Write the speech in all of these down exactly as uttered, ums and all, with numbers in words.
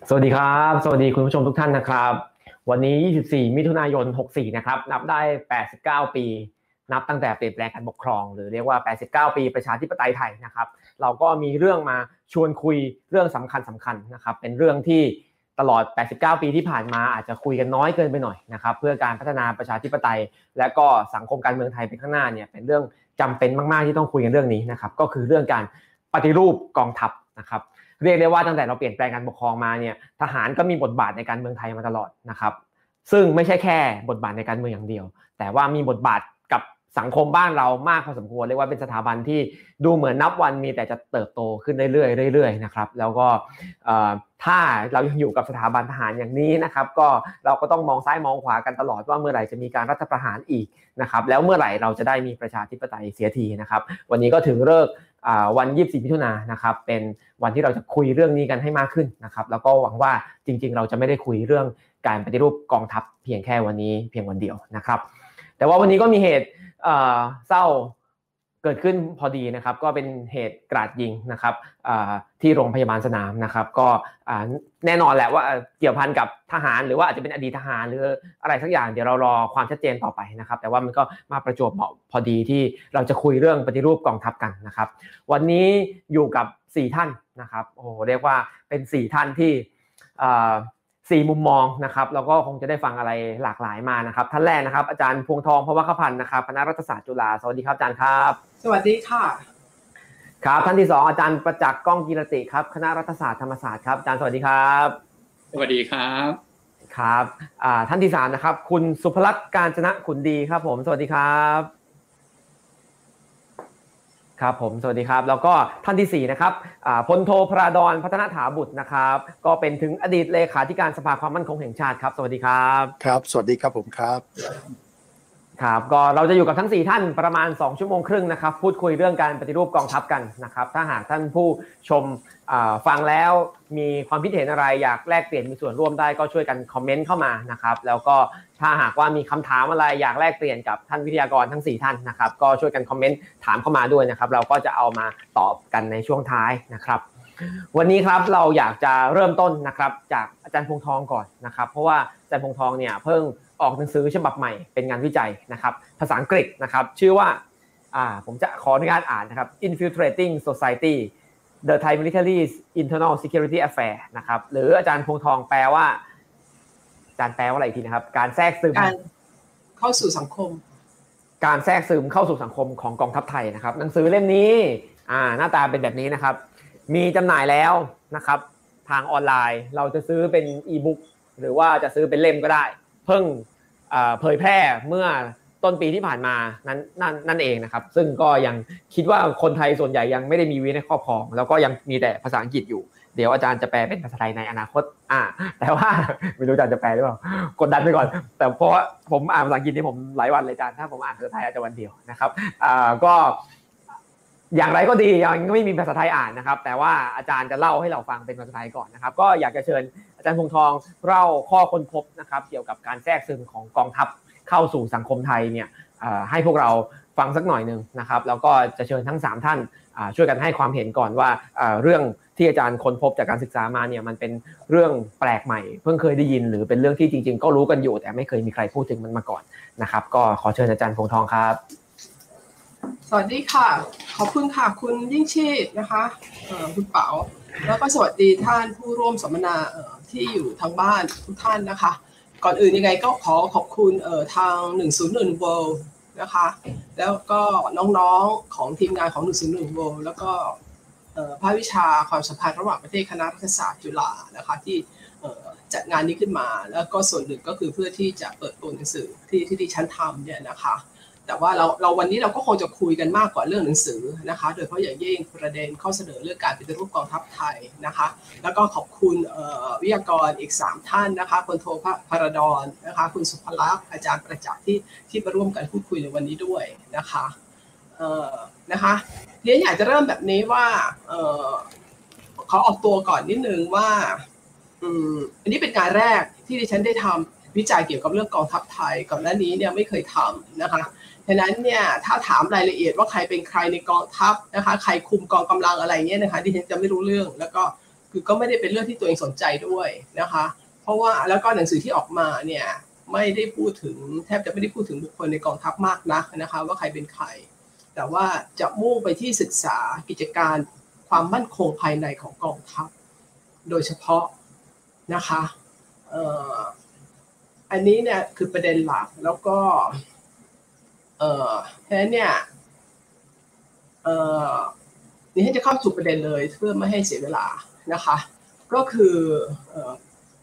สวัสดีครับสวัสดีคุณผู้ชมทุกท่านนะครับวันนี้ยี่สิบสี่มิถุนายนหกสี่นะครับนับได้แปดสิบเก้าปีนับตั้งแต่เปลี่ยนแปลงการปกครองหรือเรียกว่าแปดสิบเก้าปีประชาธิปไตยไทยนะครับเราก็มีเรื่องมาชวนคุยเรื่องสำคัญสำคัญนะครับเป็นเรื่องที่ตลอดแปดสิบเก้าปีที่ผ่านมาอาจจะคุยกันน้อยเกินไปหน่อยนะครับเพื่อการพัฒนาประชาธิปไตยและก็สังคมการเมืองไทยไปข้างหน้าเนี่ยเป็นเรื่องจำเป็นมากๆที่ต้องคุยกันเรื่องนี้นะครับก็คือเรื่องการปฏิรูปกองทัพนะครับเรียกได้ว่าตั้งแต่เราเปลี่ยนแปลงการปกครองมาเนี่ยทหารก็มีบทบาทในการเมืองไทยมาตลอดนะครับซึ่งไม่ใช่แค่บทบาทในการเมืองอย่างเดียวแต่ว่ามีบทบาทกับสังคมบ้านเรามากพอสมควรเรียกว่าเป็นสถาบันที่ดูเหมือนนับวันมีแต่จะเติบโตขึ้นเรื่อยๆเรื่อยๆนะครับแล้วก็ถ้าเรายังอยู่กับสถาบันทหารอย่างนี้นะครับก็เราก็ต้องมองซ้ายมองขวากันตลอดว่าเมื่อไหร่จะมีการรัฐประหารอีกนะครับแล้วเมื่อไหร่เราจะได้มีประชาธิปไตยเสียทีนะครับวันนี้ก็ถึงฤกษ์วันยี่สิบสี่มิถุนายนนะครับเป็นวันที่เราจะคุยเรื่องนี้กันให้มากขึ้นนะครับแล้วก็หวังว่าจริงๆเราจะไม่ได้คุยเรื่องการปฏิรูปกองทัพเพียงแค่วันนี้เพียงวันเดียวนะครับแต่ว่าวันนี้ก็มีเหตุเศร้าเกิดขึ้นพอดีนะครับก็เป็นเหตุกราดยิงนะครับที่โรงพยาบาลสนามนะครับก็แน่นอนแหละว่าเกี่ยวพันกับทหารหรือว่าอาจจะเป็นอดีตทหารหรืออะไรสักอย่างเดี๋ยวเรารอความชัดเจนต่อไปนะครับแต่ว่ามันก็มาประจวบเหมาะพอดีที่เราจะคุยเรื่องปฏิรูปกองทัพกันนะครับวันนี้อยู่กับสี่ท่านนะครับโอ้โหเรียกว่าเป็นสี่ท่านที่สี่มุมมองนะครับแล้วก็คงจะได้ฟังอะไรหลากหลายมานะครับท่านแรกนะครับอาจารย์พวงทองพวคพันธ์นะครับคณะรัฐศาสตร์จุฬาสวัสดีครับอาจารย์ครับสวัสดีค่ะครับท่านที่สองอาจารย์ประจักษ์ก้องกีรติครับคณะรัฐศาสตร์ธรรมศาสตร์ครับอาจารย์สวัสดีครับสวัสดีครับครับอ่าท่านที่สามนะครับคุณสุภลักษณ์กาญจนขุนดีครับผมสวัสดีครับครับผมสวัสดีครับแล้วก็ท่านที่สี่นะครับพลโทพราดรพัฒนถาบุตรนะครับก็เป็นถึงอดีตเลขาธิการสภาความมั่นคงแห่งชาติครับสวัสดีครับครับสวัสดีครับผมครับครับก็เราจะอยู่กับทั้งสี่ท่านประมาณสองชั่วโมงครึ่งนะครับพูดคุยเรื่องการปฏิรูปกองทัพกันนะครับถ้าหากท่านผู้ชมฟังแล้วมีความคิดเห็นอะไรอยากแลกเปลี่ยนมีส่วนร่วมได้ก็ช่วยกันคอมเมนต์เข้ามานะครับแล้วก็ถ้าหากว่ามีคำถามอะไรอยากแลกเปลี่ยนกับท่านวิทยากรทั้งสี่ท่านนะครับก็ช่วยกันคอมเมนต์ถามเข้ามาด้วยนะครับเราก็จะเอามาตอบกันในช่วงท้ายนะครับวันนี้ครับเราอยากจะเริ่มต้นนะครับจากอาจารย์พงษ์ทองก่อนนะครับเพราะว่าอาจารย์พงษ์ทองเนี่ยเพิ่งออกหนังสือฉบับใหม่เป็นงานวิจัยนะครับภาษาอังกฤษนะครับชื่อว่าอ่าผมจะขออนุญาตอ่านนะครับ Infiltrating Society The Thai Military's Internal Security Affair นะครับหรืออาจารย์พงษ์ทองแปลว่าอาจารย์แปลว่าอะไรอีกทีนะครับการแทรกซึมการเข้าสู่สังคมการแทรกซึมเข้าสู่สังคมของกองทัพไทยนะครับหนังสือเล่มนี้อ่าหน้าตาเป็นแบบนี้นะครับมีจำหน่ายแล้วนะครับทางออนไลน์เราจะซื้อเป็นอีบุ๊กหรือว่าจะซื้อเป็นเล่มก็ได้เพิ่งเผยแพร่เมื่อต้นปีที่ผ่านมานั้นนั่นนั่นเองนะครับซึ่งก็ยังคิดว่าคนไทยส่วนใหญ่ยังไม่ได้มีไว้ในครอบครองแล้วก็ยังมีแต่ภาษาอังกฤษอยู่เดี๋ยวอาจารย์จะแปลเป็นภาษาไทยในอนาคตอ่าแต่ว่าไม่รู้อาจารย์จะแปลหรือเปล่ากดดันไปก่อนแต่เพราะผมอ่านภาษาอังกฤษนี่ผมหลายวันเลยอาจารย์ถ้าผมอ่านภาษาไทยอาจจะวันเดียวนะครับอ่าก็อย่างไรก็ดียังไม่มีภาษาไทยอ่านนะครับแต่ว่าอาจารย์จะเล่าให้เราฟังเป็นภาษาไทยก่อนนะครับก็อยากจะเชิญอาจารย์พงษ์ทองเล่าข้อค้นพบนะครับเกี่ยวกับการแทรกซึมของกองทัพเข้าสู่สังคมไทยเนี่ยให้พวกเราฟังสักหน่อยนึงนะครับแล้วก็จะเชิญทั้งสามท่านช่วยกันให้ความเห็นก่อนว่าเรื่องที่อาจารย์ค้นพบจากการศึกษามาเนี่ยมันเป็นเรื่องแปลกใหม่เพิ่งเคยได้ยินหรือเป็นเรื่องที่จริงๆก็รู้กันอยู่แต่ไม่เคยมีใครพูดถึงมันมาก่อนนะครับก็ขอเชิญอาจารย์พงษ์ทองครับสวัสดีค่ะขอบคุณค่ะคุณยิ่งชีพนะคะคุณเป๋าแล้วก็สวัสดีท่านผู้ร่วมสัมมนาที่อยู่ทางบ้านทุกท่านนะคะก่อนอื่นยังไงก็ขอขอบคุณทางหนึ่งศูนย์หนึ่ง World นะคะแล้วก็น้องๆของทีมงานของหนึ่งศูนย์หนึ่ง World แล้วก็ภาควิชาความสัมพันธ์ระหว่างประเทศคณะรัฐศาสตร์จุฬานะคะที่จัดงานนี้ขึ้นมาแล้วก็ส่วนหนึ่งก็คือเพื่อที่จะเปิดตัวหนังสือที่ที่ดิฉันทำเนี่ยนะคะแต่ว่าเราเราวันนี้เราก็คงจะคุยกันมากกว่าเรื่องหนังสือนะคะโดยเฉพาะอย่างยิ่งประเด็นข้อเสนอเรื่องการปฏิรูปกองทัพไทยนะคะแล้วก็ขอบคุณวิทยากรอีกสามท่านนะคะพลโทพราดรนะคะคุณสุภลักษณ์อาจารย์ประจักษ์ที่ที่มาร่วมกันพูดคุยในวันนี้ด้วยนะคะเอ่อนะคะเรียนอยากจะเริ่มแบบนี้ว่าเอ่อขอออกตัวก่อนนิดนึงว่าอืมอันนี้เป็นการแรกที่ดิฉันได้ทำวิจัยเกี่ยวกับเรื่องกองทัพไทยก่อนหน้านี้เนี่ยไม่เคยทำนะคะฉะนั้นเนี่ยถ้าถามรายละเอียดว่าใครเป็นใครในกองทัพนะคะใครคุมกองกำลังอะไรเงี้ยนะคะดิฉันจะไม่รู้เรื่องแล้วก็คือก็ไม่ได้เป็นเรื่องที่ตัวเองสนใจด้วยนะคะเพราะว่าแล้วก็หนังสือที่ออกมาเนี่ยไม่ได้พูดถึงแทบจะไม่ได้พูดถึงบุคคลในกองทัพมากนักนะคะว่าใครเป็นใครแต่ว่าจะมุ่งไปที่ศึกษากิจการความมั่นคงภายในของกองทัพโดยเฉพาะนะคะเอ่ออันนี้เนี่ยคือประเด็นหลักแล้วก็เอ่อเพราะฉะนั้นเนี่ยเอ่อนี่ให้จะเข้าสู่ประเด็นเลยเพื่อไม่ให้เสียเวลานะคะก็คือเอ่อ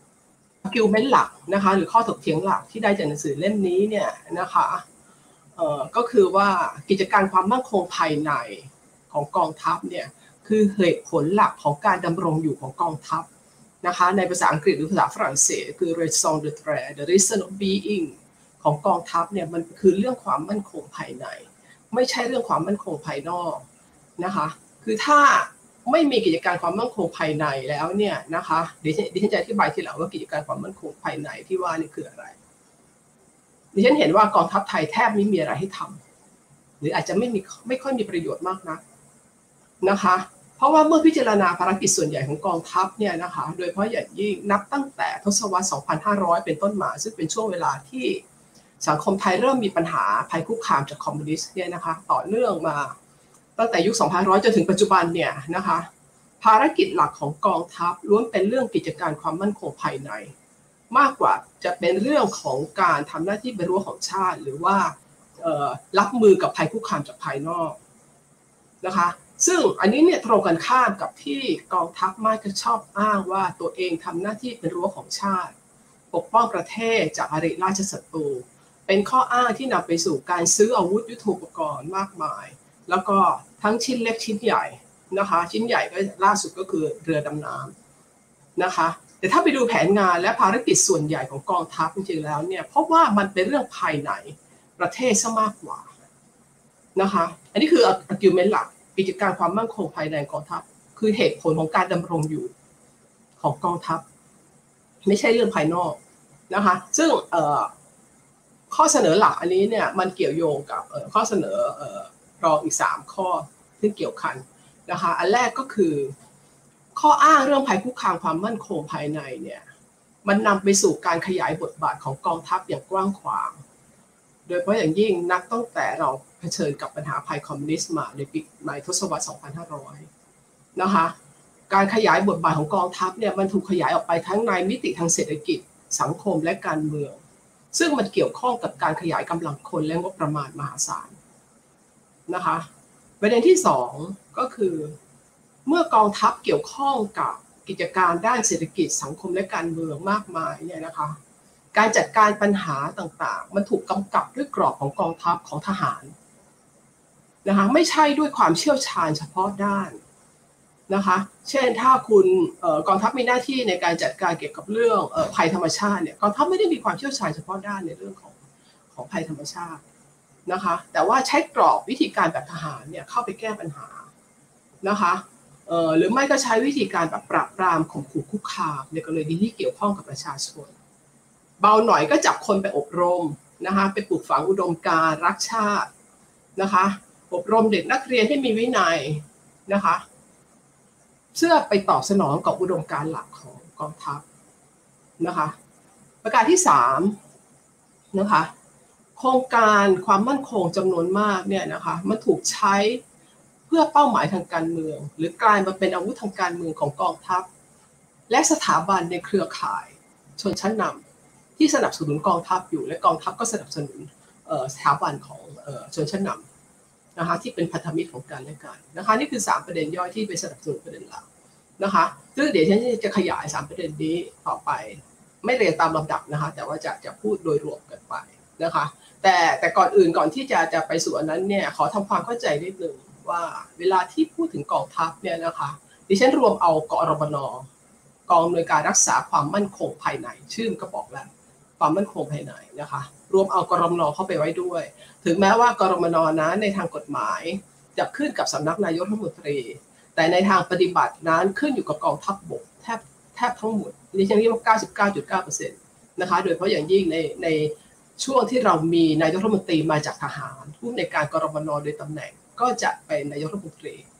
argument หลักนะคะหรือข้อถกเถียงหลักที่ได้จากหนังสือเล่มนี้เนี่ยนะคะเอ่อก็คือว่ากิจการความมั่นคงภายในของกองทัพเนี่ยคือเหตุผลหลักของการดำรงอยู่ของกองทัพนะคะในภาษาอังกฤษหรือภาษาฝรั่งเศสคือ raison d'être the reason of being ของกองทัพเนี่ยมันคือเรื่องความมั่นคงภายในไม่ใช่เรื่องความมั่นคงภายนอกนะคะคือถ้าไม่มีกิจการความมั่นคงภายในแล้วเนี่ยนะคะดิฉันดิฉันจะอธิบายทีหลังว่ากิจการความมั่นคงภายในที่ว่านี่คืออะไรดิฉันเห็นว่ากองทัพไทยแทบไม่มีอะไรให้ทำหรืออาจจะไม่มีไม่ค่อยมีประโยชน์มากนักนะคะเพราะว่าเมื่อพิจารณาภารกิจส่วนใหญ่ของกองทัพเนี่ยนะคะโดยเฉพาะอย่างยิ่งนับตั้งแต่ทศวรรษ สองพันห้าร้อย เป็นต้นมาซึ่งเป็นช่วงเวลาที่สังคมไทยเริ่มมีปัญหาภัยคุกคามจากคอมมิวนิสต์เนี่ยนะคะต่อเนื่องมาตั้งแต่ยุค สองพันห้าร้อย จนถึงปัจจุบันเนี่ยนะคะภารกิจหลักของกองทัพล้วนเป็นเรื่องกิจการความมั่นคงภายในมากกว่าจะเป็นเรื่องของการทำหน้าที่เป็นรั้วของชาติหรือว่ารับมือกับภัยคุกคามจากภายนอกนะคะซึ่งอันนี้เนี่ยตรงกันข้ามกับที่กองทัพมักจะชอบอ้างว่าตัวเองทำหน้าที่เป็นรั้วของชาติปกป้องประเทศจากอริราชศัตรูเป็นข้ออ้างที่นำไปสู่การซื้ออาวุธยุทโธปกรณ์มากมายแล้วก็ทั้งชิ้นเล็กชิ้นใหญ่นะคะชิ้นใหญ่ก็ล่าสุดก็คือเรือดำน้ำนะคะแต่ถ้าไปดูแผนงานและภารกิจส่วนใหญ่ของกองทัพจริงๆแล้วเนี่ยเพราะว่ามันเป็นเรื่องภายในประเทศซะมากกว่านะคะอันนี้คือ argument หลักกิจการความมั่นคงภายในกองทัพคือเหตุผลของการดำรงอยู่ของกองทัพไม่ใช่เรื่องภายนอกนะคะซึ่งข้อเสนอหลักอันนี้เนี่ยมันเกี่ยวโยงกับข้อเสนอรองอีกสามข้อที่เกี่ยวกันนะคะอันแรกก็คือข้ออ้างเรื่องภัยคุกคามความมั่นคงภายในเนี่ยมันนำไปสู่การขยายบทบาทของกองทัพอย่างกว้างขวางโดยเฉพาะอย่างยิ่งนับตั้งแต่เราเผชิญกับปัญหาภัยคอมมิวนิสต์มาในปีในทศวรรษ สองพันห้าร้อย นะคะการขยายบทบาทของกองทัพเนี่ยมันถูกขยายออกไปทั้งในมิติทางเศรษฐกิจสังคมและการเมืองซึ่งมันเกี่ยวข้องกับการขยายกำลังคนและงบประมาณมหาศาลนะคะประเด็นที่สองก็คือเมื่อกองทัพเกี่ยวข้องกับกิจการด้านเศรษฐกิจสังคมและการเมืองมากมายเนี่ยนะคะการจัดการปัญหาต่างๆมันถูกกำกับด้วยกรอบของกองทัพของทหารนะคะไม่ใช่ด้วยความเชี่ยวชาญเฉพาะด้านนะคะเช่นถ้าคุณกองทัพมีหน้าที่ในการจัดการเกี่ยวกับเรื่องภัยธรรมชาติเนี่ยกองทัพไม่ได้มีความเชี่ยวชาญเฉพาะด้านในเรื่องของของภัยธรรมชาตินะคะแต่ว่าใช้กรอบวิธีการแบบทหารเนี่ยเข้าไปแก้ปัญหานะคะหรือไม่ก็ใช้วิธีการแบบปราบปรามข่มขู่คุกคามในกรณีที่เกี่ยวข้องกับประชาชนเบาหน่อยก็จับคนไปอบรมนะคะไปปลูกฝังอุดมการณ์รักชาตินะคะอบรมเด็กนักเรียนให้มีวินัยนะคะเพื่อไปตอบสนองกับอุดมการณ์หลักของกองทัพนะคะประการที่สามนะคะโครงการความมั่นคงจำนวนมากเนี่ยนะคะมันถูกใช้เพื่อเป้าหมายทางการเมืองหรือกลายมาเป็นอาวุธทางการเมืองของกองทัพและสถาบันในเครือข่ายชนชั้นนำที่สนับสนุนกองทัพอยู่และกองทัพก็สนับสนุนสถาบันของชนชั้นนำนะคะที่เป็นพันธมิตรของกันและกันนะคะนี่คือสามประเด็นย่อยที่ไปสนับสนุนประเด็นหลักนะคะซึ่งเดี๋ยวฉันจะขยายสามประเด็นนี้ต่อไปไม่เรียงตามลำดับนะคะแต่ว่าจะจะพูดโดยรวมกันไปนะคะแต่แต่ก่อนอื่นก่อนที่จะจะไปสู่อันนั้นเนี่ยขอทำความเข้าใจนิดนึงว่าเวลาที่พูดถึงกองทัพเนี่ยนะคะดิฉันรวมเอากอรมน.กองอำนวยการรักษาความมั่นคงภายในชื่อก็บอกแล้วความมั่นคงภายในนะคะรวมเอากรมน.เข้าไปไว้ด้วยถึงแม้ว่ากรมน.นั้นในทางกฎหมายจะขึ้นกับสำนักนายกรัฐมนตรีแต่ในทางปฏิบัตินั้นขึ้นอยู่กับกองทัพบกแทบแทบทั้งหมดดิฉันเรียกว่า เก้าสิบเก้าจุดเก้าเปอร์เซ็นต์ นะคะโดยเฉพาะอย่างยิ่งในในช่วงที่เรามีนายกรัฐมนตรีมาจากทหารผู้ในการกรมน.โดยตำแหน่งก็จะเป็นนายกรัฐมนตรี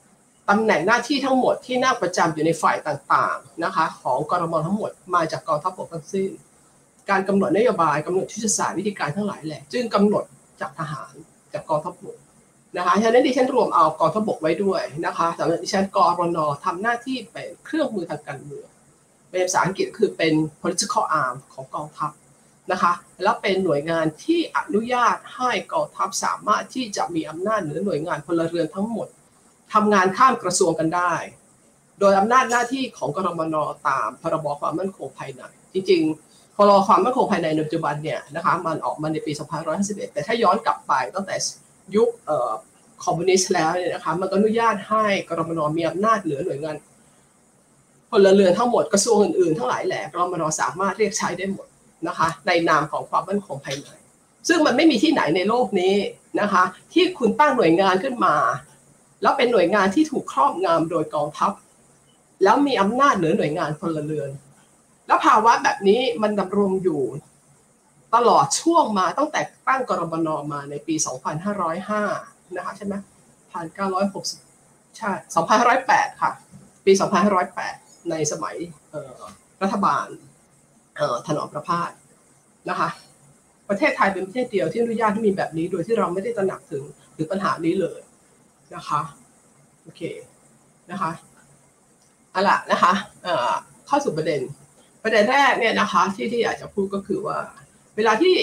ตำแหน่งหน้าที่ทั้งหมดที่นั่งประจำอยู่ในฝ่ายต่างๆนะคะของกรม.ทั้งหมดมาจากกองทัพบกทั้งสิ้นการกำหนดนโยบายกำหนดยุทธศาสตร์วิธีการทั้งหลายแหละจึงกำหนดจากทหารจากกองทัพบกนะคะฉะนั้นดิฉันรวมเอากองทัพบกไว้ด้วยนะคะสำหรับดิฉันกรน.ทำหน้าที่เป็นเครื่องมือทางการเมืองเป็นภาษาอังกฤษคือเป็น political arm ของกองทัพนะคะและเป็นหน่วยงานที่อนุญาตให้กองทัพสามารถที่จะมีอำนาจเหนือหน่วยงานพลเรือนทั้งหมดทำงานข้ามกระทรวงกันได้โดยอำนาจหน้าที่ของกรมน.ตามพรบความมั่นคงภายในจริงๆพรบความมั่นคงภายในในปัจจุบันเนี่ยนะคะมันออกมาในปีสองพันห้าร้อยห้าสิบเอ็ดแต่ถ้าย้อนกลับไปตั้งแต่ยุคเอ่อคอมมิวนิสต์แล้วเนี่ยนะคะมันก็อนุญาตให้กรมน.มีอำนาจเหนือหน่วยงานพลเรือนทั้งหมดกระทรวงอื่นๆทั้งหลายแหละกรมน.สามารถเรียกใช้ได้หมดนะคะในนามของความมั่นคงภายในซึ่งมันไม่มีที่ไหนในโลกนี้นะคะที่คุณตั้งหน่วยงานขึ้นมาแล้วเป็นหน่วยงานที่ถูกครอบงำโดยกองทัพแล้วมีอำนาจเหนือหน่วยงานพลเรือนแล้วภาวะแบบนี้มันดำรงอยู่ตลอดช่วงมาตั้งแต่ตั้งกรมน.มาในปีสองพันห้าร้อยห้านะคะใช่ไหมหนึ่งพันเก้าร้อยหกสิบใช่สองพันห้าร้อยแปดค่ะปีสองพันห้าร้อยแปดในสมัยรัฐบาลถนอมประพาสนะคะประเทศไทยเป็นประเทศเดียวที่อนุญาตให้มีแบบนี้โดยที่เราไม่ได้ตระหนักถึงถึงปัญหานี้เลยนะคะโอเคนะคะเอาล่ะนะคะเข้าสู่ประเด็นประเด็นแรกเนี่ยนะคะที่ที่อยากจะพูดก็คือว่าเวลาที่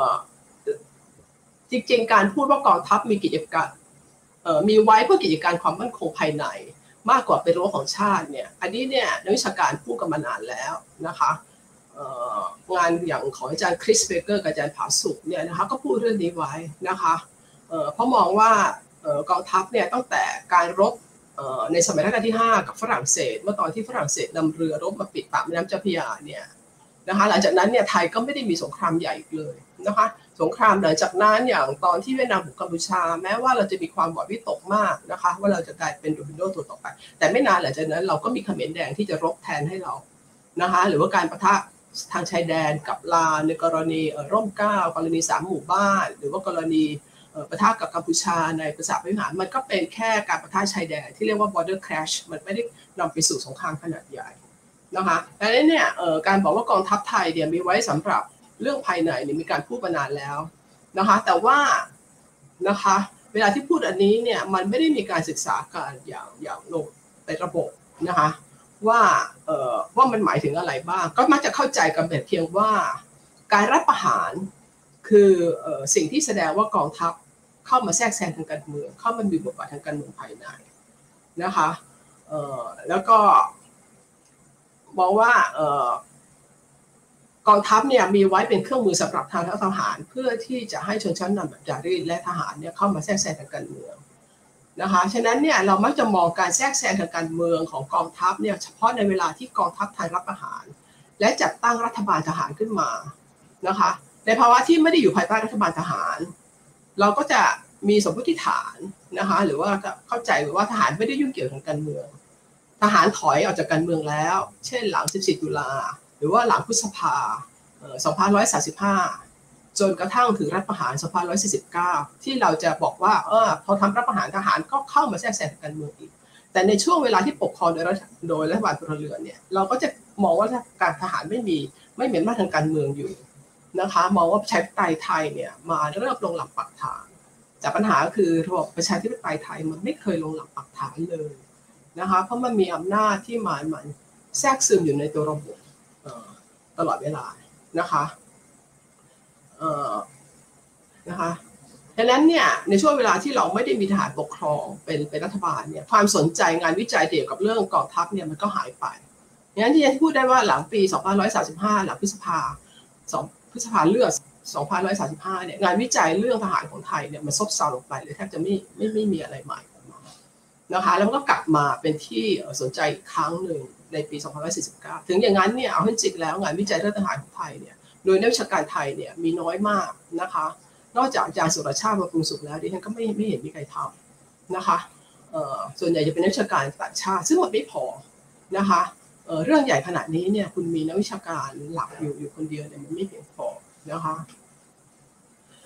จริงๆการพูดว่ากองทัพมีกิจการมีไว้เพื่อกิจการความมั่นคงภายในมากกว่าเป็นรั้วของชาติเนี่ยอันนี้เนี่ยนักวิชาการพูดกันมานานแล้วนะคะงานอย่างของอาจารย์คริสเบเกอร์กับอาจารย์ผาสุกเนี่ยนะคะก็พูดเรื่องนี้ไว้นะคะเพราะมองว่ากองทัพเนี่ยตั้งแต่การรบในสมัยรัชกาลที่ห้ากับฝรั่งเศสเมื่อตอนที่ฝรั่งเศสนำเรือรบมาปิดปากแม่น้ำเจ้าพระยาเนี่ยนะคะหลังจากนั้นเนี่ยไทยก็ไม่ได้มีสงครามใหญ่เลยนะคะสงครามหลังจากนั้นอย่างตอนที่เวียดนามบุกกัมพูชาแม้ว่าเราจะมีความหวาดวิตกมากนะคะว่าเราจะกลายเป็นโดมิโนตัวต่อไปแต่ไม่นานหลังจากนั้นเราก็มีเขมรแดงที่จะรบแทนให้เรานะคะหรือว่าการปะทะทางชายแดนกับลาวในกรณีร่มเกล้ากรณีสามหมู่บ้านหรือว่ากรณีปะทะกับกัมพูชาในปราสาทวิหารมันก็เป็นแค่การปะทะชายแดนที่เรียกว่า border clash มันไม่ได้นำไปสู่สงครามขนาดใหญ่นะคะดังนั้นเนี่ยการบอกว่ากองทัพไทยเนี่ยมีไว้สำหรับเรื่องภายในเนี่ยมีการพูดมานานแล้วนะคะแต่ว่านะคะเวลาที่พูดอันนี้เนี่ยมันไม่ได้มีการศึกษาการอย่างอย่างลงในระบบนะคะว่าเอ่อว่ามันหมายถึงอะไรบ้างก็มักจะเข้าใจกันแบบเพียงว่าการรัฐประหารคือเอ่อสิ่งที่แสดงว่ากองทัพเข้ามาแทรกแซงทางการเมืองเข้ามามีบทบาททางการเมืองภายในนะคะเอ่อแล้วก็มองว่าเอ่อกองทัพเนี่ยมีไว้เป็นเครื่องมือสำหรับทางทหารเพื่อที่จะให้ชนชั้นนำแบบจารีตและทหารเนี่ยเข้ามาแทรกแซงทางการเมืองนะคะฉะนั้นเนี่ยเรามักจะมองการแทรกแซงทางการเมืองของกองทัพเนี่ยเฉพาะในเวลาที่กองทัพไทยรับประหารและจัดตั้งรัฐบาลทหารขึ้นมานะคะในภาวะที่ไม่ได้อยู่ภายใต้รัฐบาลทหารเราก็จะมีสมมติฐานนะคะหรือว่าเข้าใจว่าทหารไม่ได้ยุ่งเกี่ยวทางการเมืองทหารถอยออกจากการเมืองแล้วเช่นหลังสิบสี่ตุลาหรือว่าหลังพฤษภาสองพันหนึ่งร้อยสามสิบห้าจนกระทั่งถึงรัฐประหารสองพันหนึ่งร้อยสี่สิบเก้าที่เราจะบอกว่าเออพอทำรัฐประหารทหารก็เข้ามาแทรกแซงการเมืองอีกแต่ในช่วงเวลาที่ปกครองโดยรัฐโดยรัฐบาลพลเรือนเนี่ยเราก็จะมองว่าการทหารไม่มีไม่มีอำนาจทางการเมืองอยู่นะคะมองว่าประชาธิปไตยไทยเนี่ยมาเริ่มลงหลักปักฐานแต่ปัญหาคือระบบประชาธิปไตยไทยมันไม่เคยลงหลักปักฐานเลยนะคะเพราะมันมีอำนาจที่มันมันแทรกซึมอยู่ในตัวระบบตลอดเวลานะคะเอ่อนะคะดังนั้นเนี่ยในช่วงเวลาที่เราไม่ได้มีทหารปกครองเป็นเป็นรัฐบาลเนี่ยความสนใจงานวิจัยเกี่ยวกับเรื่องกองทัพเนี่ยมันก็หายไปงั้นที่จะพูดได้ว่าหลังปีสองพันหนึ่งร้อยสามสิบห้าหลังพฤษภาสองพฤษภาเลือดสองพันหนึ่งร้อยสามสิบห้าเนี่ยงานวิจัยเรื่องทหารของไทยเนี่ยมันซบเซาลงไปเลยแทบจะไม่ไม่ไม่มีอะไรใหม่นะคะแล้วก็กลับมาเป็นที่สนใจอีกครั้งหนึ่งในปีสองพันหนึ่งร้อยสี่สิบเก้าถึงอย่างนั้นเนี่ยเอาให้จริงแล้วงานวิจัยเรื่องทหารของไทยเนี่ยโดยนักวิชาการไทยเนี่ยมีน้อยมากนะคะนอกจากอาจารย์สุรชาติมาปรุงสุขแล้วดิฉันก็ไม่ไม่เห็นมีใครทำนะคะเอ่อส่วนใหญ่จะเป็นนักวิชาการต่างชาติซึ่งมันไม่พอนะคะเอ่อเรื่องใหญ่ขนาดนี้เนี่ยคุณมีนักวิชาการหลักอยู่อยู่คนเดียวเนี่ยมันไม่เพียงพอนะคะ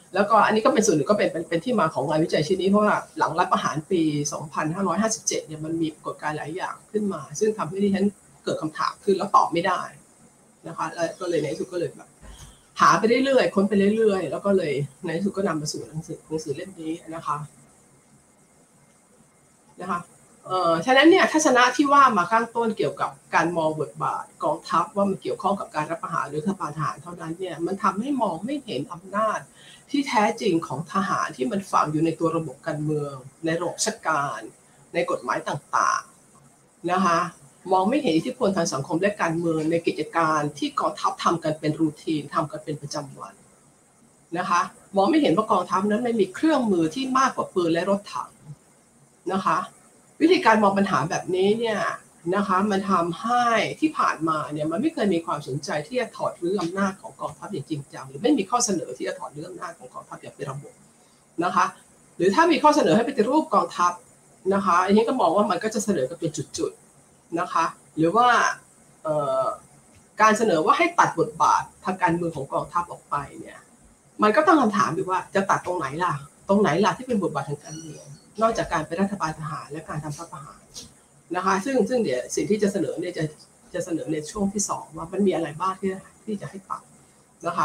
แล้วก็อันนี้ก็เป็นส่วนหนึ่งก็เป็นเป็นที่มาของงานวิจัยชิ้นนี้เพราะว่าหลังรัฐประหารปีสองพันห้าร้อยห้าสิบเจ็ดเนี่ยมันมีปรากฏการณ์หลายอย่างขึ้นมาซึ่งทำให้ดิฉันเกิดคำถามขึ้นแล้วตอบไม่ได้นะคะแล้วก็เลยในที่สุดก็เลยแบบหาไปเรื่อยๆค้นไปเรื่อยๆแล้วก็เลยในที่สุดก็นำมาสู่หนังสือหนังสือเล่มนี้นะคะนะคะเอ่อฉะนั้นเนี่ยทัศนะที่ว่ามาข้างต้นเกี่ยวกับการมองบทบาทกองทัพว่ามันเกี่ยวข้องกับการรัฐประหารหรือรัฐประหารเท่านั้นเนี่ยมันทำให้มองไม่เห็นอำนาจที่แท้จริงของทหารที่มันฝังอยู่ในตัวระบบการเมืองในระบบราชการในกฎหมายต่างๆนะคะมองไม่เห็นอิทธิพลทางสังคมและการเมืองในกิจการที่กองทัพทำกันเป็นรูทีนทำกันเป็นประจำวันนะคะมองไม่เห็นว่ากองทัพนั้นไม่มีเครื่องมือที่มากกว่าปืนและรถถังนะคะวิธีการมองปัญหาแบบนี้เนี่ยนะคะมันทำให้ที่ผ่านมาเนี่ยมันไม่เคยมีความสนใจที่จะถอดรื้ออำนาจของกองทัพอย่างจริงจังหรือไม่มีข้อเสนอที่จะถอดรื้ออำนาจของกองทัพอย่างเป็นระบบนะคะหรือถ้ามีข้อเสนอให้ปฏิรูปกองทัพนะคะอันนี้ก็มองว่ามันก็จะเสนอกันเป็นจุดๆนะคะหรือว่าการเสนอว่าให้ตัดบทบาททางการเมืองของกองทัพออกไปเนี่ยมันก็ต้องคำถามอยู่ว่าจะตัดตรงไหนล่ะตรงไหนล่ะที่เป็นบทบาททางการเมืองนอกจากการเป็นรัฐบาลทหารและการทำรัฐประหารนะคะซึ่งซึ่งเดี๋ยวสิ่งที่จะเสนอเนี่ยจะจะเสนอในช่วงที่สองว่ามันมีอะไรบ้างที่ที่จะให้ตัดนะคะ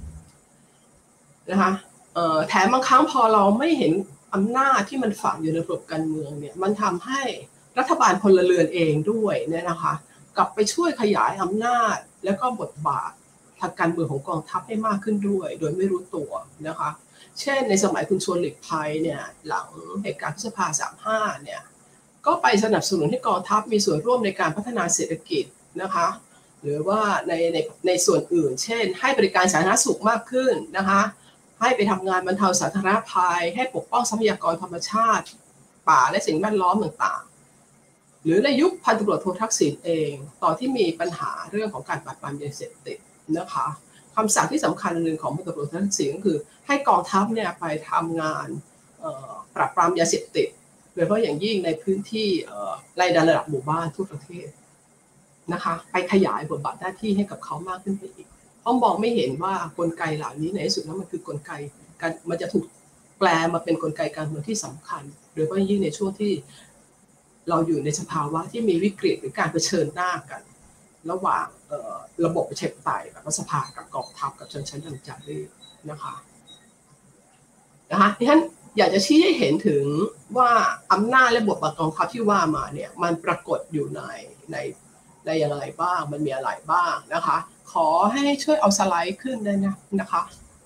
นะคะแถมบางครั้งพอเราไม่เห็นอำนาจที่มันฝังอยู่ในระบบการเมืองเนี่ยมันทำให้รัฐบาลพลเรือนเองด้วยเนี่ยนะคะกลับไปช่วยขยายอำนาจแล้วก็บทบาททางการเมืองของกองทัพให้มากขึ้นด้วยโดยไม่รู้ตัวนะคะเช่นในสมัยคุณชวนหลีกภัยเนี่ยหลังเหตุการณ์พฤษภาสามห้าเนี่ยก็ไปสนับสนุนให้กองทัพมีส่วนร่วมในการพัฒนาเศรษฐกิจนะคะหรือว่าในในในส่วนอื่นเช่นให้บริการสาธารณสุขมากขึ้นนะคะให้ไปทำงานบรรเทาสาธารณภัยให้ปกป้องทรัพยากรธรรมชาติป่าและสิ่งแวดล้อมต่างๆหรือในยุคพันตำรวจโททักษิณเองตอนที่มีปัญหาเรื่องของการปราบปรามยาเสพติดนะคะคำสั่งที่สำคัญหนึ่งของพันตำรวจโททักษิณก็คือให้กองทัพเนี่ยไปทำงานปราบปรามยาเสพติดโดยเฉพาะอย่างยิ่งในพื้นที่ในระดับหมู่บ้านทั่วประเทศนะคะไปขยายบทบาทหน้าที่ให้กับเขามากขึ้นไปอีกเพราะมองไม่เห็นว่ากลไกเหล่านี้ในที่สุดแล้วมันคือกลไกการมันจะถูกแปลมาเป็นกลไกการเมืองที่สำคัญโดยเฉพาะยิ่งในช่วงที่เราอยู่ในสภาวะที่มีวิกฤตหรือการเผชิญหน้ากันระหว่างระบบประชาธิปไตยกับรัฐสภากับกองทัพกับชนชั้นนำจารีตนะคะนะคะที่ท่านอยากจะชี้ให้เห็นถึงว่าอำนาจและบทบาทกองทัพที่ว่ามาเนี่ยมันปรากฏอยู่ในในในอย่างไรบ้างมันมีอะไรบ้างนะคะขอให้ช่วยเอาสไลด์ขึ้นได้นะนะคะ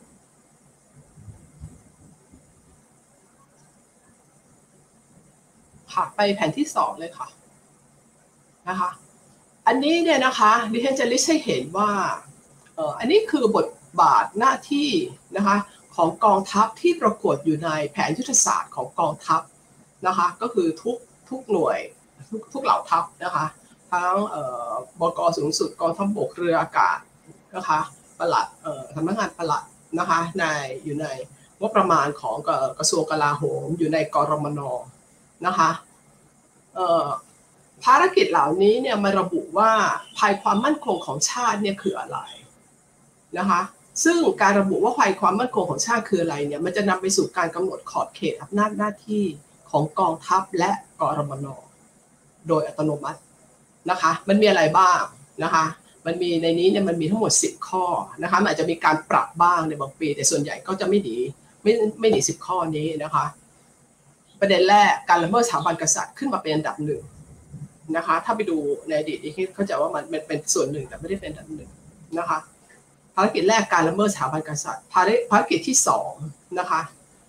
ค่ะไปแผ่นที่สองเลยค่ะนะคะอันนี้เนี่ยนะคะดิฉันจะลิสต์ให้เห็นว่าเอ่ออันนี้คือบทบาทหน้าที่นะคะของกองทัพที่ปรากฏอยู่ในแผนยุทธศาสตร์ของกองทัพนะคะก็คือทุกทุกหน่วยทุกทุกเหล่าทัพนะคะทั้งบก.สูงสุดกองทัพบกเรืออากาศนะคะปลัดสำนักงานปลัดนะคะในอยู่ในงบประมาณของกระทรวงกลาโหมอยู่ในกรมน.นะคะภารกิจเหล่านี้เนี่ยมาระบุว่าภัยความมั่นคงของชาติเนี่ยคืออะไรนะคะซึ่งการระบุว่าภัยความมั่นคงของชาติคืออะไรเนี่ยมันจะนำไปสู่การกำหนดขอบเขตอำนาจหน้าที่ของกองทัพและกรมน.โดยอัตโนมัตินะคะมันมีอะไรบ้างนะคะมันมีในนี้เนี่ยมันมีทั้งหมดสิบข้อนะคะมันอาจจะมีการปรับบ้างในบางปีแต่ส่วนใหญ่ก็จะไม่หนีไม่ไม่หนีสิบข้อนี้นะคะประเด็นแรกการละเมิดสถาบันกษัตริย์ขึ้นมาเป็นอันดับหนึ่งนะคะถ้าไปดูในอดีตที่เข้าใจว่ามันเป็นส่วนหนึ่งแต่ไม่ได้เป็นอันดับหนึ่งนะคะภารกิจแรกการละเมิดสถาบันกษัตริย์ภารกิจที่สองนะคะ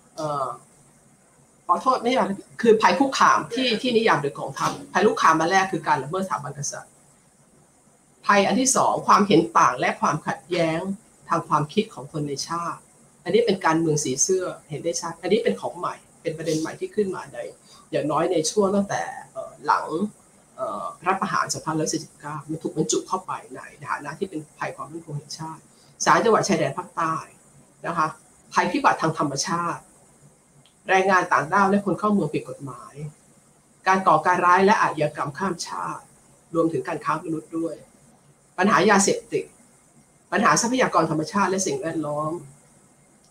ขอโทษไม่ใช่คือภัยคุกคามที่ที่นิยามโดยกองทัพภัยคุกคามมาแรกคือการละเมิดสถาบันกษัตริย์ภัยอันที่สองความเห็นต่างและความขัดแย้งทางความคิดของคนในชาติอันนี้เป็นการเมืองสีเสื้อเห็นได้ชัดอันนี้เป็นของใหม่เป็นประเด็นใหม่ที่ขึ้นมาในอย่างน้อยในช่วงตั้งแต่หลังรัฐประหารสองพันห้าร้อยสี่สิบเก้ามันถูกบรรจุเข้าไปในฐานะที่เป็นภัยความมั่นคงแห่งชาติสามจังหวัดชายแดนภาคใต้นะคะภัยพิบัติทางธรรมชาติแรงงานต่างด้าวและคนเข้าเมืองผิดกฎหมายการก่อการร้ายและอาชญากรรมข้ามชาติรวมถึงการค้ามนุษย์ด้วยปัญหายาเสพติดปัญหาทรัพยากรธรรมชาติและสิ่งแวดล้อม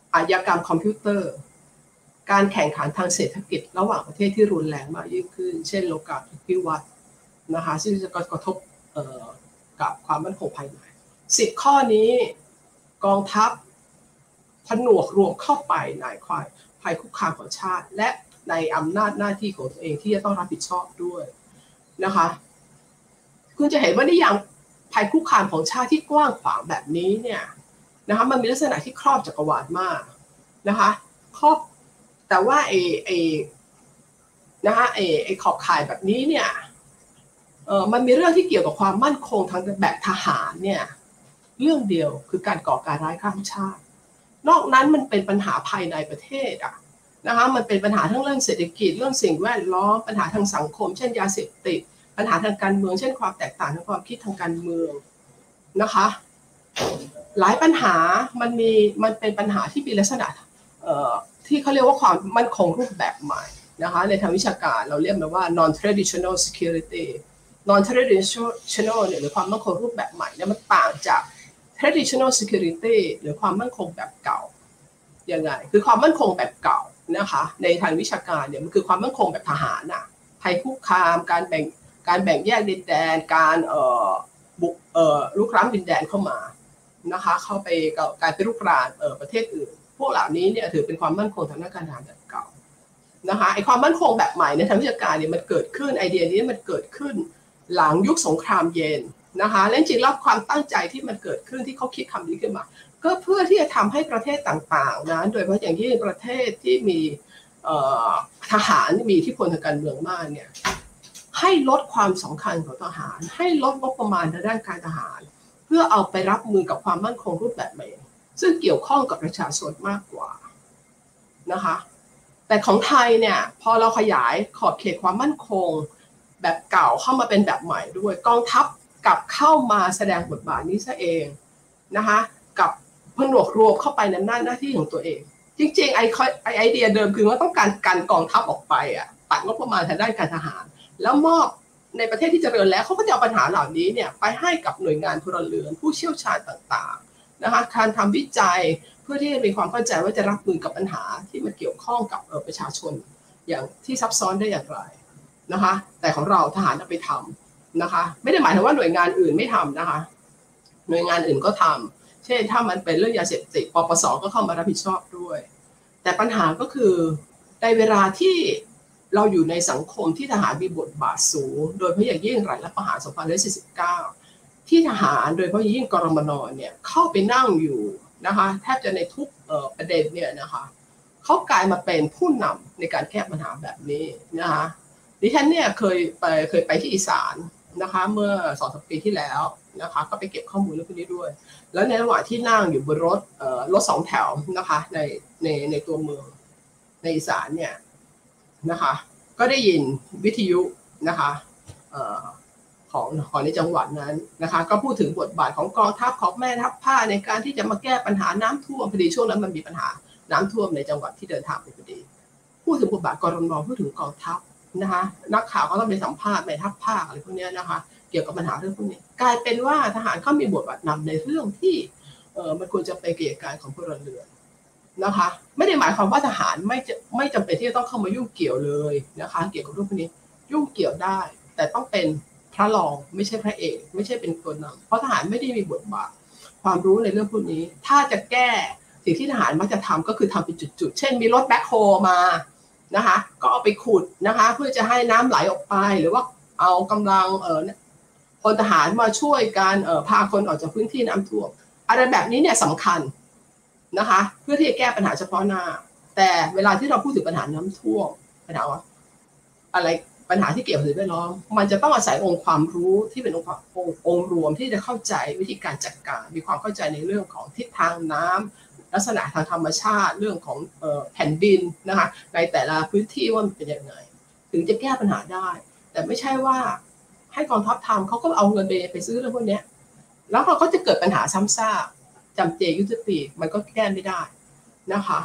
อาชญากรรมคอมพิวเตอร์การแข่งขันทางเศรษฐกิจระหว่างประเทศที่รุนแรงมากยิ่งขึ้นเช่นโลกาภิวัตน์นะคะซึ่งจะกระทบกับความมั่นคงภายในสิบข้อนี้กองทัพผนวกรวมเข้าไปในความภัยคุกคามของชาติและในอำนาจหน้าที่ของตัวเองที่จะต้องรับผิดชอบด้วยนะคะคุณจะเห็นว่านิยามภัยคุกคามของชาติที่กว้างขวางแบบนี้เนี่ยนะคะมันมีลักษณะที่ครอบจักรวาลมากนะคะครอบแต่ว่าไอ้ไอ้นะคะไอ้ไอ้ขอบข่ายแบบนี้เนี่ยเออมันมีเรื่องที่เกี่ยวกับความมั่นคงทางแบบทหารเนี่ยเรื่องเดียวคือการก่อการร้ายข้ามชาตินอกนั้นมันเป็นปัญหาภายในประเทศอะนะคะมันเป็นปัญหาทั้งเรื่องเศรษฐกิจเรื่องสิ่งแวดล้อมปัญหาทางสังคมเช่นยาเสพติดปัญหาทางการเมืองเช่นความแตกต่างทางความคิดทางการเมืองนะคะหลายปัญหามันมีมันเป็นปัญหาที่มีลักษณะเอ่อที่เขาเรียกว่าความมั่นคงรูปแบบใหม่นะคะในทางวิชาการเราเรียกมันว่า non traditional security non traditional เนี่ยหรือความมั่นคงรูปแบบใหม่เนี่ยมันต่างจาก traditional security หรือความมั่นคงแบบเก่ายังไงคือความมั่นคงแบบเก่านะคะในทางวิชาการเนี่ยมันคือความมั่นคงแบบทหารน่ะภัยคุกคามการแบ่งการแบ่งแยกดินแดนการเอ่อบุกเอ่อลุกล้ำดินแดนเข้ามานะคะเข้าไปการไปลุกรานเอ่อประเทศอื่นพวกเหล่านี้เนี่ยถือเป็นความมั่นคงทางด้านการทหารแบบเก่านะคะไอ้ความมั่นคงแบบใหม่ในทางวิชาการเนี่ยมันเกิดขึ้นไอเดียนี้มันเกิดขึ้นหลังยุคสงครามเย็นนะคะและจริงๆแล้วความตั้งใจที่มันเกิดขึ้นที่เขาคิดคำนี้ขึ้นมาก็เพื่อที่จะทำให้ประเทศต่างๆนะโดยเฉพาะอย่างยิ่งประเทศที่มีทหารมีอิทธิพลทางการเมืองมากเนี่ยให้ลดความสำคัญของทหารให้ลดงบประมาณทางด้านการทหารเพื่อเอาไปรับมือกับความมั่นคงรูปแบบใหม่ซึ่งเกี่ยวข้องกับประชาชนมากกว่านะคะแต่ของไทยเนี่ยพอเราขยายขอบเขตความมั่นคงแบบเก่าเข้ามาเป็นแบบใหม่ด้วยกองทัพกลับเข้ามาแสดงบทบาทนี้ซะเองนะคะกับผนวกรวมเข้าไปในหน้าหน้าที่ของตัวเองจริงๆไอไอเดียเดิมคือว่าต้องการกันกองทัพออกไปอ่ะตัดงบประมาณทางด้านการทหารแล้วมอบในประเทศที่เจริญแล้วเขาก็จะเอาปัญหาเหล่านี้เนี่ยไปให้กับหน่วยงานพลเรือนผู้เชี่ยวชาญต่างๆนะคะการทำวิจัยเพื่อที่จะมีความเข้าใจว่าจะรับมือกับปัญหาที่มันเกี่ยวข้องกับประชาชนอย่างที่ซับซ้อนได้อย่างไรนะคะแต่ของเราทหารเอาไปทำนะคะไม่ได้หมายถึงว่าหน่วยงานอื่นไม่ทำนะคะหน่วยงานอื่นก็ทำเช่นถ้ามันเป็นเรื่องยาเสพติดปปส.ก็เข้ามารับผิดชอบด้วยแต่ปัญหาก็คือในเวลาที่เราอยู่ในสังคมที่ทหารมีบทบาทสูงโดยเฉพาะอย่างยิ่งหลังรัฐประหารสองพันห้าร้อยสี่สิบเก้าที่ทหารโดยเฉพาะยิ่งกรมน.เนี่ยเข้าไปนั่งอยู่นะคะแทบจะในทุกประเด็นเนี่ยนะคะเขากลายมาเป็นผู้นำในการแก้ปัญหาแบบนี้นะคะดิฉันเนี่ยเคยไปเคยไปที่อีสานนะคะเมื่อสองสามปีที่แล้วนะคะก็ไปเก็บข้อมูลเรื่องพวกนี้ด้วยแล้วในระหว่างที่นั่งอยู่บนรถเอ่อรถสองแถวนะคะในในในตัวเมืองในอีสานเนี่ยนะคะก็ได้ยินวิทยุนะคะเอ่อของของในจังหวัดนั้นนะคะก็พูดถึงบทบาทของกองทัพของแม่ทัพผ้าในการที่จะมาแก้ปัญหาน้ำท่วมพอดีช่วงนั้นมันมีปัญหาน้ำท่วมในจังหวัดที่เดินทางไปพอดีพูดถึงบทบาทกรมน.พูดถึงกองทัพนะคะนักข่าวก็ต้องไปสัมภาษณ์แม่ทัพภาคอะไรพวกนี้นะคะเกี่ยวกับปัญหาเรื่องพวกนี้กลายเป็นว่าทหารเขามีบทบาทนำในเรื่องที่เออมันควรจะเป็นกิจการของพลเรือนนะคะไม่ได้หมายความว่าทหารไม่จะไม่จำเป็นที่จะต้องเข้ามายุ่งเกี่ยวเลยนะคะเกี่ยวกับเรื่องพวกนี้ยุ่งเกี่ยวได้แต่ต้องเป็นพระรองไม่ใช่พระเอกไม่ใช่เป็นตัวนำเพราะทหารไม่ได้มีบทบาทความรู้ในเรื่องพวกนี้ถ้าจะแก้สิ่งที่ทหารมักจะทำก็คือทำเป็นจุดๆเช่นมีรถแบ็คโฮมานะคะก็เอาไปขุดนะคะเพื่อจะให้น้ำไหลออกไปหรือว่าเอากำลังเอ่อพลทหารมาช่วยการเอ่อพาคนออกจากพื้นที่น้ำท่วมอะไรแบบนี้เนี่ยสำคัญนะคะเพื่อที่จะแก้ปัญหาเฉพาะหน้าแต่เวลาที่เราพูดถึงปัญหาน้ำท่วมปัญหาว่าอะไรปัญหาที่เกี่ยวกับสิ่งแวดล้อมมันจะต้องอาศัยองค์ความรู้ที่เป็นองค์ความองค์รวมที่จะเข้าใจวิธีการจัดการมีความเข้าใจในเรื่องของทิศทางน้ำลักษณะทางธรรมชาติเรื่องของเอ่อแผ่นดินนะคะในแต่ละพื้นที่ว่ามันเป็นยังไงถึงจะแก้ปัญหาได้แต่ไม่ใช่ว่าให้กองทัพทำเขาก็เอาเงินไปไปซื้อเรื่องพวกนี้แล้วเขาก็จะเกิดปัญหาซ้ำซากจำเจยุทธปีมันก็แก้ไม่ได้นะคะ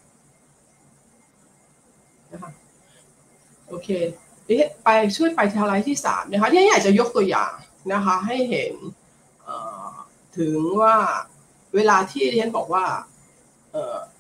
นะคะโอเคไปช่วยไปสไลด์ที่สามนะคะที่อยากจะยกตัวอย่างนะคะให้เห็นถึงว่าเวลาที่ดิฉันบอกว่า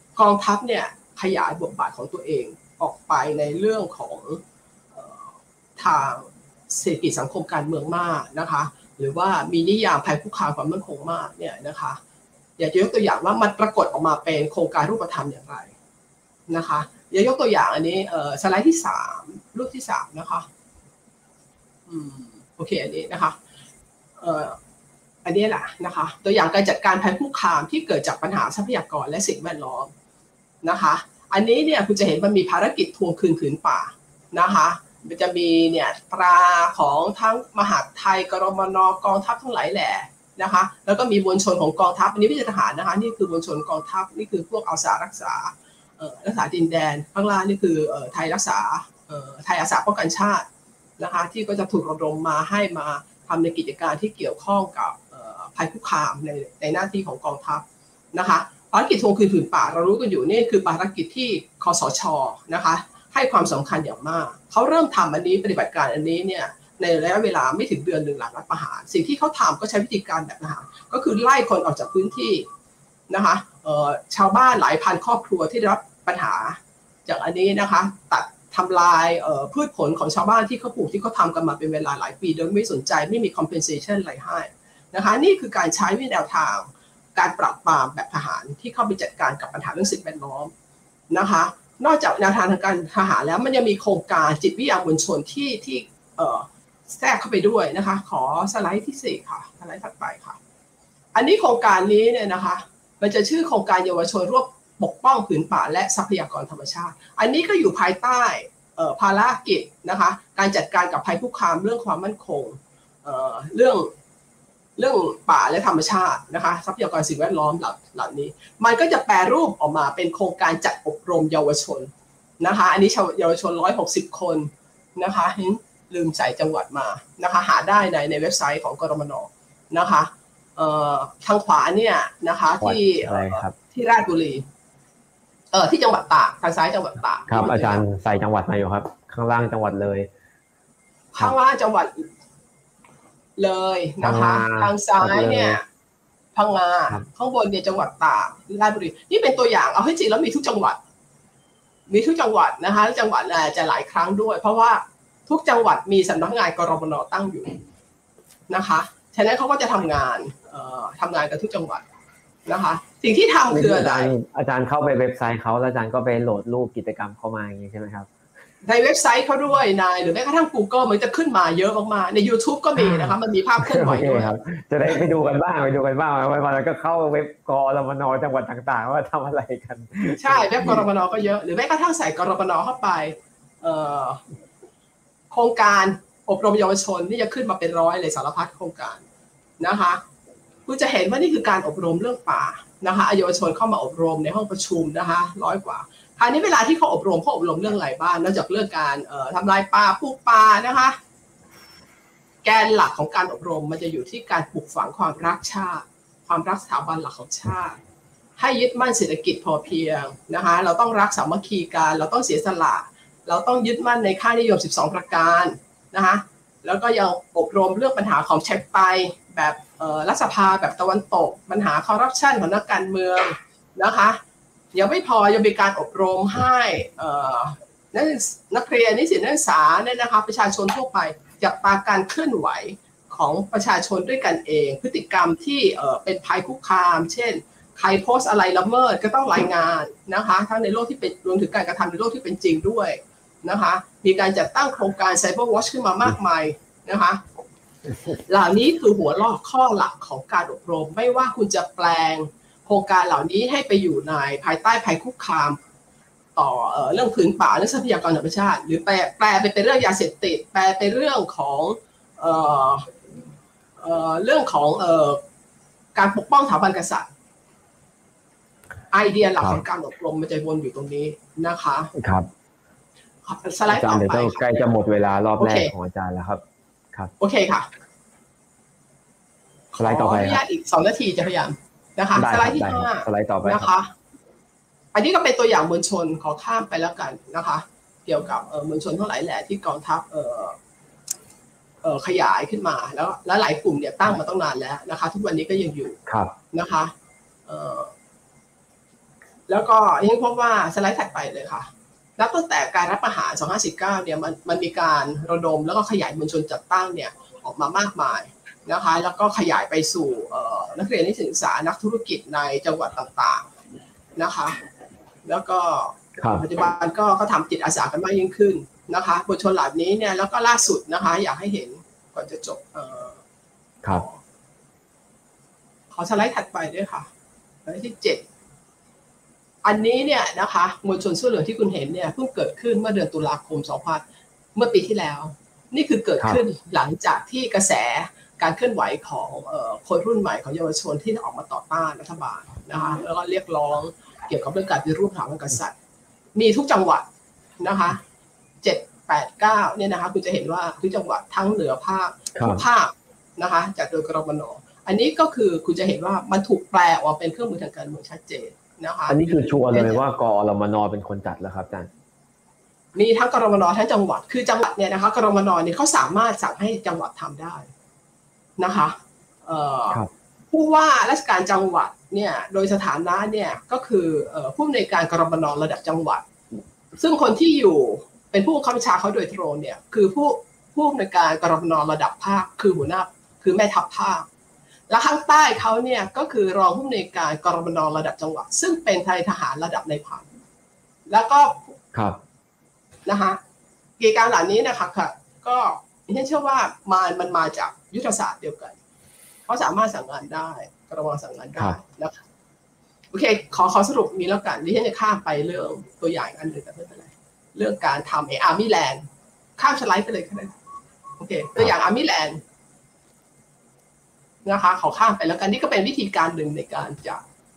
กองทัพเนี่ยขยายบทบาทของตัวเองออกไปในเรื่องของทางเศรษฐกิจสังคมการเมืองมากนะคะหรือว่ามีนิยามภัยคุกคามความมั่นคงมากเนี่ยนะคะอยากจะยกตัวอย่างว่ามันปรากฏออกมาเป็นโครงการรูปธรรมอย่างไรนะคะอยากยกตัวอย่างอันนี้สไลด์ที่สามรูปที่สามนะคะอืมโอเคอันนี้นะคะเอ่ออันนี้แหละนะคะตัวอย่างการจัดการภัยคุกคามที่เกิดจากปัญหาทรัพยากรและสิ่งแวดล้อมนะคะอันนี้เนี่ยคุณจะเห็นมันมีภารกิจทวงคืนผืนป่านะคะมันจะมีเนี่ยตราของทั้งมหาดไทยกรมนกองทัพทั้งหลายแหล่นะคะแล้วก็มีมวลชนของกองทัพอันนี้ไม่ใช่ทหารนะคะนี่คือมวลชนกองทัพนี่คือพวกอาสารักษารักษาดินแดนข้างล่างนี่คือไทยรักษาไทยอาสาป้องกันชาตินะคะที่ก็จะถูกระดมมาให้มาทำในกิจการที่เกี่ยวข้องกับภัยคุกคามในในหน้าที่ของกองทัพนะคะภารกิจทวงคืนผืนป่าเรารู้กันอยู่นี่คือภารกิจที่คสช.นะคะให้ความสำคัญอย่างมากเขาเริ่มทำอันนี้ปฏิบัติการอันนี้เนี่ยในระยะเวลาไม่ถึงเดือนหนึ่งหลังรัฐประหารสิ่งที่เขาทำก็ใช้วิธีการแบบทหารก็คือไล่คนออกจากพื้นที่นะคะชาวบ้านหลายพันครอบครัวที่ได้รับปัญหาจากอันนี้นะคะตัดทำลายพืชผลของชาวบ้านที่เขาปลูกที่เขาทำกันมาเป็นเวลาหลายปีโดยไม่สนใจไม่มี compensation อะไรให้นะคะนี่คือการใช้วิธีแนวทางการปราบปรามแบบทหารที่เข้าไปจัดการกับปัญหาเรื่องสิ่งแวดล้อมนะคะนอกจากแนวทางทางการทหารแล้วมันยังมีโครงการจิตวิทยามวลชนที่ที่แทรกเข้าไปด้วยนะคะขอสไลด์ที่สี่ค่ะสไลด์ถัดไปค่ะอันนี้โครงการนี้เนี่ยนะคะมันจะชื่อโครงการเยาวชนร่วมปกป้องผืนป่าและทรัพยากรธรรมชาติอันนี้ก็อยู่ภายใต้ภารกิจนะคะการจัดการกับภัยคุกคามเรื่องความมั่นคงเรื่องเรื่องป่าและธรรมชาตินะคะทรัพยากรสิ่งแวดล้อมเหล่านี้มันก็จะแปรรูปออกมาเป็นโครงการจัดอบรมเยาวชนนะคะอันนี้เยาวชนหนึ่งร้อยหกสิบคนนะคะลืมใส่จังหวัดมานะคะหาได้ในในเว็บไซต์ของกรมน.นะคะทางขวาเนี่ยนะคะที่ที่ราชบุรีเออที่จังหวัดตากทางซ้ายจังหวัดตากครับอาจารย์ใส่จังหวัดมาอยู่ครับข้างล่างจังหวัดเลยข้างล่างจังหวัดเลยนะคะทางซ้ายเนี่ยพังงาข้างบนเนี่ยจังหวัดตากราชบุรีนี่เป็นตัวอย่างเอาให้จริงแล้วมีทุกจังหวัดมีทุกจังหวัดนะคะจังหวัดจะหลายครั้งด้วยเพราะว่าทุกจังหวัดมีสำนักงานกรมน.ตั้งอยู่นะคะฉะนั้นเขาก็จะทำงานทำงานกับทุกจังหวัดนะคะสิ่งที่ทำคืออะไรอาจารย์เข้าไปเว็บไซต์เขาแล้วอาจารย์ก็ไปโหลดรูปกิจกรรมเข้ามาอย่างนี้ใช่ไหมครับในเว็บไซต์เขาด้วยนายหรือแม้กระทั่ง Google มันจะขึ้นมาเยอะมากๆใน YouTube ก็มีนะคะมันมีภาพเคลื่อนไหวด้วยครับจะได้ไปดูกันบ้างไปดูกันบ้างวันๆก็เข้าเว็บกรมน.จังหวัดต่างๆว่าทำอะไรกันใช่เว็บกรมน.ก็เยอะหรือแม้กระทั่งใส่กรมน.เข้าไปโครงการอบรมเยาวชนนี่จะขึ้นมาเป็นร้อยเลยสารพัดโครงการนะคะคุณจะเห็นว่านี่คือการอบรมเรื่องป่านะคะเยาวชนเข้ามาอบรมในห้องประชุมนะคะร้อยกว่าคราวนี้เวลาที่เขาอบรมเขาอบรมเรื่องอะไรบ้างนอกจากเรื่องการทำลายป่าปลูกป่านะคะแกนหลักของการอบรมมันจะอยู่ที่การปลูกฝังความรักชาติความรักสถาบันหลักของชาติให้ยึดมั่นเศรษฐกิจพอเพียงนะคะเราต้องรักสามัคคีกันเราต้องเสียสละเราต้องยึดมั่นในค่านิยมสิบสองประการนะคะแล้วก็ยังอบรมเรื่องปัญหาของแชทไปแบบรัฐสภาแบบตะวันตกปัญหาคอร์รัปชันของนักการเมืองนะคะยังไม่พอยังมีการอบรมให้นักนักเรียนนิสิตนักศึกษาเนี่ยนะคะประชาชนทั่วไปจับตาการเคลื่อนไหวของประชาชนด้วยกันเองพฤติกรรมที่เป็นภัยคุกคามเช่นใครโพสอะไรละเมิดก็ต้องรายงานนะคะทั้งในโลกที่เป็นรวมถึงการกระทำในโลกที่เป็นจริงด้วยนะคะมีการจัดตั้งโครงการ Cyber Watch ขึ้นมามากมายนะคะเหล่านี้คือหัวข้อข้อหลักของการอบรมไม่ว่าคุณจะแปลงโครงการเหล่านี้ให้ไปอยู่ในภายใต้ภัยคุกคามต่อเอ่อเรื่องผืนป่าและทรัพยากรธรรมชาติหรือแปลแปลไปเป็นเรื่องยาเสพติดแปลไปเรื่องของเอ่อเอ่อเรื่องของเอ่อการปกป้องสถาบันกษัตริย์ไอเดียหลักของการอบรมมันจะวนอยู่ตรงนี้นะคะครับสไลด์ต่อไปใกล้จะหมดเวลารอบแรกของอาจารย์แล้วครับครับโอเคค่ะสไลด์ต่อไปขออนุญาตอีกสองนาทีจะพยายามนะคะสไลด์ที่ห้าสไลด์ต่อไปนะคะอันนี้ก็เป็นตัวอย่างมวลชนขอข้ามไปแล้วกันนะคะเกี่ยวกับเอ่อมวลชนทั้งหลายแหล่ที่กองทัพเอ่อเอ่อขยายขึ้นมาแล้วและหลายกลุ่มเนี่ยตั้งมาตั้งนานแล้วนะคะทุกวันนี้ก็ยังอยู่นะคะเอ่อแล้วก็ยังพบว่าสไลด์ถัดไปเลยค่ะนับตั้งแต่การรัฐประหารสองพันห้าร้อยสี่สิบเก้าเนี่ยมันมันมีการระดมแล้วก็ขยายมวลชนจัดตั้งเนี่ยออกมามากมายนะคะแล้วก็ขยายไปสู่นักเรียนนักศึกษานักธุรกิจในจังหวัดต่างๆนะคะแล้วก็ปัจจุบันก็ก็ทำจิตอาสากันมากยิ่งขึ้นนะคะมวลชนเหล่านี้เนี่ยแล้วก็ล่าสุดนะคะอยากให้เห็นก่อนจะจบครับขอสไลด์ถัดไปด้วยค่ะสไลด์ที่เจ็ดอันนี้เนี่ยนะคะมวลชนเสื้อเหลืองที่คุณเห็นเนี่ยเพิ่งเกิดขึ้นเมื่อเดือนตุลาคมสองพันเมื่อปีที่แล้วนี่คือเกิดขึ้นหลังจากที่กระแสการเคลื่อนไหวของคนรุ่นใหม่ของเยาวชนที่ออกมาต่อต้านรัฐบาลนะคะแล้วก็เรียกร้องเกี่ยวกับเรื่องการปฏิรูปสถาบันกษัตริย์มีทุกจังหวัดนะคะเจ็ด แปด เก้าเนี่ยนะคะคุณจะเห็นว่าทุกจังหวัดทั้งเหนือภาคทุกภาคนะคะจากโดยกรมน.อันนี้ก็คือคุณจะเห็นว่ามันถูกแปลออกเป็นเครื่องมือทางการเมืองชัดเจนนะคะอันนี้คือชัวร์เลยว่ากอรมน.เป็นคนจัดแล้วครับอาจารย์มีทั้งกรมน.ทั้งจังหวัดคือจังหวัดเนี่ยนะคะกรมน.เนี่ยเขาสามารถสั่งให้จังหวัดทำได้นะคะผู้ว่าราชการจังหวัดเนี่ยโดยสถานะเนี่ยก็คือผู้อำนวยการกรมน.ระดับจังหวัดซึ่งคนที่อยู่เป็นผู้บังคับบัญชาเขาโดยตรงเนี่ยคือผู้ผู้อำนวยการกรมน.ระดับภาคคือหัวหน้าคือแม่ทัพภาคและข้างใต้เขาเนี่ยก็คือรองผู้อำนวยการกรมน.ระดับจังหวัดซึ่งเป็นนายทหารระดับนายพันแล้วก็ครับนะคะกิจการเหล่านี้นะคะค่ะก็ฉันเชื่อว่ามันมันมาจากยุทธศาสตร์เดียวกันเขาสามารถสั่งงานได้กรมน.สั่งงานได้นะคะโอเคขอขอสรุปนี้แล้วกันดิฉันจะข้ามไปเรื่องตัวอย่างอันหนึ่งแต่ไม่เป็นไรเรื่องการทำไอ้อาร์มี่แลนด์ข้ามสไลด์ไปเลยก็ได้โอเคตัวอย่างอาร์มี่แลนด์นะคะขอข้ามไปแล้วกันนี่ก็เป็นวิธีการหนึ่งในการจะ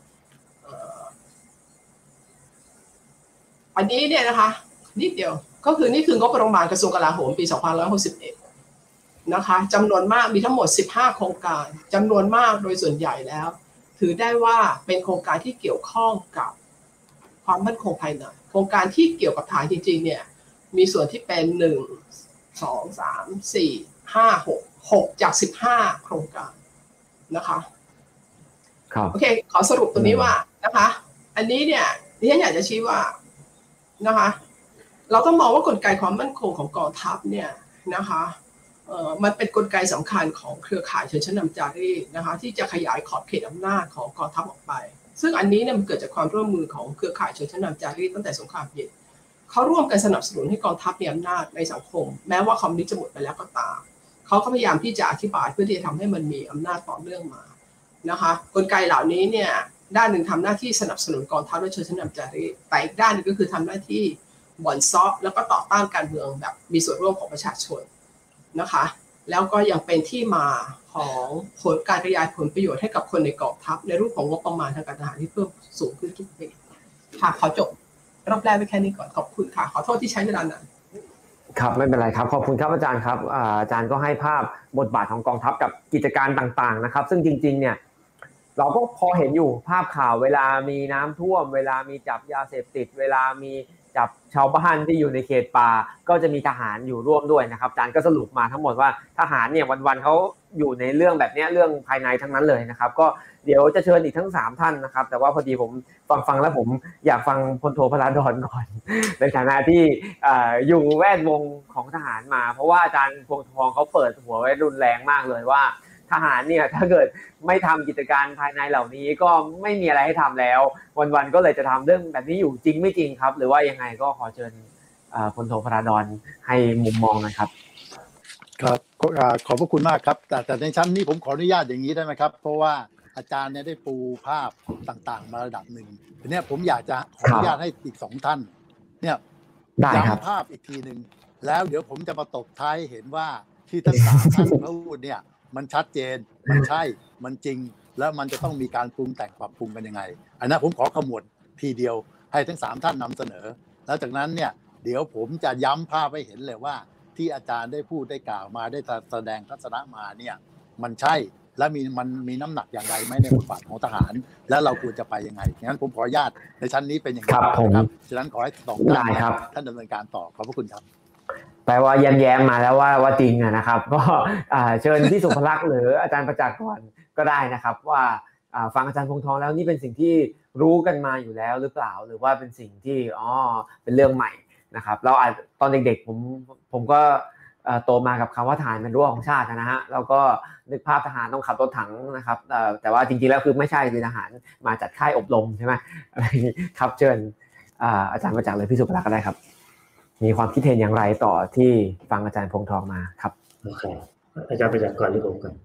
อันนี้เนี่ยนะคะนิดเดียวก็คือนี่คืองบประมาณกระทรวงกลาโหมปีสองพันห้าร้อยหกสิบเอ็ดนะคะจำนวนมากมีทั้งหมดสิบห้าโครงการจำนวนมากโดยส่วนใหญ่แล้วถือได้ว่าเป็นโครงการที่เกี่ยวข้องกับความมั่นคงภายในโครงการที่เกี่ยวกับฐานจริงๆเนี่ยมีส่วนที่เป็นหนึ่ง สอง สาม สี่ ห้า หก หกจากสิบห้าโครงการนะคะครับโอเคขอสรุปตรงนี้ว่านะคะอันนี้เนี่ยดิฉันอยากจะชี้ว่านะคะเราต้องมองว่ากลไกความมั่นคงของกองทัพเนี่ยนะคะเอ่อมันเป็นกลไกสำคัญของเครือข่ายชนชั้นนำจารีตนะคะที่จะขยายขอบเขตอำนาจของกองทัพออกไปซึ่งอันนี้เนี่ยมันเกิดจากความร่วมมือของเครือข่ายชนชั้นนำจารีตตั้งแต่สงครามเย็นเขาร่วมกันสนับสนุนให้กองทัพมีอำนาจในสังคมแม้ว่าคอมมิวนิสต์จะหมดไปแล้วก็ตามเขาก็พยายามที่จะอธิบายเพื่อที่จะทำให้มันมีอำนาจต่อเนื่องมานะคะกลไกเหล่านี้เนี่ยด้านหนึ่งทำหน้าที่สนับสนุนกองทัพและชนชั้นนำจารีตแต่อีกด้านนึงก็คือทำหน้าที่บ่อนซ้อแล้วก็ต่อต้านการเมืองแบบมีส่วนร่วมของประชาชนนะคะแล้วก็ยังเป็นที่มาของผลการกระจายผลประโยชน์ให้กับคนในกองทัพในรูปของงบประมาณทางการทหารที่เพิ่มสูงขึ้นทุกปีค่ะขอจบรอบแรกไว้แค่นี้ก่อนขอบคุณค่ะขอโทษที่ใช้เวลานานครับไม่เป็นไรครับขอบคุณครับอาจารย์ครับอาจารย์ก็ให้ภาพบทบาทของกองทัพกับกิจการต่างๆนะครับซึ่งจริงๆเนี่ยเราก็พอเห็นอยู่ภาพข่าวเวลามีน้ำท่วมเวลามีจับยาเสพติดเวลามีจับชาวบ้านที่อยู่ในเขตป่าก็จะมีทหารอยู่ร่วมด้วยนะครับอาจารย์ก็สรุปมาทั้งหมดว่าทหารเนี่ยวันๆเขาอยู่ในเรื่องแบบนี้เรื่องภายในทั้งนั้นเลยนะครับก็เดี๋ยวจะเชิญอีกทั้งสามท่านนะครับแต่ว่าพอดีผมฟังฟังแล้วผมอยากฟังพลโทพลาดอนก่อนในฐานะที่อยู่แวดวงของทหารมาเพราะว่าอาจารย์พวงทองเขาเปิดหัวไว้รุนแรงมากเลยว่าทหารเนี่ยถ้าเกิดไม่ทำกิจการภายในเหล่านี้ก็ไม่มีอะไรให้ทำแล้ววันๆก็เลยจะทำเรื่องแบบนี้อยู่จริงไม่จริงครับหรือว่ายังไงก็ขอเชิญพลโทพลาดอนให้มุมมองหน่อยครับครับขอบพระคุณมากครับแต่แต่ในชั้นนี้ผมขออนุญาตอย่างนี้ได้ไหมครับเพราะว่าอาจารย์เนี่ยได้ปูภาพต่างๆมาระดับหนึ่งทีนี้ผมอยากจะขออนุญาตให้อีกสองท่านเนี่ยย้ำภาพอีกทีหนึ่งแล้วเดี๋ยวผมจะมาตบท้ายเห็นว่าที่ทั้งสามท่านพูดเนี่ยมันชัดเจนมันใช่มันจริงแล้วมันจะต้องมีการปรุงแต่งปรับปรุงกันยังไงอันนั้นผมขอขมวดทีเดียวให้ทั้งสามท่านนำเสนอแล้วจากนั้นเนี่ยเดี๋ยวผมจะย้ำภาพให้เห็นเลยว่าที่อาจารย์ได้พูดได้กล่าวมาได้แสดงทัศนะมาเนี่ยมันใช่และมีมันมีน้ำหนักอย่างไรไหมในบทบาทของทหารและเราควรจะไปยังไงงั้นผมขออนุญาตในชั้นนี้เป็นอย่างนี้ครับฉะนั้นขอให้สองท่านท่านดำเนินการต่อขอบพระคุณครับแปลว่าแย้มๆมาแล้วว่าว่าจริงนะครับก็เชิญที่สุภลักษณ์หรืออาจารย์ประจักษ์ก่อนก็ได้นะครับว่าฟังอาจารย์พงษ์ทองแล้วนี่เป็นสิ่งที่รู้กันมาอยู่แล้วหรือเปล่าหรือว่าเป็นสิ่งที่อ๋อเป็นเรื่องใหม่นะครับเราอาจตอนเด็กๆผมผมก็โตมากับคำว่าทหารเป็นรั้วของชาตินะฮะแล้วก็นึกภาพทหารต้องขับรถถังนะครับแต่ว่าจริงๆแล้วคือไม่ใช่คือทหารมาจัดค่ายอบรมใช่ไหมอะไรนี้ครับเชิญอาจารย์มาจากเลยพี่สุภลักษณ์ก็ได้ครับมีความคิดเห็นอย่างไรต่อที่ฟังอาจารย์พงษ์ทองมาครับโอเคอาจารย์ไปจากก่อนหรือผมก่อน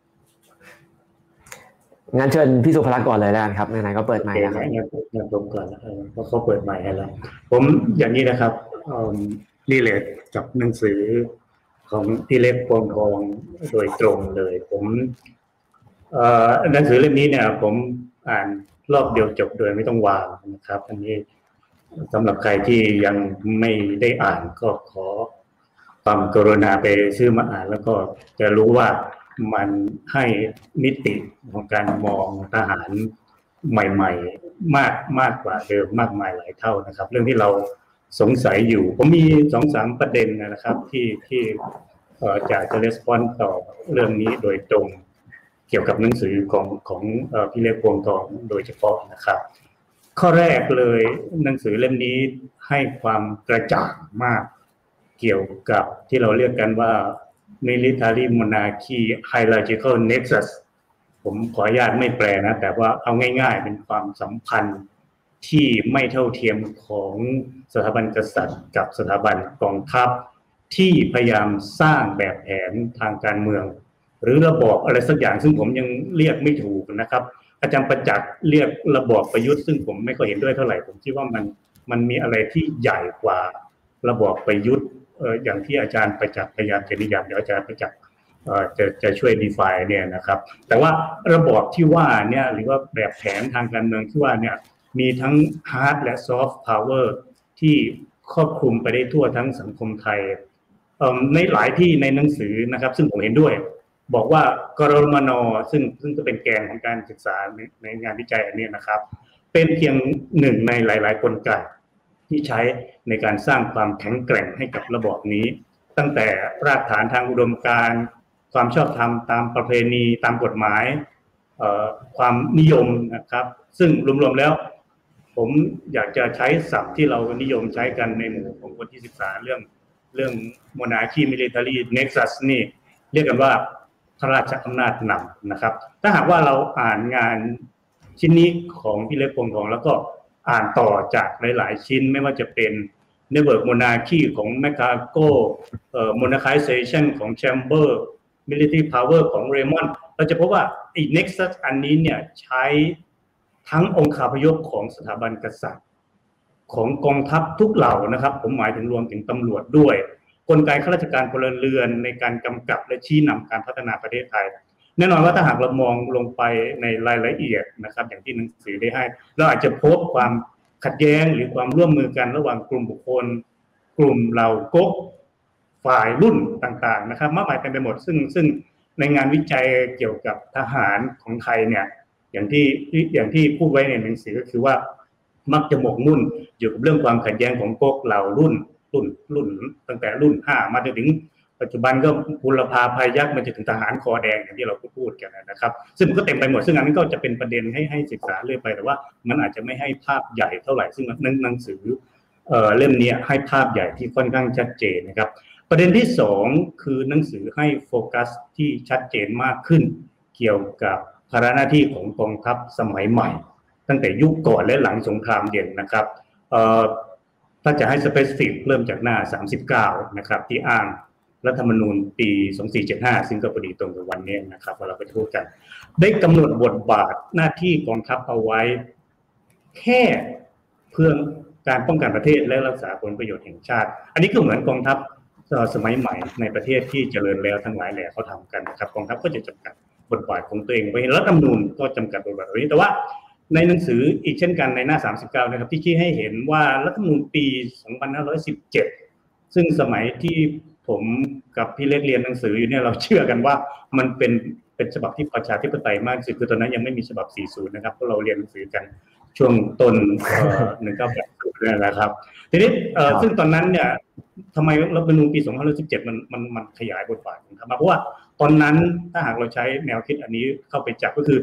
งั้นเชิญพี่สุภลักษณ์ก่อนเลยแล้วกันครับไหนๆก็เปิดไมค์แล้วครับงั้นผมก่อนเพราะเขาเปิดไมค์ให้แล้วผมอย่างนี้นะครับรีเลทกับหนังสือของพี่เล็กพวงทองโดยตรงเลยผมหนังสือเล่มนี้เนี่ยผมอ่านรอบเดียวจบโดยไม่ต้องวางนะครับอันนี้สำหรับใครที่ยังไม่ได้อ่านก็ขอความกรุณาไปซื้อมาอ่านแล้วก็จะรู้ว่ามันให้มิติของการมองทหารใหม่ๆมากมากกว่าเดิมมากมายหลายเท่านะครับเรื่องที่เราสงสัยอยู่ผมมี สองสาม ประเด็นนะครับที่ที่เอ่อจะจะรีสปอนส์ต่อเรื่องนี้โดยตรงเกี่ยวกับหนังสือของของเอ่อพี่เล็กพวงทองโดยเฉพาะนะครับข้อแรกเลยหนังสือเล่มนี้ให้ความกระจ่างมากเกี่ยวกับที่เราเรียกกันว่า military monarchy hierarchical nexus ผมขออนุญาตไม่แปลนะแต่ว่าเอาง่ายๆเป็นความสัมพันธ์ที่ไม่เท่าเทียมของสถาบันกษัตริย์กับสถาบันกองทัพที่พยายามสร้างแบบแผนทางการเมืองหรือระบอบอะไรสักอย่างซึ่งผมยังเรียกไม่ถูกนะครับอาจารย์ประจักษ์เรียกระบอบประยุทธ์ซึ่งผมไม่ค่อยเห็นด้วยเท่าไหร่ผมคิดว่ามันมันมีอะไรที่ใหญ่กว่าระบอบประยุทธ์เอ่ออย่างที่อาจารย์ประจักษ์พยายามจะนิยามเดี๋ยวอาจารย์ประจักษ์เอ่อจะจะช่วย define เนี่ยนะครับแต่ว่าระบอบที่ว่าเนี่ยหรือว่าแบบแผนทางการเมืองที่ว่าเนี่ยมีทั้ง hard และ soft power ที่ครอบคลุมไปได้ทั่วทั้งสังคมไทยในหลายที่ในหนังสือนะครับซึ่งผมเห็นด้วยบอกว่ากรมน.ซึ่งซึ่งก็เป็นแกนของการศึกษาในในงานวิจัยอันนี้นะครับเป็นเพียงหนึ่งในหลายๆกลไกที่ใช้ในการสร้างความแข็งแกร่งให้กับระบอบนี้ตั้งแต่รากฐานทางอุดมการณ์ความชอบธรรมตามประเพณีตามกฎหมายความนิยมนะครับซึ่งรวมๆแล้วผมอยากจะใช้ศัพท์ที่เรานิยมใช้กันในหมู่ของคนที่ศึกษาเรื่องเรื่อง monarchy military nexus นี่เรียกกันว่าพระราชอำนาจนำนะครับถ้าหากว่าเราอ่านงานชิ้นนี้ของพี่เล็กพวงทองแล้วก็อ่านต่อจากหลายๆชิ้นไม่ว่าจะเป็น Network Monarchy ของ Mecago เอ่อ Monarchization ของ Chamber Military Power ของ Raymond เราจะพบว่าไอ้ Nexus อันนี้เนี่ยใช้ทั้งองค์คาพยพของสถาบันกษัตริย์ของกองทัพทุกเหล่านะครับผมหมายถึงรวมถึงตำรวจด้วยกลไกข้าราชการพลเรือนในการกำกับและชี้นำการพัฒนาประเทศไทยแน่นอนว่าถ้าหากเรามองลงไปในรายละเอียดนะครับอย่างที่หนังสือได้ให้เราอาจจะพบความขัดแย้งหรือความร่วมมือกันระหว่างกลุ่มบุคคลกลุ่มเหล่าก๊กฝ่ายรุ่นต่างๆนะครับมากมายเต็มไปหมดซึ่งซึ่งในงานวิจัยเกี่ยวกับทหารของไทยเนี่ยอย่างที่อย่างที่พูดไว้ในหนังสือก็คือว่ามักจะหมกมุ่นอยู่กับเรื่องความขัดแย้งของก๊กเหล่ารุ่นรุ่นรุ่นตั้งแต่รุ่นห้ามาจนถึงปัจจุบันก็บุรพาภัยยักษ์มันจะถึงทหารคอแดงอย่างที่เราพูดกันนะครับซึ่งมันก็เต็มไปหมดซึ่งอันนั้นก็จะเป็นประเด็นให้ให้ศึกษาเรื่อยไปแต่ว่ามันอาจจะไม่ให้ภาพใหญ่เท่าไหร่ซึ่งหนังสือเอ่อเล่มนี้ให้ภาพใหญ่ที่ค่อนข้างชัดเจนนะครับประเด็นที่สองคือหนังสือให้โฟกัสที่ชัดเจนมากขึ้นเกี่ยวกับภาระหน้าที่ของกองทัพสมัยใหม่ตั้งแต่ยุคก่อนและหลังสงครามเย็นนะครับเอ่อถ้าจะให้สเปซิฟิกเริ่มจากหน้าสามสิบเก้านะครับที่อ้างรัฐธรรมนูญปีสองพันสี่ร้อยเจ็ดสิบห้าซึ่งก็พอดีตรงกับวันนี้นะครับเราไปพูดกันได้กำหนดบทบาทหน้าที่กองทัพเอาไว้แค่เพื่อการป้องกันประเทศและรักษาผลประโยชน์แห่งชาติอันนี้ก็เหมือนกองทัพสมัยใหม่ในประเทศที่เจริญแล้วทั้งหลายแหล่เขาทำกันนะครับกองทัพก็จะจำกัดบทบาทของตัวเองไว้รัฐธรรมนูญก็จำกัดบทบาทไว้แต่ว่าในหนังสืออีกเช่นกันในหน้าสามสิบเก้านะครับที่ชี้ให้เห็นว่ารัฐธรรมนูญปีสองพันห้าร้อยสิบเจ็ดซึ่งสมัยที่ผมกับพี่เล็กเรียนหนังสืออยู่เนี่ยเราเชื่อกันว่ามันเป็นเป็นฉบับที่ประชาธิปไตยมากที่สุดคือตอนนั้นยังไม่มีฉบับสี่สิบนะครับเพราะเราเรียนหนังสือกันช่วงต้นหนึ่งเก้าแปดศูนย์นี่แหละครับทีนี้ซึ่งตอนนั้นเนี่ยทำไมรัฐธรรมนูญปีสองพันห้าร้อยสิบเจ็ดมันมันมันขยายบทบาทของทัพมาเพราะว่าตอนนั้นถ้าหากเราใช้แนวคิดอันนี้เข้าไปจับก็คือ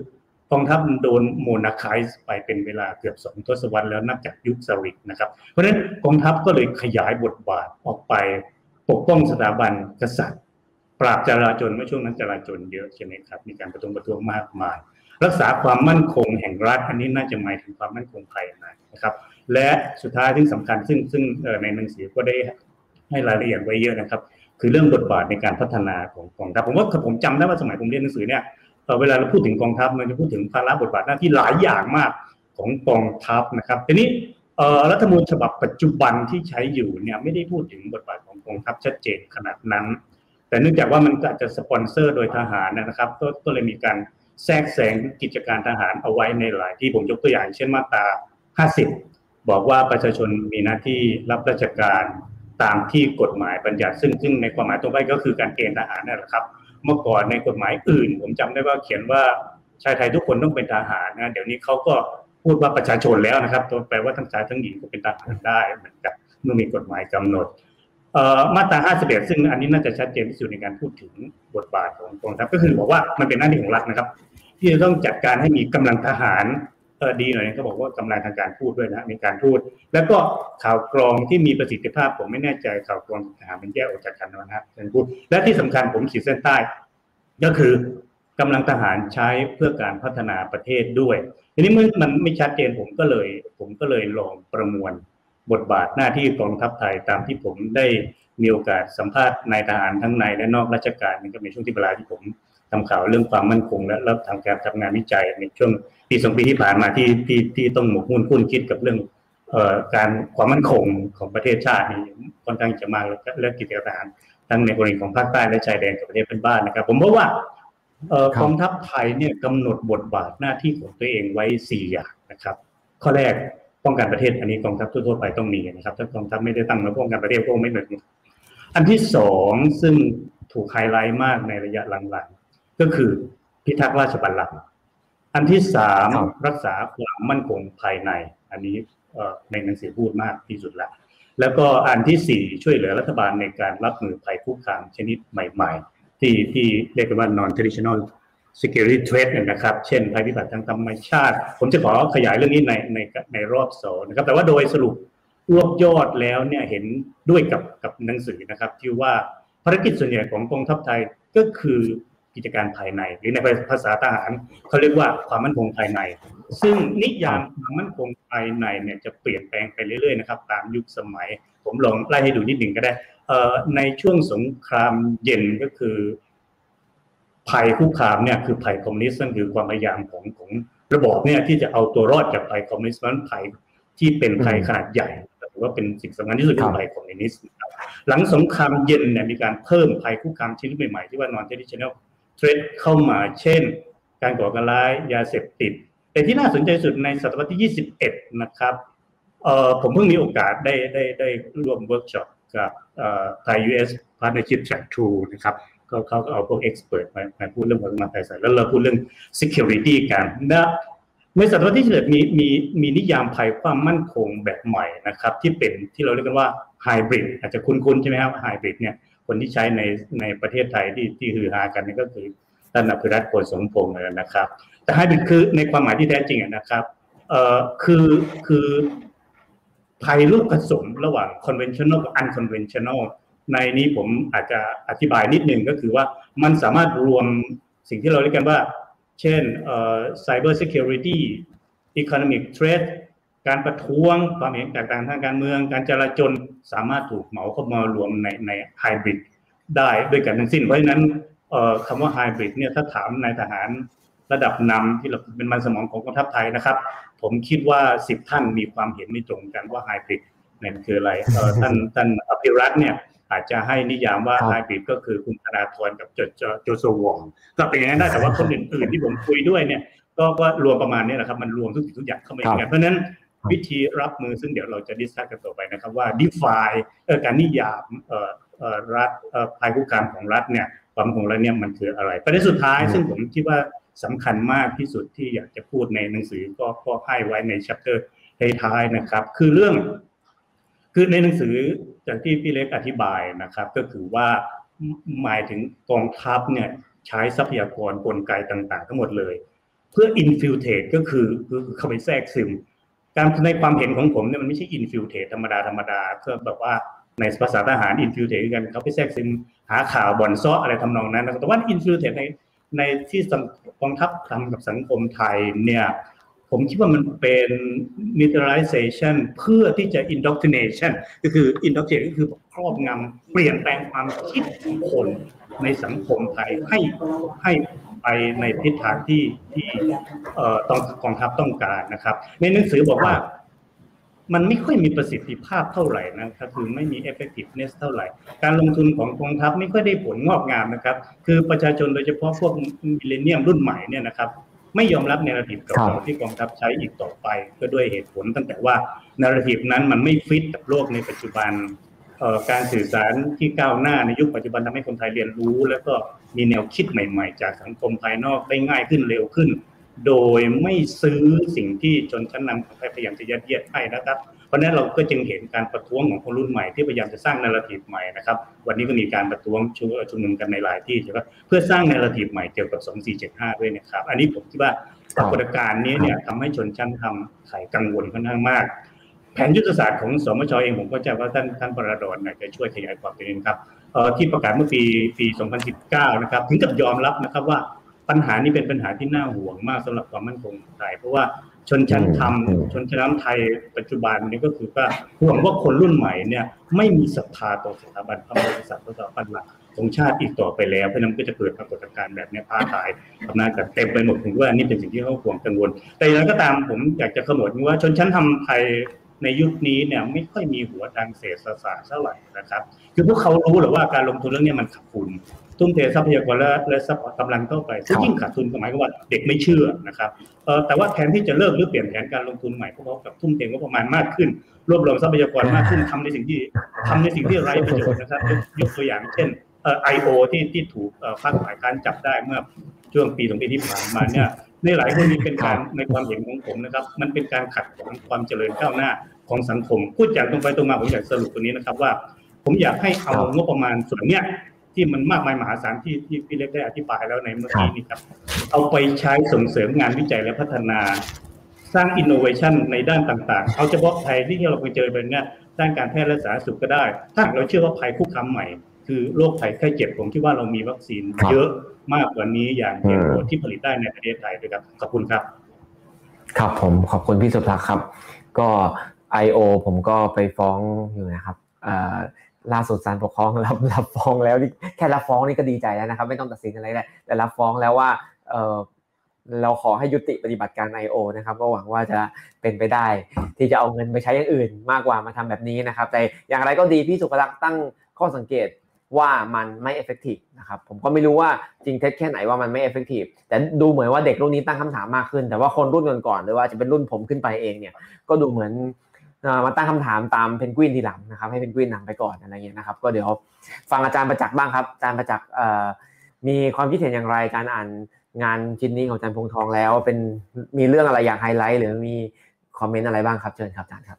กองทัพโดนโมนาไคซ์ไปเป็นเวลาเกือบสองทศวรรษแล้วนับจากยุคสฤษดิ์นะครับเพราะฉะนั้นกองทัพก็เลยขยายบทบาทออกไปปกป้องสถาบันกษัตริย์ปราบจราจรเมื่อช่วงนั้นจราจรเยอะใช่ไหมครับมีการประท้วงประท้วงมากมายรักษาความมั่นคงแห่งรัฐอันนี้น่าจะหมายถึงความมั่นคงภายในนะครับและสุดท้ายที่สำคัญซึ่งซึ่งในหนังสือก็ได้ให้รายละเอียดไว้เยอะนะครับคือเรื่องบทบาทในการพัฒนาของกองทัพผมว่าผมจำได้ว่าสมัยผมเรียนหนังสือเนี่ยเวลาเราพูดถึงกองทัพมันจะพูดถึงภาระบทบาทหน้าที่หลายอย่างมากของกองทัพนะครับทีนี้รัฐธรรมนูญฉบับปัจจุบันที่ใช้อยู่เนี่ยไม่ได้พูดถึงบทบาทของกองทัพชัดเจนขนาดนั้นแต่เนื่องจากว่ามันอาจจะสปอนเซอร์โดยทหารนะครับก็ก็เลยมีการแทรกแซงกิจการทหารเอาไว้ในหลายที่ผมยกตัวอย่างเช่นมาตราห้าสิบบอกว่าประชาชนมีหน้าที่รับราชการตามที่กฎหมายบัญญัติซึ่งซึ่งในความหมายตรงไปก็คือการเกณฑ์ทหารนั่นแหละครับเมื่อก่อนในกฎหมายอื่นผมจำได้ว่าเขียนว่าชายไทยทุกคนต้องเป็นทหารนะเดี๋ยวนี้เขาก็พูดว่าประชาชนแล้วนะครับแปลว่าทั้งชายทั้งหญิงก็เป็นทหารได้เหมือนกันเมื่อมีกฎหมายกำหนดมาตราห้าสิบเอ็ดซึ่งอันนี้น่าจะชัดเจนที่สุดในการพูดถึงบทบาทของกองทัพก็คือบอกว่ามันเป็นหน้าที่ของรัฐนะครับที่จะต้องจัดการให้มีกำลังทหารเออดีหน่อยก็บอกว่ากำลังทางการทูตด้วยนะมีการทูตแล้วก็ข่าวกรองที่มีประสิทธิภาพผมไม่แน่ใจข่าวกรองทหารมันแยกออกจากกันนะครับการพูดและที่สำคัญผมขีดเส้นใต้ก็คือกำลังทหารใช้เพื่อการพัฒนาประเทศด้วยทีนี้เมื่อมันไม่ชัดเจนผมก็เลยผมก็เลยลองประมวลบทบาทหน้าที่กองทัพไทยตามที่ผมได้มีโอกาสสัมภาษณ์นายทหารทั้งในและนอกราชการนี่ก็เป็นช่วงที่เวลาที่ผมทำข่าวเรื่องความมั่นคงและแล้วทำการทำงานวิจัยในช่วงปีสองปีที่ผ่านมาที่ที่ที่ต้องหมกมุ่นคุ้นคิดกับเรื่องเอ่อการความมั่นคงของประเทศชาตินี่ค่อนข้างจะมากเรื่องกิจการทหารทั้งในกรณีของภาคใต้และชายแดนกับประเทศเพื่อนบ้านนะครับผมพบว่าเอ่อกองทัพไทยเนี่ยกำหนดบทบาทหน้าที่ของตัวเองไว้สี่อย่างนะครับข้อแรกป้องกันประเทศอันนี้กองทัพทั่วๆไปต้องมีนะครับถ้ากองทัพไม่ได้ตั้งมาป้องกันประเทศก็ไม่เหมือนอันที่สองซึ่งถูกไฮไลท์มากในระยะหลังๆก็คือพิทักษ์ราชบัลลังก์อันที่สามรักษาความมั่นคงภายในอันนี้ในหนังสือพูดมากที่สุดละแล้วก็อันที่สี่ช่วยเหลือรัฐบาลในการรับมือภัยคุกคามชนิดใหม่ๆที่ที่เรียกว่า non traditional security threat นะครับเช่นภัยพิบัติทางธรรมชาติผมจะขอขยายเรื่องนี้ในในในรอบสองนะครับแต่ว่าโดยสรุปรวบยอดแล้วเนี่ยเห็นด้วยกับกับหนังสือนะครับที่ว่าภารกิจส่วนใหญ่ของกองทัพไทยก็คือกิจการภายในหรือในภาษาทหารเขาเรียกว่าความมั่นคงภายในซึ่งนิยามความมั่นคงภายในเนี่ยจะเปลี่ยนแปลงไปเรื่อยๆนะครับตามยุคสมัยผมลองไล่ให้ดูนิดหนึ่งก็ได้ในช่วงสงครามเย็นก็คือภัยคุกคามเนี่ยคือภัยคอมมิวนิสต์นั่นคือความพยายามของของระบอบเนี่ยที่จะเอาตัวรอดจากภัยคอมมิวนิสต์นั้นภัยที่เป็นภัยขนาดใหญ่ถือว่าเป็นสิ่งสำคัญที่สุดของภัยคอมมิวนิสต์หลังสงครามเย็นเนี่ยมีการเพิ่มภัยคุกคามชนิดใหม่ๆที่ว่า non traditional threat เข้ามาเช่นการก่อการร้ายยาเสพติดแต่ที่น่าสนใจสุดในศตวรรษที่ยี่สิบเอ็ดนะครับเอ่อผมเพิ่งมีโอกาสได้ได้ได้ร่วมเวิร์กช็อปกับเอ่อ Thai ยู เอส Partnership Track ทู นะครับเขาเขาก็เอาพวก expert มามาพูดเรื่องความสัมพันธ์ไทยแล้วเราพูดเรื่อง security กันนะในศตวรรษที่ยี่สิบเอ็ดมีมีมีนิยามภัยความมั่นคงแบบใหม่นะครับที่เป็นที่เราเรียกกันว่า hybrid อาจจะคุ้นๆใช่ไหมครับ hybrid เนี่ยคนที่ใช้ในในประเทศไทยที่ที่ฮือฮากันนี่ก็คือท่านอภิรัตน์ โกสมพงษ์นะครับแต่ hybrid คือในความหมายที่แท้จริงนะครับเอ่อคือคือภัยลูกผสมระหว่าง conventional กับ unconventional ในนี้ผมอาจจะอธิบายนิดนึงก็คือว่ามันสามารถรวมสิ่งที่เราเรียกกันว่าเช่นเอ่อ cyber security economic threat การประท้วงความเห็นแตกต่างทางการเมืองการจลาจลสามารถถูกเหมาเข้ามารวมในใน hybrid ได้ด้วยกันทั้งสิ้นเพราะฉะนั้นเอ่อคำว่า hybrid เนี่ยถ้าถามนายทหารระดับนำที่เราเป็นมันสมองของกองทัพไทยนะครับผมคิดว่าสิบท่านมีความเห็นไม่ตรงกันว่า hybrid นั่นคืออะไรเอ่อท่านท่านอภิรัตน์เนี่ยอาจจะให้นิยามว่า hybrid ก็คือคุณธนาธรกับโจโจโซวองก็เป็นอย่างนั้นได้แต่ว่าคนอื่นๆที่ผมคุยด้วยเนี่ยก็ก็รวมประมาณนี้แหละครับมันรวมทุกสิ่งทุกอย่างเข้ามาอย่างนั้นเพราะฉะนั้นวิธีรับมือซึ่งเดี๋ยวเราจะดิสคัสกันต่อไปนะครับว่า define เอ่อการนิยามเอ่อเอ่อรัฐเอ่อภัยคุกคามของรัฐเนี่ยความของรัฐเนี่ยมันคืออะไรประเด็นสุดท้ายซึ่งผมคิดว่าสำคัญมากที่สุดที่อยากจะพูดในหนังสือก็ก็ให้ไว้ใน chapter ท้ายๆนะครับคือเรื่องคือในหนังสือจากที่พี่เล็กอธิบายนะครับก็คือว่าหมายถึงกองทัพเนี่ยใช้ทรัพยากรกลไกต่างๆทั้งหมดเลยผพื่อ infiltrate ก็คือคือเข้าไปแทรกซึมการในความเห็นของผมเนี่ยมันไม่ใช่ infiltrate ธรรมดาธรรมดาเพื่อแบบว่าในภาษาทหาร infiltrate กันเขาไปแทรกซึมหาข่าวบ่อนซ้ออะไรทำนองนั้นแต่ว่า infiltrate ในในที่กองทัพทำกับสังคมไทยเนี่ยผมคิดว่ามันเป็น neutralization เพื่อที่จะ indoctrination ก็คือ indoctrinate ก็คือครอบงำเปลี่ยนแปลงความคิดของคนในสังคมไทยให้ให้ไปในทิศทางที่ที่เอ่อต้องกองทัพต้องการนะครับในหนังสือบอกว่ามันไม่ค่อยมีประสิทธิภาพเท่าไหร่นะครับคือไม่มี effectiveness เท่าไหร่การลงทุนของกองทัพไม่ค่อยได้ผลงอกงามนะครับคือประชาชนโดยเฉพาะพวกมิลเลนเนียมรุ่นใหม่เนี่ยนะครับไม่ยอมรับเนราทีฟเก่าๆที่กองทัพใช้อีกต่อไปก็ด้วยเหตุผลตั้งแต่ว่าเนราทีฟนั้นมันไม่ฟิตกับโลกในปัจจุบันการสื่อสารที่ก้าวหน้าในยุคปัจจุบันทำให้คนไทยเรียนรู้แล้วก็มีแนวคิดใหม่ๆจากสังคมภายนอกได้ง่ายขึ้นเร็วขึ้นโดยไม่ซื้อสิ่งที่ชนชั้นนำของไทยพยายามจะยัดเยียดให้นะครับเพราะนั้นเราก็จึงเห็นการประท้วงของคนรุ่นใหม่ที่พยายามจะสร้างเนราทีฟใหม่นะครับวันนี้ก็มีการประท้วงชุมนุมกันในหลายที่ใช่ไหมเพื่อสร้างเนราทีฟใหม่เกี่ยวกับสองสี่เจ็ดห้าด้วยนะครับอันนี้ผมคิดว่าปรากฏการณ์นี้เนี่ยทำให้ชนชั้นนำไทยกังวลค่อนข้างมากแผนยุทธศาสตร์ของสมช.เองผมก็จะว่าท่านท่านปรดรเนี่ยจะช่วยขยายความตรงนี้ครับที่ประกาศเมื่อปีปีสองพันสิบเก้านะครับถึงกับยอมรับนะครับว่าปัญหานี้เป็นปัญหาที่น่าห่วงมากสำหรับความมั่นคงของไทยเพราะว่าชนชั้นธรรมชนชั้นไทยปัจจุบันนี้ก็คือว่าห่วงว่าคนรุ่นใหม่เนี่ยไม่มีศรัทธาต่อสถาบันพระมหากษัตริย์สถาบันหลักของชาติอีกต่อไปแล้วเพราะนั้นก็จะเกิดปรากฏการณ์แบบนี้ท้าทายอำนาจกันเต็มไปหมดผมว่านี่เป็นสิ่งที่เขาห่วงกังวลแต่อย่างไรก็ตามผมอยากจะขมวดว่าชนชั้นธรรมไทยในยุคนี้เนี่ยไม่ค่อยมีหัวทางเศรษฐศาสตร์เท่าไหร่นะครับคือพวกเขารู้หรือว่าการลงทุนเรื่องนี้มันขาดทุนทุ่มเททรัพยากรและและทรัพย์กำลังเข้าไปซึ่งยิ่งขาดทุนหมายความว่าเด็กไม่เชื่อนะครับเอ่อแต่ว่าแทนที่จะเลิกหรือเปลี่ยนแผนการลงทุนใหม่พวกเขากับทุ่มเทงบประมาณมากขึ้นรวบรวมทรัพยากรมากขึ้นทำในสิ่งที่ทำในสิ่งที่ไร้ประโยชน์นะครับยกตัวอย่างเช่นเอ่อ ไอ โอ ที่ที่ถูกเอ่อพรรคฝ่ายค้านจับได้เมื่อช่วงปีสองปีที่ผ่านมาเนี่ยในหลายคนนี้เป็นการในความเห็นของผมนะครับมันเป็นการขัดขวางความเจริญก้าวหน้าของสังคมพูดจากตรงไปตรงมาผมอยากสรุปตรงนี้นะครับว่าผมอยากให้เอางบประมาณส่วนเนี้ยที่มันมากมายมหาศาลที่ที่พี่เล็กได้อธิบายแล้วในเมื่อกี้นี้ครับเอาไปใช้ส่งเสริมงานวิจัยและพัฒนาสร้างอินโนเวชันในด้านต่างๆเอาเฉพาะไทยที่เราไปเจอเป็นเนี้ยด้านการแพทย์และสาธารณสุขก็ได้ถ้าเราเชื่อว่าภัยคุกคามใหม่คือโรคภัยไข้เจ็บผมคิดว่าเรามีวัคซีนเยอะมากกว่านี้อย่างเพียงพอที่ผลิตได้ในประเทศไทยด้วยครับขอบคุณครับครับผมขอบคุณพี่สุภักดิ์ครับก็ ไอ โอ ผมก็ไปฟ้องอยู่นะครับล่าสุดศาลปกครองรับรับฟ้องแล้วนี่แค่รับฟ้องนี่ก็ดีใจแล้วนะครับไม่ต้องตัดสินอะไรเลยแต่รับฟ้องแล้วว่าเออเราขอให้ยุติปฏิบัติการ ไอ โอ นะครับก็หวังว่าจะเป็นไปได้ที่จะเอาเงินไปใช้อย่างอื่นมากกว่ามาทำแบบนี้นะครับแต่อย่างไรก็ดีพี่สุภักดิ์ตั้งข้อสังเกตว่ามันไม่ effective นะครับผมก็ไม่รู้ว่าจริงเท็จแค่ไหนว่ามันไม่ effective แต่ดูเหมือนว่าเด็กรุ่นนี้ตั้งคำถามมากขึ้นแต่ว่าคนรุ่นก่อนๆหรือว่าจะเป็นรุ่นผมขึ้นไปเองเนี่ยก็ดูเหมือนมาตั้งคำถามตามเพนกวินทีหลังนะครับให้เพนกวินนำไปก่อนอะไรเงี้ยนะครับก็เดี๋ยวฟังอาจารย์ประจักษ์บ้างครับอาจารย์ประจักษ์มีความคิดเห็นอย่างไรการอ่านงานชิ้นนี้ของอาจารย์พงษ์ทองแล้วเป็นมีเรื่องอะไรอยากไฮไลท์หรือมีคอมเมนต์อะไรบ้างครับเชิญครับอาจารย์ครับ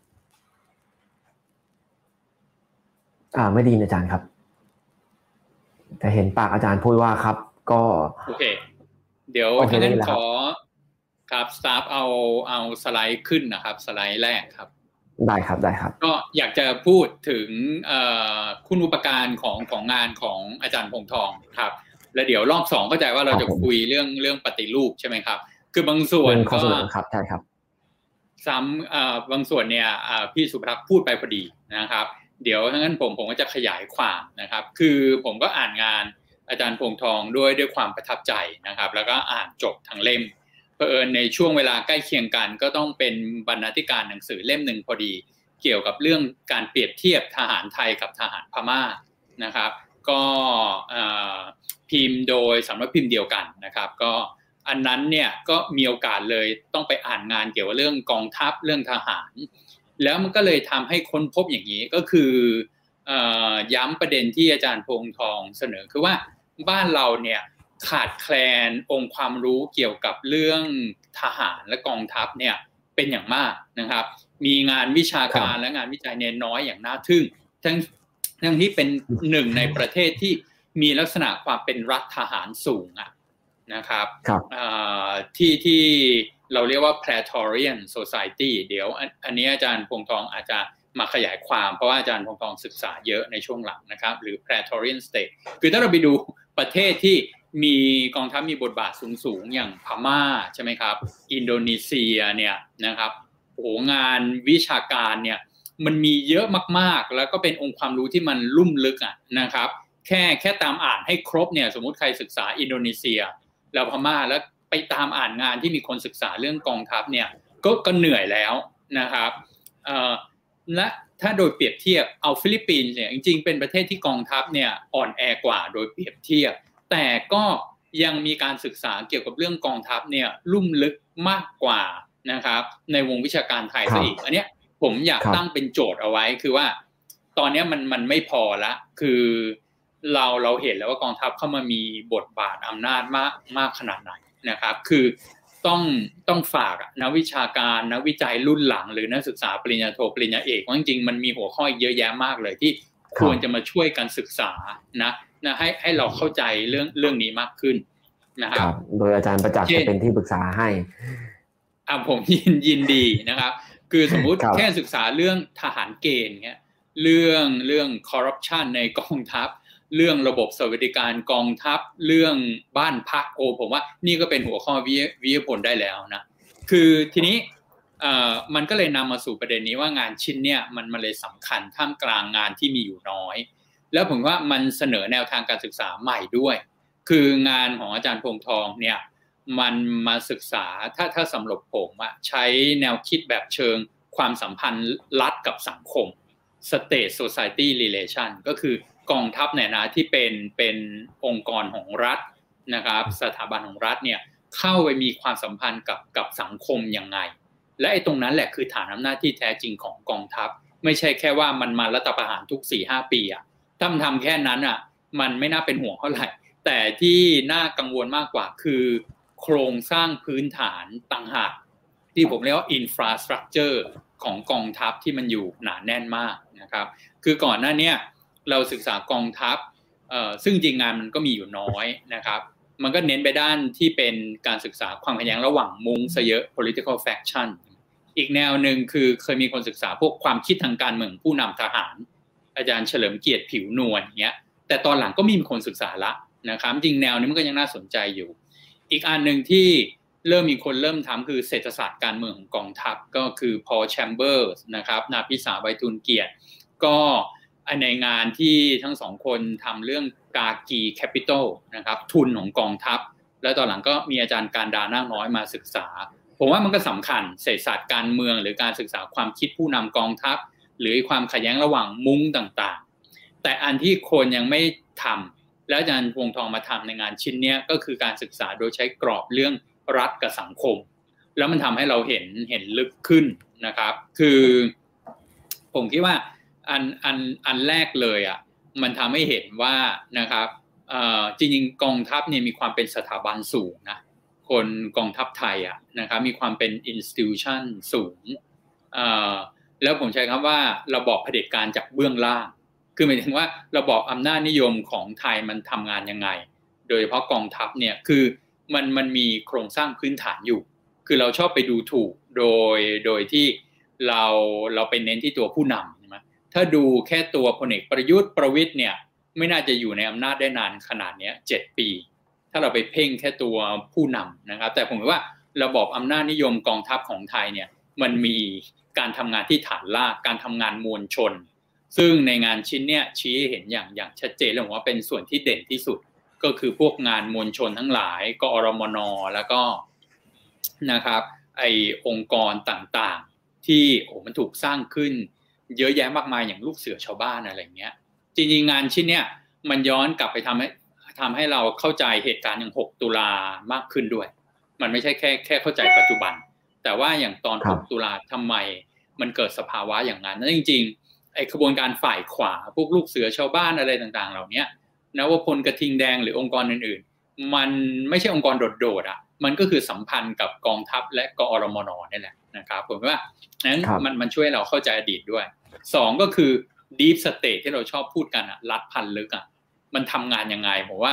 อ่าไม่ดีอาจารย์ครับแต่เห็นปากอาจารย์พูดว่าครับก็โอเคเดี๋ยวท่านขอครับสตาฟเอาเอาสไลด์ขึ้นนะครับสไลด์แรกครับได้ครับได้ครับก็อยากจะพูดถึงคุณูปการของของงานของอาจารย์พงษ์ทองครับแล้วเดี๋ยวรอบสองเข้าใจว่าเราจะคุยเรื่องเรื่องปฏิรูปใช่ไหมครับคือบางส่วนก็ครับใช่ครับซ้ำบางส่วนเนี่ยพี่สุภักดิ์พูดไปพอดีนะครับเดี๋ยวทั้งนั้นผมผมก็จะขยายความนะครับคือผมก็อ่านงานอาจารย์พงษ์ทองด้วยด้วยความประทับใจนะครับแล้วก็อ่านจบทั้งเล่มเผอิญในช่วงเวลาใกล้เคียงกันก็ต้องเป็นบรรณาธิการหนังสือเล่มหนึ่งพอดีเกี่ยวกับเรื่องการเปรียบเทียบทหารไทยกับทหารพม่านะครับก็พิมพ์โดยสำนักพิมพ์เดียวกันนะครับก็อันนั้นเนี่ยก็มีโอกาสเลยต้องไปอ่านงานเกี่ยวกับเรื่องกองทัพเรื่องทหารแล้วมันก็เลยทำให้ค้นพบอย่างนี้ก็คือเอ่อย้ำประเด็นที่อาจารย์พงษ์ทองเสนอคือว่าบ้านเราเนี่ยขาดแคลนองค์ความรู้เกี่ยวกับเรื่องทหารและกองทัพเนี่ยเป็นอย่างมากนะครับมีงานวิชาการและงานวิจัยเนี่ยน้อยอย่างน่าทึ่งทั้งทั้งที่เป็นหนึ่งในประเทศที่มีลักษณะความเป็นรัฐทหารสูงอ่ะนะครับครับที่ที่เราเรียกว่า Praetorian Society เดี๋ยวอันนี้อาจารย์พงษ์ทองอาจจะมาขยายความเพราะว่าอาจารย์พงษ์ทองศึกษาเยอะในช่วงหลังนะครับหรือ Praetorian State คือถ้าเราไปดูประเทศที่มีกองทัพมีบทบาทสูงๆอย่างพม่าใช่ไหมครับอินโดนีเซียเนี่ยนะครับโหงานวิชาการเนี่ยมันมีเยอะมากๆแล้วก็เป็นองค์ความรู้ที่มันลุ่มลึกอ่ะนะครับแค่แค่ตามอ่านให้ครบเนี่ยสมมุติใครศึกษาอินโดนีเซียแล้วพม่าแล้วไปตามอ่านงานที่มีคนศึกษาเรื่องกองทัพเนี่ยก็ก็เหนื่อยแล้วนะครับเอ่อและถ้าโดยเปรียบเทียบเอาฟิลิปปินส์เนี่ยจริงๆเป็นประเทศที่กองทัพเนี่ยอ่อนแอกว่าโดยเปรียบเทียบแต่ก็ยังมีการศึกษาเกี่ยวกับเรื่องกองทัพเนี่ยลุ่มลึกมากกว่านะครับในวงวิชาการไทยซะอีกอันเนี้ยผมอยากตั้งเป็นโจทย์เอาไว้คือว่าตอนนี้มันมันไม่พอละคือเราเราเห็นแล้วว่ากองทัพเข้ามามีบทบาทอำนาจมากมากขนาดไหนนะครับคือต้องต้องฝากนักวิชาการนักวิจัยรุ่นหลังหรือนักศึกษาปริญญาโทปริญญาเอกว่าจริงๆมันมีหัวข้อเยอะแยะมากเลยที่ควรจะมาช่วยกันศึกษานะนะให้ให้เราเข้าใจเรื่องเรื่องนี้มากขึ้นนะครับโดยอาจารย์ประจักษ์จะเป็นที่ปรึกษาให้อ่าผมยินยินดีนะครับคือสมมุติแค่ศึกษาเรื่องทหารเกณฑ์เงี้ยเรื่องเรื่องคอร์รัปชันในกองทัพเรื่องระบบสวัสดิการกองทัพเรื่องบ้านพักโอผมว่านี่ก็เป็นหัวข้อวิทยาผลได้แล้วนะคือทีนี้เอ่อมันก็เลยนำมาสู่ประเด็นนี้ว่างานชิ้นเนี่ยมันมันเลยสำคัญท่ามกลางงานที่มีอยู่น้อยแล้วผมว่ามันเสนอแนวทางการศึกษาใหม่ด้วยคืองานของอาจารย์พงษ์ทองเนี่ยมันมาศึกษาถ้าถ้าสำหรับผมอะใช้แนวคิดแบบเชิงความสัมพันธ์รัฐกับสังคม State Society Relation ก็คือกองทัพเนี่ยนะที่เป็นเป็นองค์กรของรัฐนะครับสถาบันของรัฐเนี่ยเข้าไปมีความสัมพันธ์กับกับสังคมยังไงและไอ้ตรงนั้นแหละคือฐานอำนาจที่แท้จริงของกองทัพไม่ใช่แค่ว่ามันมารัฐประหารทุก สี่ห้า ปีอะถ้ามันทำแค่นั้นอ่ะมันไม่น่าเป็นห่วงเท่าไหร่แต่ที่น่ากังวลมากกว่าคือโครงสร้างพื้นฐานต่างหากที่ผมเรียกว่า infrastructure ของกองทัพที่มันอยู่หนาแน่นมากนะครับคือก่อนหน้านี้เราศึกษากองทัพเอ่อซึ่งจริงงานมันก็มีอยู่น้อยนะครับมันก็เน้นไปด้านที่เป็นการศึกษาความขัดแย้งระหว่างมุ้งซะเยอะ political faction อีกแนวหนึ่งคือเคยมีคนศึกษาพวกความคิดทางการเมืองผู้นำทหารอาจารย์เฉลิมเกียรติผิวนวลอย่างเงี้ยแต่ตอนหลังก็มีคนศึกษาละนะครับจริงแนวนี้มันก็ยังน่าสนใจอยู่อีกอันหนึ่งที่เริ่มมีคนเริ่มทำคือเศรษฐศาสตร์การเมืองของกองทัพก็คือพอลแชมเบอร์สนะครับนาพิสาไวทูลเกียรติก็ในงานที่ทั้งสองคนทำเรื่องกากีแคปิตอลนะครับทุนของกองทัพแล้วตอนหลังก็มีอาจารย์การดานาคน้อยมาศึกษาผมว่ามันก็สำคัญเศรษฐศาสตร์การเมืองหรือการศึกษาความคิดผู้นำกองทัพหรือความขัดแย้งระหว่างมุ้งต่างๆแต่อันที่คนยังไม่ทำแล้วอาจารย์พงษ์ทองมาทำในงานชิ้นนี้ก็คือการศึกษาโดยใช้กรอบเรื่องรัฐกับสังคมแล้วมันทำให้เราเห็นเห็นลึกขึ้นนะครับคือผมคิดว่าอันอันอันแรกเลยอ่ะมันทำให้เห็นว่านะครับเอ่อจริงๆกองทัพเนี่ยมีความเป็นสถาบันสูงนะคนกองทัพไทยอ่ะนะครับมีความเป็น institution สูงเอ่อแล้วผมใช้คำว่าระบอบเผด็จการจากเบื้องล่างคือหมายถึงว่าระบอบอำนาจนิยมของไทยมันทำงานยังไงโดยเฉพาะกองทัพเนี่ยคือมันมันมีโครงสร้างพื้นฐานอยู่คือเราชอบไปดูถูกโดยโดยที่เราเราไปเน้นที่ตัวผู้นำใช่ไหมถ้าดูแค่ตัวพลเอกประยุทธ์ประวิตรเนี่ยไม่น่าจะอยู่ในอำนาจได้นานขนาดนี้เจ็ดปีถ้าเราไปเพ่งแค่ตัวผู้นำนะครับแต่ผมว่าระบอบอำนาจนิยมกองทัพของไทยเนี่ยมันมีการทำงานที่ฐานรากการทำงานมวลชนซึ่งในงานชิ้นเนี้ยชี้เห็นอย่างอย่างชัดเจนเลยว่าเป็นส่วนที่เด่นที่สุดก็คือพวกงานมวลชนทั้งหลายกอรมนแล้วก็นะครับไอองค์กรต่างๆที่โอ้มันถูกสร้างขึ้นเยอะแยะมากมายอย่างลูกเสือชาวบ้านอะไรเงี้ยจริงๆงานชิ้นเนี้ยมันย้อนกลับไปทำให้ทำให้เราเข้าใจเหตุการณ์อย่างหกตุลามากขึ้นด้วยมันไม่ใช่แค่แค่เข้าใจปัจจุบันแต่ว่าอย่างตอนหกตุลาทำไมมันเกิดสภาวะอย่างนั้นนั่นจริงๆไอขบวนการฝ่ายขวาพวกลูกเสือชาวบ้านอะไรต่างๆเหล่านี้นวพลกระทิงแดงหรือองค์กรอื่นๆมันไม่ใช่องค์กรโดดๆอ่ะมันก็คือสัมพันธ์กับกองทัพและกอรมนนี่แหละนะครับผมว่านั้นมันมันช่วยเราเข้าใจอดีตด้วยสองก็คือ deep state ที่เราชอบพูดกันอ่ะรัฐพันลึกอ่ะมันทำงานยังไงผมว่า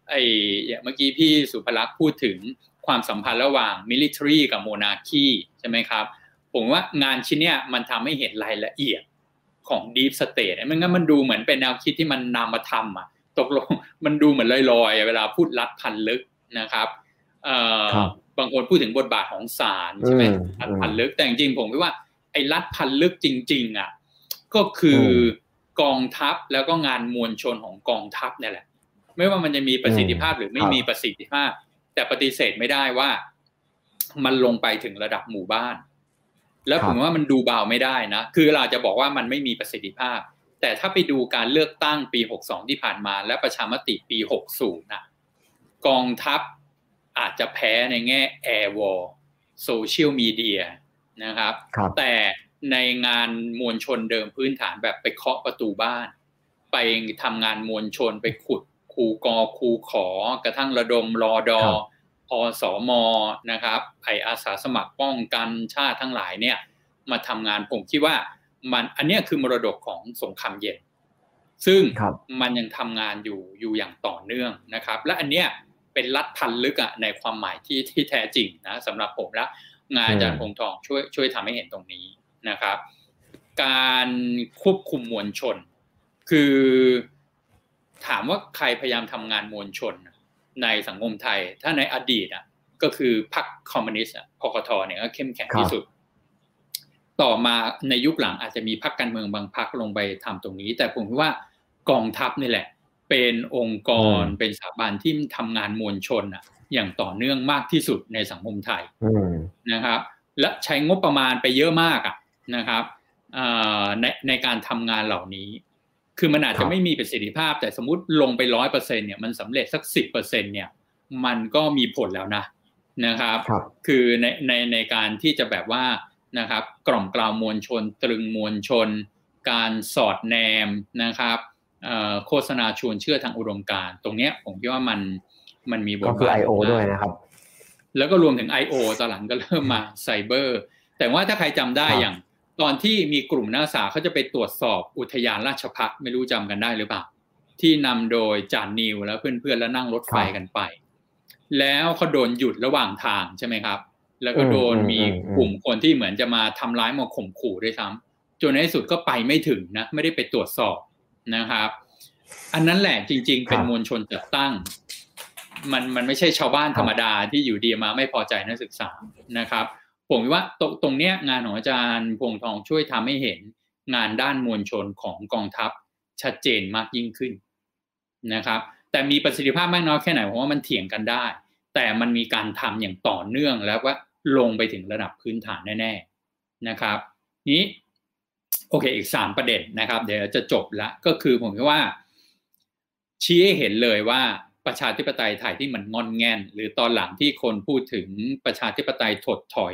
ไอ้เมื่อกี้พี่สุภลักษณ์พูดถึงความสัมพันธ์ระหว่าง military กับ monarchy ใช่ไหมครับผมว่างานชิ้นเนี้ยมันทำให้เห็นรายละเอียดของ deep state ไม่งั้นมันดูเหมือนเป็นแนวคิดที่มันนามธรรมอ่ะตกลงมันดูเหมือนลอยๆเวลาพูดรัฐพันลึกนะครับเอ่อบางคนพูดถึงบทบาทของศาลใช่ไหมรัฐพันลึกแต่จริงๆผมคิดว่าไอ้รัฐพันลึกจริงๆอ่ะก็คือกองทัพแล้วก็งานมวลชนของกองทัพเนี่ยแหละไม่ว่ามันจะมีประสิทธิภาพหรือไม่มีประสิทธิภาพแต่ปฏิเสธไม่ได้ว่ามันลงไปถึงระดับหมู่บ้านแล้วผมว่ามันดูเบาไม่ได้นะคือเราจะบอกว่ามันไม่มีประสิทธิภาพแต่ถ้าไปดูการเลือกตั้งปีหกสิบสองที่ผ่านมาและประชามติปีหกสิบนะกองทัพอาจจะแพ้ในแง่ Air War Social Media นะครับแต่ในงานมวลชนเดิมพื้นฐานแบบไปเคาะประตูบ้านไปทำงานมวลชนไปขุดคูกอคูขอกระทั่งระดมรอดออสมนะครับไออาสาสมัครป้องกันชาติทั้งหลายเนี่ยมาทำงานผมคิดว่ามันอันนี้คือมรดกของสงครามเย็นซึ่งมันยังทำงานอยู่อยู่อย่างต่อเนื่องนะครับและอันเนี้ยเป็นรัฐพันลึกอ่ะในความหมายที่ที่แท้จริงนะสำหรับผมและงานอาจารย์พงษ์ทองช่วยช่วยทำให้เห็นตรงนี้นะครับการควบคุมมวลชนคือถามว่าใครพยายามทำงานมวลชนในสังคมไทยถ้าในอดีตอ่ะก็คือพรรคคอมมิวนิสต์พคทเนี่ยก็เข้มแข็งที่สุดต่อมาในยุคหลังอาจจะมีพรรคการเมืองบางพรรคลงไปทำตรงนี้แต่ผมคิดว่ากองทัพนี่แหละเป็นองค์กรเป็นสถาบันที่ทำงานมวลชนอ่ะอย่างต่อเนื่องมากที่สุดในสังคมไทยนะครับและใช้งบประมาณไปเยอะมากอ่ะนะครับในในการทำงานเหล่านี้คือมันอาจจะไม่มีประสิทธิภาพแต่สมมุติลงไป ร้อยเปอร์เซ็นต์ เนี่ยมันสำเร็จสัก สิบเปอร์เซ็นต์ เนี่ยมันก็มีผลแล้วนะนะครับคือในในในการที่จะแบบว่านะครับกล่อมกล่าวมวลชนตรึงมวลชนการสอดแนมนะครับโฆษณาชวนเชื่อทางอุดมการณ์ตรงเนี้ยผมคิดว่ามันมันมีบทบาทก็คือ ไอ โอ ด้วยนะครับแล้วก็รวมถึง ไอ โอ ตอนหลังก็เริ่มมาไซเบอร์แต่ว่าถ้าใครจำได้อย่างตอนที่มีกลุ่มนักศึกษาเขาจะไปตรวจสอบอุทยานราชภัฏไม่รู้จำกันได้หรือเปล่าที่นำโดยจานนิวแล้วเพื่อนๆแล้วนั่งรถไฟกันไปแล้วเขาโดนหยุดระหว่างทางใช่ไหมครับแล้วก็โดนมีกลุ่มคนที่เหมือนจะมาทำร้ายมาข่มขู่ด้วยซ้ำจนในที่สุดก็ไปไม่ถึงนะไม่ได้ไปตรวจสอบนะครับอันนั้นแหละจริงๆเป็นมวลชนจัดตั้งมันมันไม่ใช่ชาวบ้านธรรมดาที่อยู่ดีมาไม่พอใจนักศึกษานะครับผมว่าตรงตรงเนี้ยงานของอาจารย์พงษ์ทองช่วยทำให้เห็นงานด้านมวลชนของกองทัพชัดเจนมากยิ่งขึ้นนะครับแต่มีประสิทธิภาพมากน้อยแค่ไหนผมว่ามันเถียงกันได้แต่มันมีการทำอย่างต่อเนื่องแล้วว่าลงไปถึงระดับพื้นฐานแน่ๆนะครับนี้โอเคอีกสามประเด็นนะครับเดี๋ยวจะจบละก็คือผมคิดว่าชี้ให้เห็นเลยว่าประชาธิปไตยไทยที่มันงอนแง่นหรือตอนหลังที่คนพูดถึงประชาธิปไตยถดถอย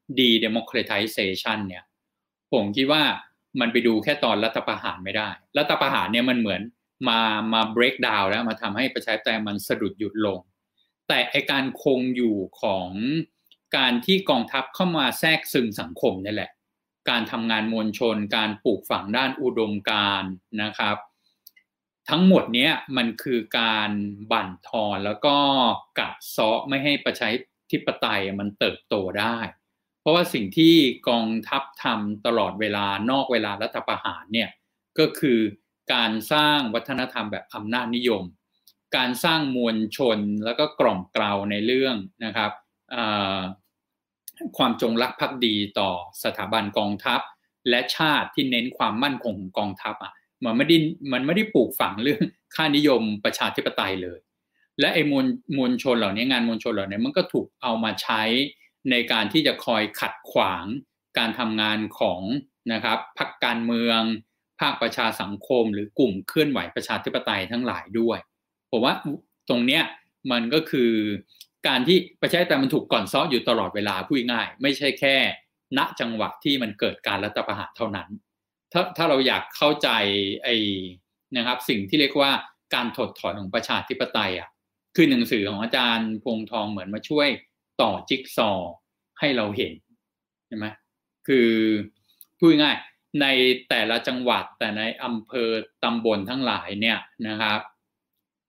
de-democratization เนี่ยผมคิดว่ามันไปดูแค่ตอนรัฐประหารไม่ได้รัฐประหารเนี่ยมันเหมือนมามา break down แล้วมาทำให้ประชาธิปไตยมันสะดุดหยุดลงแต่ไอการคงอยู่ของการที่กองทัพเข้ามาแทรกซึมสังคมนี่แหละการทำงานมวลชนการปลูกฝังด้านอุดมการณ์นะครับทั้งหมดนี้มันคือการบั่นทอนแล้วก็กัดเซาะไม่ให้ประชาธิปไตยมันเติบโตได้เพราะว่าสิ่งที่กองทัพทำตลอดเวลานอกเวลารัฐประหารเนี่ยก็คือการสร้างวัฒนธรรมแบบอำนาจนิยมการสร้างมวลชนแล้วก็กล่อมเกลาในเรื่องนะครับความจงรักภักดีต่อสถาบันกองทัพและชาติที่เน้นความมั่นคงของกองทัพอ่ะมันไม่ได้มันไม่ได้ปลูกฝังเรื่องค่านิยมประชาธิปไตยเลยและไอ้มวลมวลชนเหล่านี้งานมวลชนเหล่านี้มันก็ถูกเอามาใช้ในการที่จะคอยขัดขวางการทำงานของนะครับพรรคการเมืองภาคประชาสังคมหรือกลุ่มเคลื่อนไหวประชาธิปไตยทั้งหลายด้วยผมว่าตรงเนี้ยมันก็คือการที่ประชาธิปไตยมันถูกก่อนซ้ออยู่ตลอดเวลาพูดง่ายไม่ใช่แค่ณจังหวะที่มันเกิดการรัฐประหารเท่านั้นถ้าถ้าเราอยากเข้าใจไอ้นะครับสิ่งที่เรียกว่าการถดถอยของประชาธิปไตยอ่ะคือหนังสือของอาจารย์พงษ์ทองเหมือนมาช่วยต่อจิ๊กซอว์ให้เราเห็นใช่ไหมคือพูดง่ายในแต่ละจังหวัดแต่ในอำเภอตำบลทั้งหลายเนี่ยนะครับ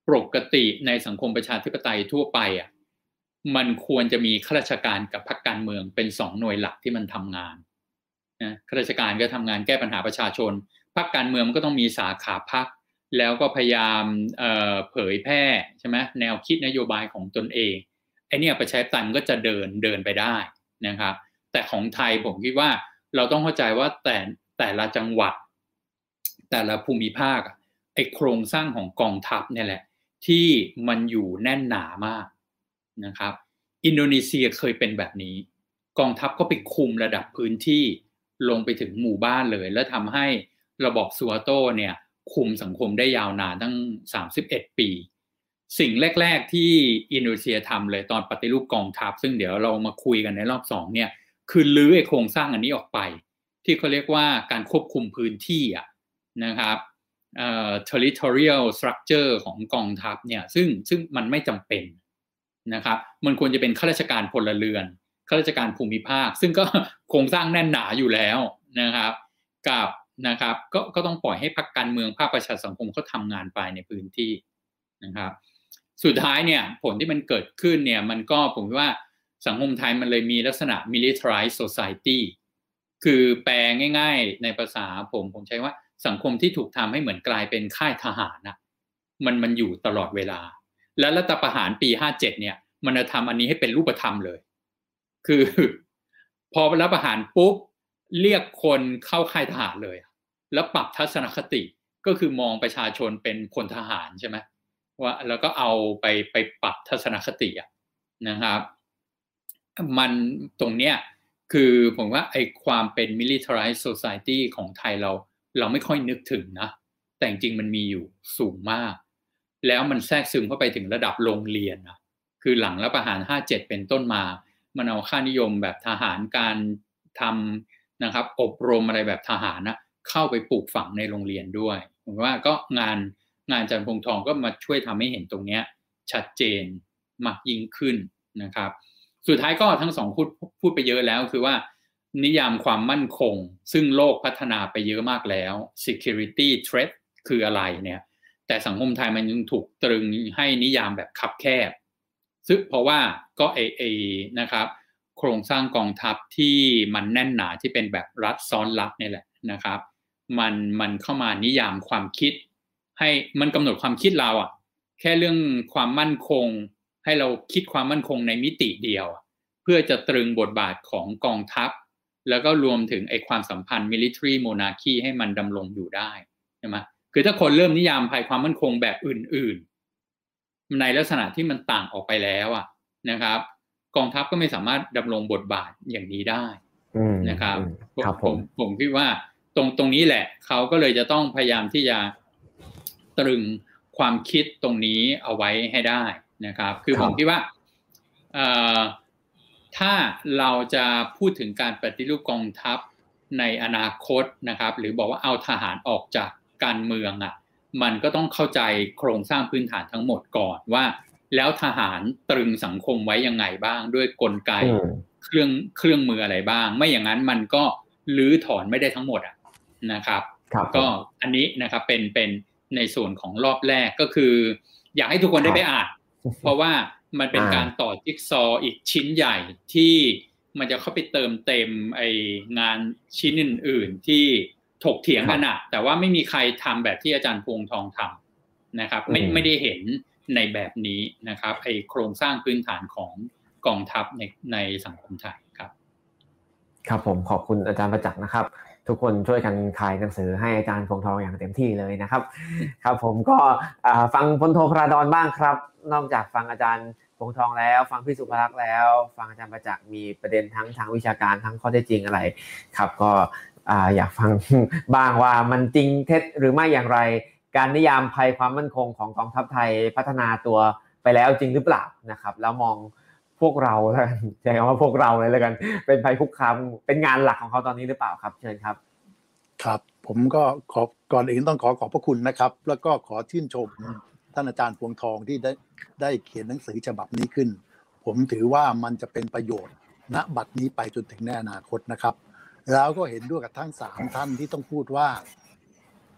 ปกติในสังคมประชาธิปไตยทั่วไปอ่ะมันควรจะมีข้าราชการกับพรรคการเมืองเป็นสองหน่วยหลักที่มันทำงานนะข้าราชการก็ทำงานแก้ปัญหาประชาชนพรรคการเมืองมันก็ต้องมีสาขาพรรคแล้วก็พยายามเอ่อเผยแพร่ใช่ไหมแนวคิดนโยบายของตนเองไอ้นี่ประชาธิปไตยมันก็จะเดินเดินไปได้นะครับแต่ของไทยผมคิดว่าเราต้องเข้าใจว่าแต่แต่ละจังหวัดแต่ละภูมิภาคไอ้โครงสร้างของกองทัพเนี่ยแหละที่มันอยู่แน่นหนามากนะครับอินโดนีเซียเคยเป็นแบบนี้กองทัพก็ไปคุมระดับพื้นที่ลงไปถึงหมู่บ้านเลยแล้วทำให้ระบอบซูอาโตเนี่ยคุมสังคมได้ยาวนานตั้งสามสิบเอ็ดปีสิ่งแรกๆที่อินโดนีเซียทำเลยตอนปฏิรูปกองทัพซึ่งเดี๋ยวเรามาคุยกันในรอบสองเนี่ยคือลื้อไอ้โครงสร้างอันนี้ออกไปที่เขาเรียกว่าการควบคุมพื้นที่อะนะครับเอ่อ territorial structure ของกองทัพเนี่ยซึ่งซึ่งมันไม่จำเป็นนะครับมันควรจะเป็นข้าราชการพลเรือนข้าราชการภูมิภาคซึ่งก็โครงสร้างแน่นหนาอยู่แล้วนะครับกับนะครับก็ก็ต้องปล่อยให้พรรคการเมืองภาคประชาสังคมเขาทำงานไปในพื้นที่นะครับสุดท้ายเนี่ยผลที่มันเกิดขึ้นเนี่ยมันก็ผมว่าสังคมไทยมันเลยมีลักษณะ militarized society คือแปลง่ายๆในภาษาผมผมใช้ว่าสังคมที่ถูกทำให้เหมือนกลายเป็นค่ายทหารนะมันมันอยู่ตลอดเวลาและรัฐประหารปีห้าเจ็ดเนี่ยมันจะทำอันนี้ให้เป็นรูปธรรมเลยคือพอรัฐประหารปุ๊บเรียกคนเข้าค่ายทหารเลยแล้วปรับทัศนคติก็คือมองประชาชนเป็นพลทหารใช่ไหมว่าแล้วก็เอาไปไปปรับทัศนคตินะครับมันตรงเนี้ยคือผมว่าไอ้ความเป็น militarized society ของไทยเราเราไม่ค่อยนึกถึงนะแต่จริงๆมันมีอยู่สูงมากแล้วมันแทรกซึมเข้าไปถึงระดับโรงเรียนนะคือหลังรัฐประหารห้าเจ็ดเป็นต้นมามันเอาค่านิยมแบบทหารการทำนะครับอบรมอะไรแบบทหารนะเข้าไปปลูกฝังในโรงเรียนด้วยผมว่าก็งานงานอาจารย์พงษ์ทองก็มาช่วยทำให้เห็นตรงนี้ชัดเจนมากยิ่งขึ้นนะครับสุดท้ายก็ทั้งสองพูดพูดไปเยอะแล้วคือว่านิยามความมั่นคงซึ่งโลกพัฒนาไปเยอะมากแล้ว security threat คืออะไรเนี่ยแต่สังคมไทยมันยังถูกตรึงให้นิยามแบบคับแคบซึ่งเพราะว่าก็เอเอนะครับโครงสร้างกองทัพที่มันแน่นหนาที่เป็นแบบรัฐซ้อนรัฐนี่แหละนะครับมันมันเข้ามานิยามความคิดให้มันกำหนดความคิดเราอ่ะแค่เรื่องความมั่นคงให้เราคิดความมั่นคงในมิติเดียวเพื่อจะตรึงบทบาทของกองทัพแล้วก็รวมถึงไอ้ความสัมพันธ์ military monarchy ให้มันดำรงอยู่ได้ใช่ไหมคือถ้าคนเริ่มนิยามภายความมั่นคงแบบอื่นๆในลักษณะที่มันต่างออกไปแล้วอ่ะนะครับกองทัพก็ไม่สามารถดำรงบทบาทอย่างนี้ได้นะครับผมผมคิดว่าตรงตรงนี้แหละเขาก็เลยจะต้องพยายามที่จะตรึงความคิดตรงนี้เอาไว้ให้ได้นะครับคือผมคิดว่าถ้าเราจะพูดถึงการปฏิรูปกองทัพในอนาคตนะครับหรือบอกว่าเอาทหารออกจากการเมืองอ่ะมันก็ต้องเข้าใจโครงสร้างพื้นฐานทั้งหมดก่อนว่าแล้วทหารตรึงสังคมไว้ยังไงบ้างด้วยกลไกเครื่องเครื่องมืออะไรบ้างไม่อย่างนั้นมันก็ลื้อถอนไม่ได้ทั้งหมดอ่ะนะครับก็อันนี้นะครับเป็นเป็นในส่วนของรอบแรกก็คืออยากให้ทุกคนได้ไปอ่านเพราะว่ามันเป็นการต่อจิ๊กซอว์อีกชิ้นใหญ่ที่มันจะเข้าไปเติมเต็มไองานชิ้นอื่นๆที่ถกเถียงกันอะแต่ว่าไม่มีใครทำแบบที่อาจารย์พงษ์ทองทำนะครับไม่ไม่ได้เห็นในแบบนี้นะครับไอโครงสร้างพื้นฐานของกองทัพในในสังคมไทยครับครับผมขอบคุณอาจารย์ประจักษ์นะครับทุกคนช่วยกันขายหนังสือให้อาจารย์พงษ์ทองอย่างเต็มที่เลยนะครับครับผมก็ฟังพลโทพราดรบ้างครับนอกจากฟังอาจารย์พงษ์ทองแล้วฟังพี่สุภลักษณ์แล้วฟังอาจารย์ประจักษ์มีประเด็นทั้งทางวิชาการทั้งข้อเท็จจริงอะไรครับก็อยากฟังบ้างว่ามันจริงเท็จหรือไม่อย่างไรการนิยามภัยความมั่นคงของกองทัพไทยพัฒนาตัวไปแล้วจริงหรือเปล่านะครับแล้วมองพวกเราแล้วกันใช้คำว่าพวกเราเลยแล้วกันเป็นภัยคุกคามเป็นงานหลักของเขาตอนนี้หรือเปล่าครับเชิญครับครับผมก็ขอก่อนอื่นต้องขอขอบพระคุณนะครับแล้วก็ขอชื่นชมท่านอาจารย์พวงทองที่ได้ได้เขียนหนังสือฉบับนี้ขึ้นผมถือว่ามันจะเป็นประโยชน์ณบัดนี้ไปจนถึงในอนาคตนะครับแล้วก็เห็นด้วยกับทั้งสามท่านที่ต้องพูดว่า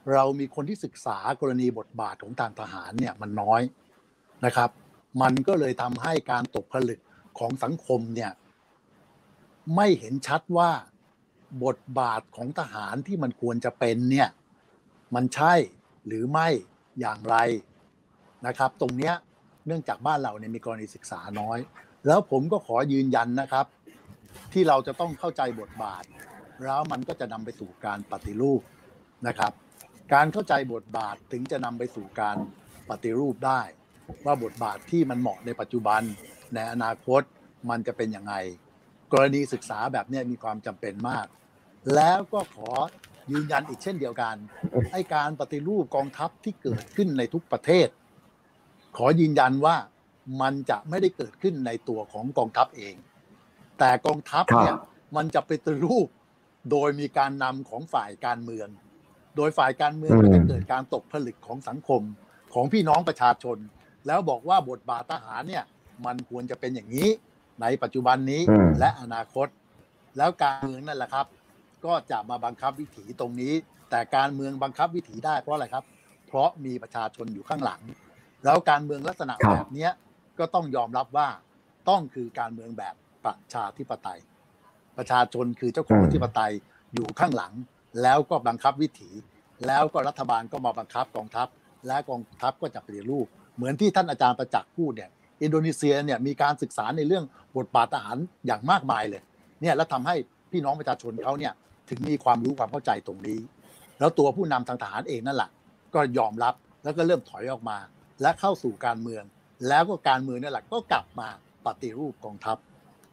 เรามีคนที่ศึกษากรณีบทบาทของทางทหารเนี่ยมันน้อยนะครับมันก็เลยทำให้การตกผลึกของสังคมเนี่ยไม่เห็นชัดว่าบทบาทของทหารที่มันควรจะเป็นเนี่ยมันใช่หรือไม่อย่างไรนะครับตรงเนี้ยเนื่องจากบ้านเราเนี่ยมีกรณีศึกษาน้อยแล้วผมก็ขอยืนยันนะครับที่เราจะต้องเข้าใจบทบาทแล้วมันก็จะนำไปสู่การปฏิรูปนะครับการเข้าใจบทบาทถึงจะนำไปสู่การปฏิรูปได้ว่าบทบาทที่มันเหมาะในปัจจุบันในอนาคตมันจะเป็นยังไงกรณีศึกษาแบบนี้มีความจำเป็นมากแล้วก็ขอยืนยันอีกเช่นเดียวกันไอ้การปฏิรูปกองทัพที่เกิดขึ้นในทุกประเทศขอยืนยันว่ามันจะไม่ได้เกิดขึ้นในตัวของกองทัพเองแต่กองทัพเนี่ยมันจะปฏิรูปโดยมีการนำของฝ่ายการเมืองโดยฝ่ายการเมืองก็จะเกิดการตกผลึกของสังคมของพี่น้องประชาชนแล้วบอกว่าบทบาททหารเนี่ยมันควรจะเป็นอย่างนี้ในปัจจุบันนี้และอนาคตแล้วการเมืองนั่นแหละครับก็จะมาบังคับวิถีตรงนี้แต่การเมืองบังคับวิถีได้เพราะอะไรครับเพราะมีประชาชนอยู่ข้างหลังแล้วการเมืองลักษณะแบบนี้ก็ต้องยอมรับว่าต้องคือการเมืองแบบประชาธิปไตยประชาชนคือเจ้าของอธิปไตยอยู่ข้างหลังแล้วก็บังคับวิถีแล้วก็รัฐบาลก็มาบังคับกองทัพและกองทัพก็จะปฏิรูปเหมือนที่ท่านอาจารย์ประจักษ์พูดเนี่ยอินโดนีเซียเนี่ยมีการศึกษาในเรื่องบทบาททหารอย่างมากมายเลยเนี่ยแล้วทำให้พี่น้องประชาชนเขาเนี่ยถึงมีความรู้ความเข้าใจตรงนี้แล้วตัวผู้นำทางทหารเองนั่นแหละก็ยอมรับแล้วก็เริ่มถอยออกมาและเข้าสู่การเมืองแล้วก็การเมืองนั่นแหละก็กลับมาปฏิรูปกองทัพ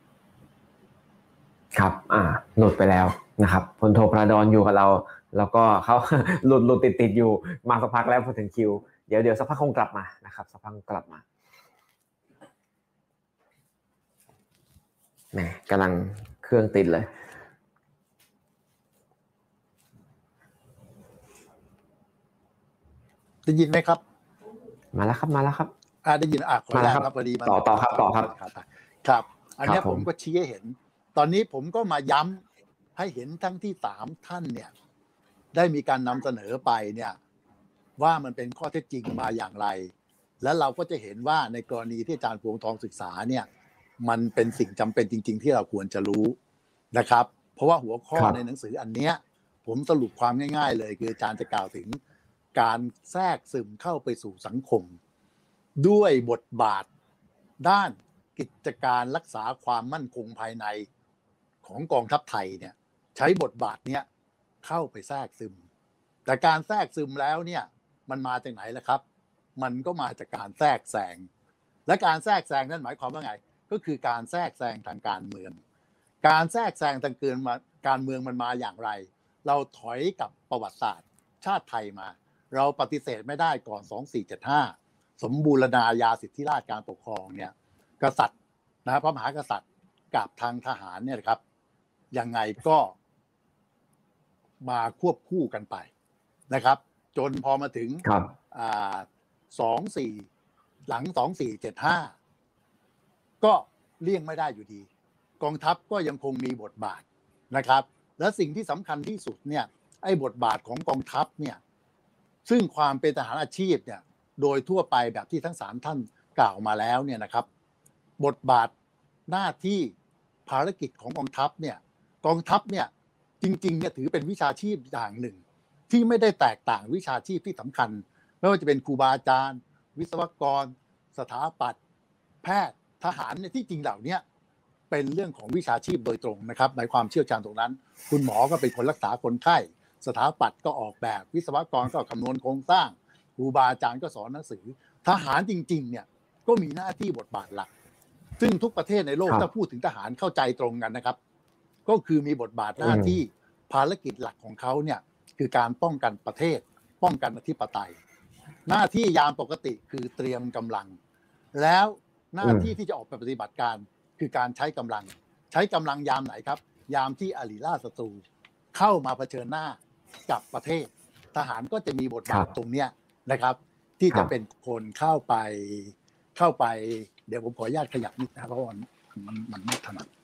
ครับอ่าหลุดไปแล้วนะครับพลโทพระดอนอยู่กับเราแล้วก็เขาหลุดหลุดติดติดอยู่มาสักพักแล้วพอถึงคิวเดี๋ยวเดี๋ยวสักพักคงกลับมานะครับสักพักกลับมาแหมกำลังเครื่องติดเลยได้ยินไหมครับมาแล้วครับมาแล้วครับอ่าได้ยินอ่ะขออนุญาตครับพอดีต่อต่อครับต่อครับครับอันนี้ผมก็ชี้ให้เห็นตอนนี้ผมก็มาย้ำให้เห็นทั้งที่สามท่านเนี่ยได้มีการนำเสนอไปเนี่ยว่ามันเป็นข้อเท็จจริงมาอย่างไรและเราก็จะเห็นว่าในกรณีที่อาจารย์พวงทองศึกษาเนี่ยมันเป็นสิ่งจำเป็นจริงๆที่เราควรจะรู้นะครับเพราะว่าหัวข้อในหนังสืออันเนี้ยผมสรุปความง่ายๆเลยคืออาจารย์จะกล่าวถึงการแทรกซึมเข้าไปสู่สังคมด้วยบทบาทด้านกิจการรักษาความมั่นคงภายในของกองทัพไทยเนี่ยใช้บทบาทเนี้ยเข้าไปแทรกซึมแต่การแทรกซึมแล้วเนี่ยมันมาจากไหนล่ะครับมันก็มาจากการแทรกแซงและการแทรกแซงนั้นหมายความว่าไงก็คือการแทรกแซงทางการเมืองการแทรกแซงทางการเมืองมันมาอย่างไรเราถอยกับประวัติศาสตร์ชาติไทยมาเราปฏิเสธไม่ได้ก่อนสองสี่เจ็ดห้าสมบูรณาญาสิทธิราชย์การปกครองเนี่ยกษัตริย์นะพระมหากษัตริย์กับทางทหารเนี่ยครับยังไงก็มาควบคู่กันไปนะครับจนพอมาถึงสองสี่หลังสองสี่เจ็ดห้าก็เลี่ยงไม่ได้อยู่ดีกองทัพก็ยังคงมีบทบาทนะครับและสิ่งที่สำคัญที่สุดเนี่ยไอ้บทบาทของกองทัพเนี่ยซึ่งความเป็นทหารอาชีพเนี่ยโดยทั่วไปแบบที่ทั้งสามท่านกล่าวมาแล้วเนี่ยนะครับบทบาทหน้าที่ภารกิจของกองทัพเนี่ยกองทัพเนี่ยจริงๆเนี่ยถือเป็นวิชาชีพอย่างหนึ่งที่ไม่ได้แตกต่างวิชาชีพที่สำคัญไม่ว่าจะเป็นครูบาอาจารย์วิศวกรสถาปัตย์แพทย์ทหารเนี่ยที่จริงเหล่านี้เป็นเรื่องของวิชาชีพโดยตรงนะครับในความเชี่ยวชาญตรงนั้นคุณหมอก็เป็นคนรักษาคนไข้สถาปัตย์ก็ออกแบบวิศวกรก็คำนวณโครงสร้างครูบาอาจารย์ก็สอนหนังสือทหารจริงๆเนี่ยก็มีหน้าที่บทบาทหลักซึ่งทุกประเทศในโลกถ้าพูดถึงทหารเข้าใจตรงกันนะครับก็คือมีบทบาทหน้าที่ภารกิจหลักของเขาเนี่ยคือการป้องกันประเทศป้องกันอธิปไตยหน้าที่ยามปกติคือเตรียมกำลังแล้วหน้าที่ที่จะออกไปปฏิบัติการคือการใช้กำลังใช้กำลังยามไหนครับยามที่อริราชศัตรูเข้ามาเผชิญหน้ากับประเทศทหารก็จะมีบทบาทตรงเนี้ยนะครับที่จะเป็นคนเข้าไปเข้าไปเดี๋ยวผมขออนุญาตขยับนิดนะเพราะมันมันมันไม่ถนัด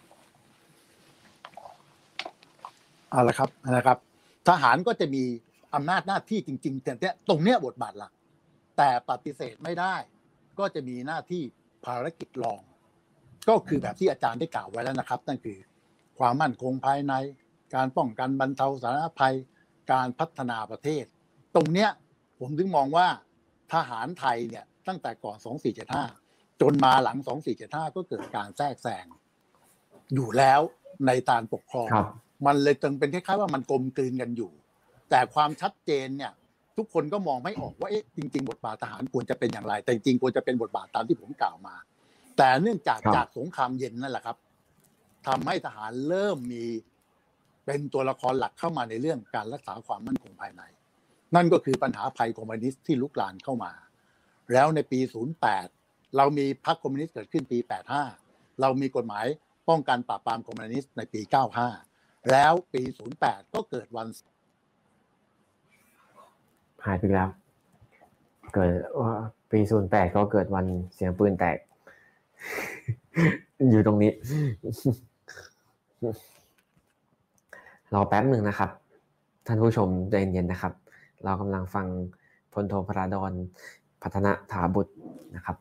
เอาละครับนะครับทหารก็จะมีอำนาจหน้าที่จริงๆแต่ตรงเนี้ยบทบาทหลักแต่ปฏิเสธไม่ได้ก็จะมีหน้าที่ภารกิจรองก็คือแบบที่อาจารย์ได้กล่าวไว้แล้วนะครับนั่นคือความมั่นคงภายในการป้องกันบรรเทาสาธารณภัยการพัฒนาประเทศตรงเนี้ยผมถึงมองว่าทหารไทยเนี่ยตั้งแต่ก่อนสองสี่เจ็ดห้าจนมาหลังสองสี่เจ็ดห้าก็เกิดการแทรกแซงอยู่แล้วในการปกครองมันเลยจึงเป็นคล้ายๆว่ามันกลมกลืนกันอยู่แต่ความชัดเจนเนี่ยทุกคนก็มองไม่ออกว่าเอ๊ะจริงๆบทบาททหารควรจะเป็นอย่างไรแต่จริงๆควรจะเป็นบทบาทตามที่ผมกล่าวมาแต่เนื่องจากจากสงครามเย็นนั่นแหละครับทำให้ทหารเริ่มมีเป็นตัวละครหลักเข้ามาในเรื่องการรักษาความมั่นคงภายในนั่นก็คือปัญหาภัยคอมมิวนิสต์ที่ลุกลามเข้ามาแล้วในปีศูนย์แปดเรามีพรรคคอมมิวนิสต์เกิดขึ้นปีแปดห้าเรามีกฎหมายป้องกันปราบปรามคอมมิวนิสต์ในปีเก้าห้าแล้วปีศูนย์แปดก็เกิดวันหายไปแล้วเกิดว่าปีศูนย์แปดก็เกิดวันเสียงปืนแตก อยู่ตรงนี้ รอแป๊บหนึ่งนะครับท่านผู้ชมใจเย็นๆนะครับเรากำลังฟังพลโทพราดอนพัฒนาถาบุตรนะครับ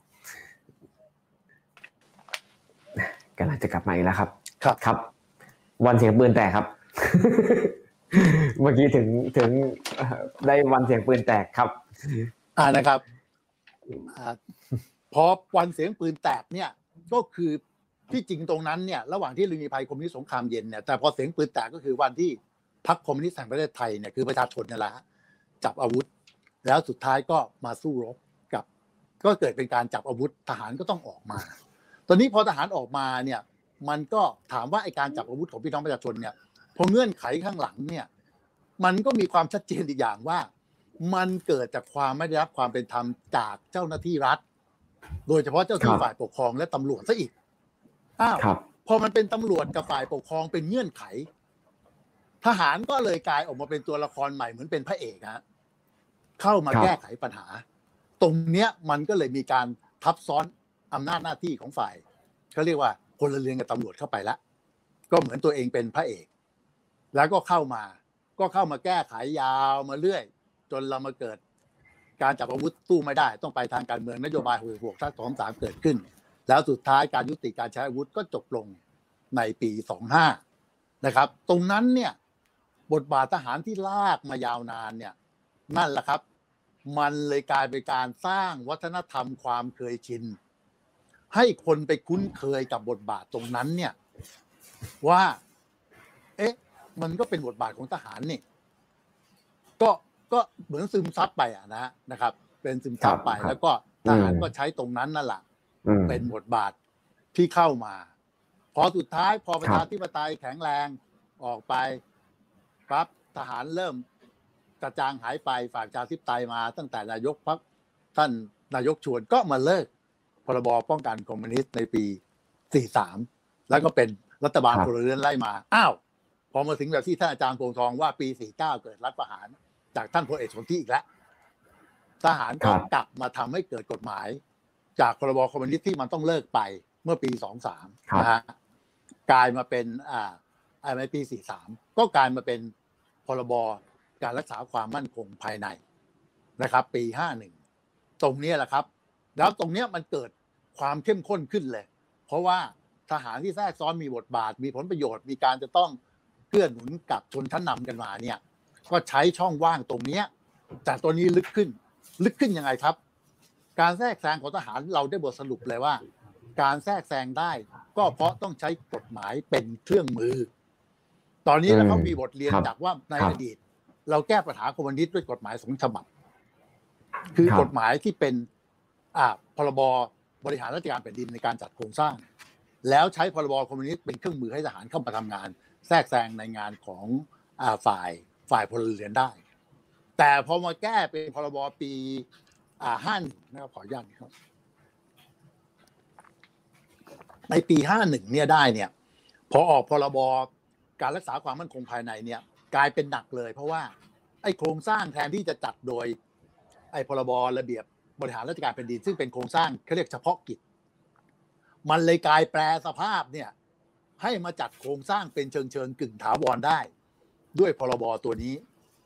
กำลังจะกลับมาอีกแล้วครับครับครับวันเสียงปืนแตกครับ เมื่อกี้ถึงถึงได้วันเสียงปืนแตกครับอ่านะครับอ่าพอวันเสียงปืนแตกเนี่ยก็คือที่จริงตรงนั้นเนี่ยระหว่างที่มีภัยคอมมิวนิสต์สงครามเย็นเนี่ยแต่พอเสียงปืนแตกก็คือวันที่พรรคคอมมิวนิสต์แห่งประเทศไทยเนี่ยคือประชาชนนี่แหละจับอาวุธแล้วสุดท้ายก็มาสู้รบกับก็เกิดเป็นการจับอาวุธทหารก็ต้องออกมาตอนนี้พอทหารออกมาเนี่ยมันก็ถามว่าไอ้การจับอาวุธของพี่น้องประชาชนเนี่ยพอเงื่อนไขข้างหลังเนี่ยมันก็มีความชัดเจนอีกอย่างว่ามันเกิดจากความไม่ได้รับความเป็นธรรมจากเจ้าหน้าที่รัฐโดยเฉพาะเจ้าที่ฝ่ายปกครองและตำรวจซะอีกอ้าวพอมันเป็นตำรวจกับฝ่ายปกครองเป็นเงื่อนไขทหารก็เลยกลายออกมาเป็นตัวละครใหม่เหมือนเป็นพระเอกฮะเข้ามาแก้ไขปัญหาตรงเนี้ยมันก็เลยมีการทับซ้อนอำนาจหน้าที่ของฝ่ายเขาเรียกว่าพลเรือนกับตำรวจเข้าไปแล้วก็เหมือนตัวเองเป็นพระเอกแล้วก็เข้ามาก็เข้ามาแก้ไขยาวมาเรื่อยจนเรามาเกิดการจับอาวุธสู้ไม่ได้ต้องไปทางการเมืองนโยบายหกหกทับสองสามเกิดขึ้นแล้วสุดท้ายการยุติการใช้อาวุธก็จบลงในปีสองห้านะครับตรงนั้นเนี่ยบทบาททหารที่ลากมายาวนานเนี่ยนั่นแหละครับมันเลยกลายเป็นการสร้างวัฒนธรรมความเคยชินให้คนไปคุ้นเคยกับบทบาทตรงนั้นเนี่ยว่าเอ๊ะมันก็เป็นบทบาทของทหารนี่ก็ก็เหมือนซึมซับไปอ่ะนะนะครับเป็นซึมซับไปแล้วก็ทหารก็ใช้ตรงนั้นนั่นแหละเป็นบทบาทที่เข้ามาพอสุดท้ายพอประชาธิปไตยแข็งแรงออกไปปั๊บทหารเริ่มกระจางหายไปฝ่ายประชาธิปไตยมาตั้งแต่นายกพรรคท่านนายกชวนก็มาเลิกพรบป้องกันคอมมิวนิสต์ในปีสี่สิบสามแล้วก็เป็นรัฐบาลพลเรือนไล่มาอ้าวพอมาถึงแบบที่ท่านอาจารย์โพงทองว่าปีสี่สิบเก้าเกิดรัฐประหารจากท่านพลเอกสนธิอีกแล้วทหารก็กลับมาทำให้เกิดกฎหมายจากพรบคอมมิวนิสต์ที่มันต้องเลิกไปเมื่อปีสองสิบสามนะฮะกลายมาเป็นอ่าในปีสี่สิบสามก็กลายมาเป็นพรบการรักษาความมั่นคงภายในนะครับปีห้าสิบเอ็ดตรงนี้แหละครับแล้วตรงนี้มันเกิดความเข้มข้นขึ้นเลยเพราะว่าทหารที่แทรกซ้อนมีบทบาทมีผลประโยชน์มีการจะต้องเกื้อหนุนกับชนชั้นนำกันมาเนี่ยก็ใช้ช่องว่างตรงนี้จากตัวนี้ลึกขึ้นลึกขึ้นยังไงครับการแทรกแซงของทหารเราได้บทสรุปเลยว่าการแทรกแซงได้ก็เพราะต้องใช้กฎหมายเป็นเครื่องมือตอนนี้เขามีบทเรียนจากว่าในอดีตเราแก้ปัญหาคอมมิวนิสต์ด้วยกฎหมายสองฉบับคือกฎหมายที่เป็นอ่าพรบบริหารราชการแผ่นดินในการจัดโครงสร้างแล้วใช้พรบคอมมิวนิสต์เป็นเครื่องมือให้ทหารเข้ามาทำงานแทรกแซงในงานของอ่าฝ่ายฝ่ายพลเรือนได้แต่พอมาแก้เป็นพรบปีอ่าห้าสิบเอ็ดนะครับขออนุญาตครับในปีห้าสิบเอ็ดเนี่ยได้เนี่ยพอออกพรบการรักษาความมั่นคงภายในเนี่ยกลายเป็นหนักเลยเพราะว่าไอ้โครงสร้างแทนที่จะจัดโดยไอ้พรบระเบียบบริหารราชการแผ่นดินซึ่งเป็นโครงสร้างเขาเรียกเฉพาะกิจมันเลยกลายแปลสภาพเนี่ยให้มาจัดโครงสร้างเป็นเชิงเชิงกึ่งถาวรได้ด้วยพรบตัวนี้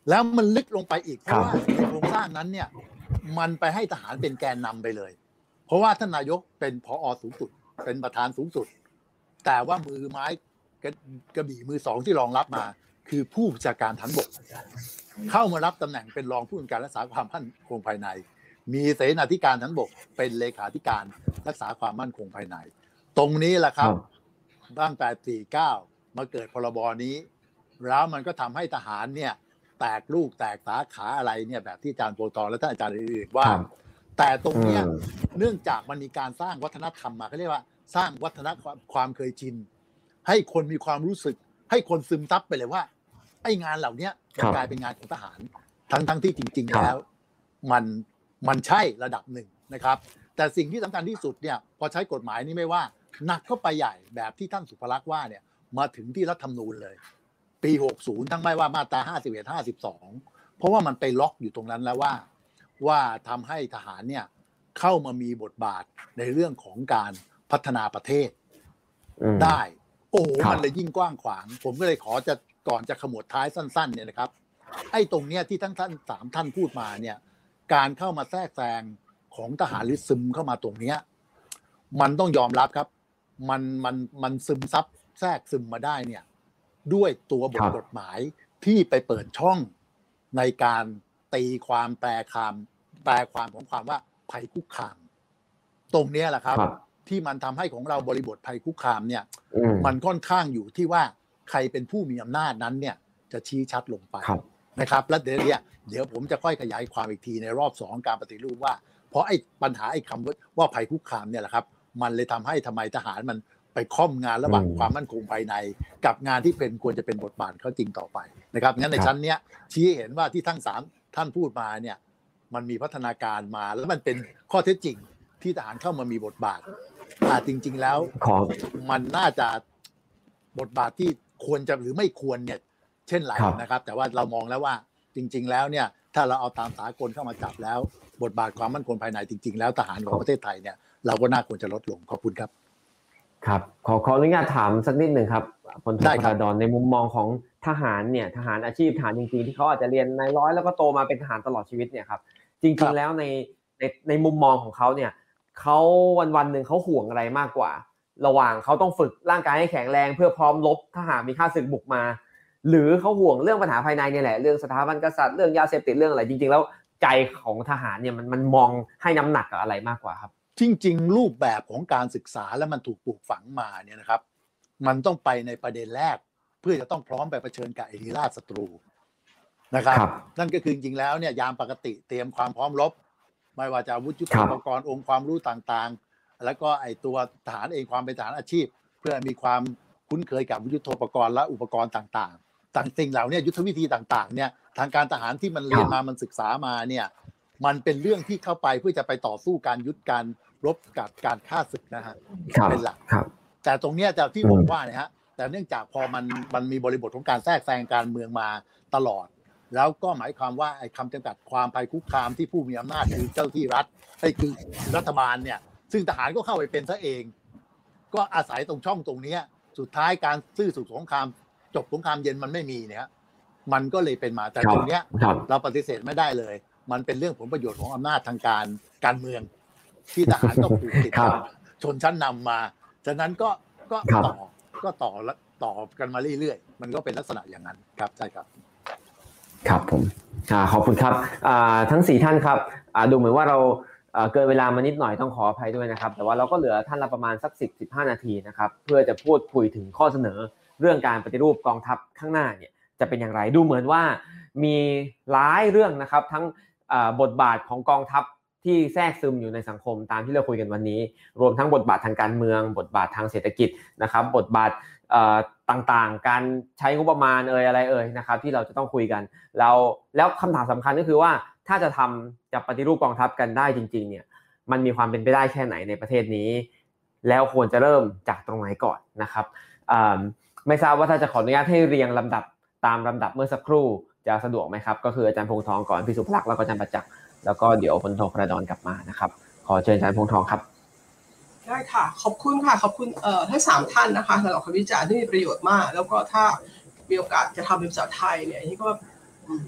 แล้วมันลึกลงไปอีกเพราะว่าในโครงสร้างนั้นเนี่ยมันไปให้ทหารเป็นแกนนำไปเลยเพราะว่าท่านนายกเป็นผอ.สูงสุดเป็นประธานสูงสุดแต่ว่ามือไม้กระบี่มือสองที่รองรับมาคือผู้บัญชาการฐานบกเข้ามารับตำแหน่งเป็นรองผู้บัญชาการรักษาความมั่นคงภายในมีเสนาธิการฐานบกเป็นเลขาธิการรักษาความมั่นคงภายในตรงนี้แหละครับตั้งแต่สี่สิบเก้ามาเกิดพรบนี้แล้วมันก็ทำให้ทหารเนี่ยแตกลูกแตกสาขาอะไรเนี่ยแบบที่อาจารย์โพธิ์ทองและท่านอาจารย์อื่นๆว่าแต่ตรงนี้เนื่องจากมันมีการสร้างวัฒนธรรมมาเขาเรียกว่าสร้างวัฒนธรรมความเคยชินให้คนมีความรู้สึกให้คนซึมซับไปเลยว่าไอ้งานเหล่านี้มันกลายเป็นงานของทหารทั้งทั้งที่จริงๆแล้วมันมันใช่ระดับหนึ่งนะครับแต่สิ่งที่สำคัญที่สุดเนี่ยพอใช้กฎหมายนี้ไม่ว่าหนักเข้าไปใหญ่แบบที่ท่านสุภลักษณ์ว่าเนี่ยมาถึงที่รัฐธรรมนูญเลยปีหกสิบทั้งไม่ว่ามาตราห้าสิบเอ็ด ห้าสิบสองเพราะว่ามันไปล็อกอยู่ตรงนั้นแล้วว่าว่าทำให้ทหารเนี่ยเข้ามามีบทบาทในเรื่องของการพัฒนาประเทศได้โอ้โหมันเลยยิ่งกว้างขวางผมก็เลยขอจะก่อนจะขมวดท้ายสั้นๆเนี่ยนะครับไอ้ตรงเนี้ยที่ทั้งท่านสามท่านพูดมาเนี่ยการเข้ามาแทรกแซงของทหารหรือซึมเข้ามาตรงเนี้ยมันต้องยอมรับครับมันมันมันซึมซับแทรกซึมมาได้เนี่ยด้วยตัวบทกฎหมายที่ไปเปิดช่องในการตีความแปลความแปลความของความว่าภัยคุกคามตรงนี้แหละครับที่มันทำให้ของเราบริบทภัยคุกคามเนี่ยมันค่อนข้างอยู่ที่ว่าใครเป็นผู้มีอำนาจนั้นเนี่ยจะชี้ชัดลงไปนะครับและเดี๋ยวเนี่ยเดี๋ยวผมจะค่อยขยายความอีกทีในรอบสองการปฏิรูปว่าเพราะไอ้ปัญหาไอ้คำว่าภัยคุกคามเนี่ยแหละครับมันเลยทำให้ทำไมทหารมันไปค่อมงานระหว่างความมั่นคงภายในกับงานที่เป็นควรจะเป็นบทบาทเขาจริงต่อไปนะครับงั้นในชั้นเนี้ยชี้เห็นว่าที่ทั้งสามท่านพูดมาเนี่ยมันมีพัฒนาการมาแล้วมันเป็นข้อเท็จจริงที่ทหารเข้ามามีบทบาทแต่จริงๆแล้วมันน่าจะบทบาทที่ควรจะหรือไม่ควรเนี่ยเช่นไรนะครับแต่ว่าเรามองแล้วว่าจริงๆแล้วเนี่ยถ้าเราเอาตามสากลเข้ามาจับแล้วบทบาทความมั่นคงภายในจริงๆแล้วทหารของประเทศไทยเนี่ยเราก็น่าควรจะลดลงขอบคุณครับครับขอขออนุญาตถามสักนิดหนึ่งครับพลโทธราดรในมุมมองของทหารเนี่ยทหารอาชีพทหารจริงๆที่เขาอาจจะเรียนนายร้อยแล้วก็โตมาเป็นทหารตลอดชีวิตเนี่ยครับจริงๆแล้วในในในมุมมองของเขาเนี่ยเขาวันๆหนึ่งเขาห่วงอะไรมากกว่าระหว่างเขาต้องฝึกร่างกายให้แข็งแรงเพื่อพร้อมรบถ้าหากมีข้าศึกบุกมาหรือเขาห่วงเรื่องปัญหาภายในเนี่ยแหละเรื่องสถาบันกษัตริย์เรื่องยาเสพติดเรื่องอะไรจริงๆแล้วใจของทหารเนี่ยมันมันมองให้น้ำหนักกับอะไรมากกว่าครับจริงๆรูปแบบของการศึกษาแล้วมันถูกปลูกฝังมาเนี่ยนะครับมันต้องไปในประเด็นแรกเพื่อจะต้องพร้อมไปเผชิญกับไอ้ลีลาศศัตรูนะครับนั่นก็คือจริงๆแล้วเนี่ยยามปกติเตรียมความพร้อมรบไม่ว่าจะอาวุธยุทโธปกรณ์องค์ความรู้ต่างๆแล้วก็ไอ้ตัวทหารเองความเป็นทหารอาชีพเพื่อมีความคุ้นเคยกับยุทโธปกรณ์และอุปกรณ์ต่างๆต่างสิ่งเหล่านี้ยุทธวิธีต่างๆเนี่ยทางการทหารที่มันเรียนมามันศึกษามาเนี่ยมันเป็นเรื่องที่เข้าไปเพื่อจะไปต่อสู้การยุทธการรบกับการฆ่าศึกนะฮะเป็นหลักแต่ตรงนี้จะที่ผมว่าเนี่ยฮะแต่เนื่องจากพอมันมันมีบริบทของการแทรกแซงการเมืองมาตลอดแล้วก็หมายความว่าไอ้คำจำกัดความภัยคุกคามที่ผู้มีอำนาจคือเจ้าที่รัฐไอ้คือรัฐบาลเนี่ยซึ่งทหารก็เข้าไปเป็นซะเองก็อาศัยตรงช่องตรงนี้สุดท้ายการสู้ศึกสงครามจบสงครามเย็นมันไม่มีเนี่ยมันก็เลยเป็นมาแต่ตรงเนี้ยเราปฏิเสธไม่ได้เลยมันเป็นเรื่องผลประโยชน์ของอำนาจทางการการเมืองที่ทหารก็ผูกติดกับชนชั้นนำมาฉะนั้นก็ก็ต่อก็ต่อต่อกันมาเรื่อยๆมันก็เป็นลักษณะอย่างนั้นครับใช่ครับครับผมขอบคุณครับทั้งสี่ท่านครับดูเหมือนว่าเราเกินเวลามานิดหน่อยต้องขออภัยด้วยนะครับแต่ว่าเราก็เหลือท่านละประมาณสัก สิบถึงสิบห้า นาทีนะครับเพื่อจะพูดคุยถึงข้อเสนอเรื่องการปฏิรูปกองทัพข้างหน้าเนี่ยจะเป็นอย่างไรดูเหมือนว่ามีหลายเรื่องนะครับทั้งบทบาทของกองทัพที่แทรกซึมอยู่ในสังคมตามที่เราคุยกันวันนี้รวมทั้งบทบาททางการเมืองบทบาททางเศรษฐกิจนะครับบทบาทต่างๆการใช้งบประมาณเอ่ยอะไรเอ่ยนะครับที่เราจะต้องคุยกันเราแล้วคำถามสำคัญก็คือว่าถ้าจะทำจะปฏิรูปกองทัพกันได้จริงๆเนี่ยมันมีความเป็นไปได้แค่ไหนในประเทศนี้แล้วควรจะเริ่มจากตรงไหนก่อนนะครับไม่ทราบว่าถ้าจะขออนุญาตให้เรียงลำดับตามลำดับเมื่อสักครู่จะสะดวกไหมครับก็คืออาจารย์พงษ์ทองก่อนพี่สุภลักษณ์แล้วก็อาจารย์ประจักษ์แล้วก็เดี๋ยวพลโทธราดรกลับมานะครับขอเชิญอาจารย์พงษ์ทองครับได้ค่ะขอบคุณค่ะขอบคุณเอ่อทั้งสามท่านนะคะสำหรับคำวิจารณ์ที่มีประโยชน์มากแล้วก็ถ้ามีโอกาสจะทำเป็นภาษาไทยเนี่ยนี่ก็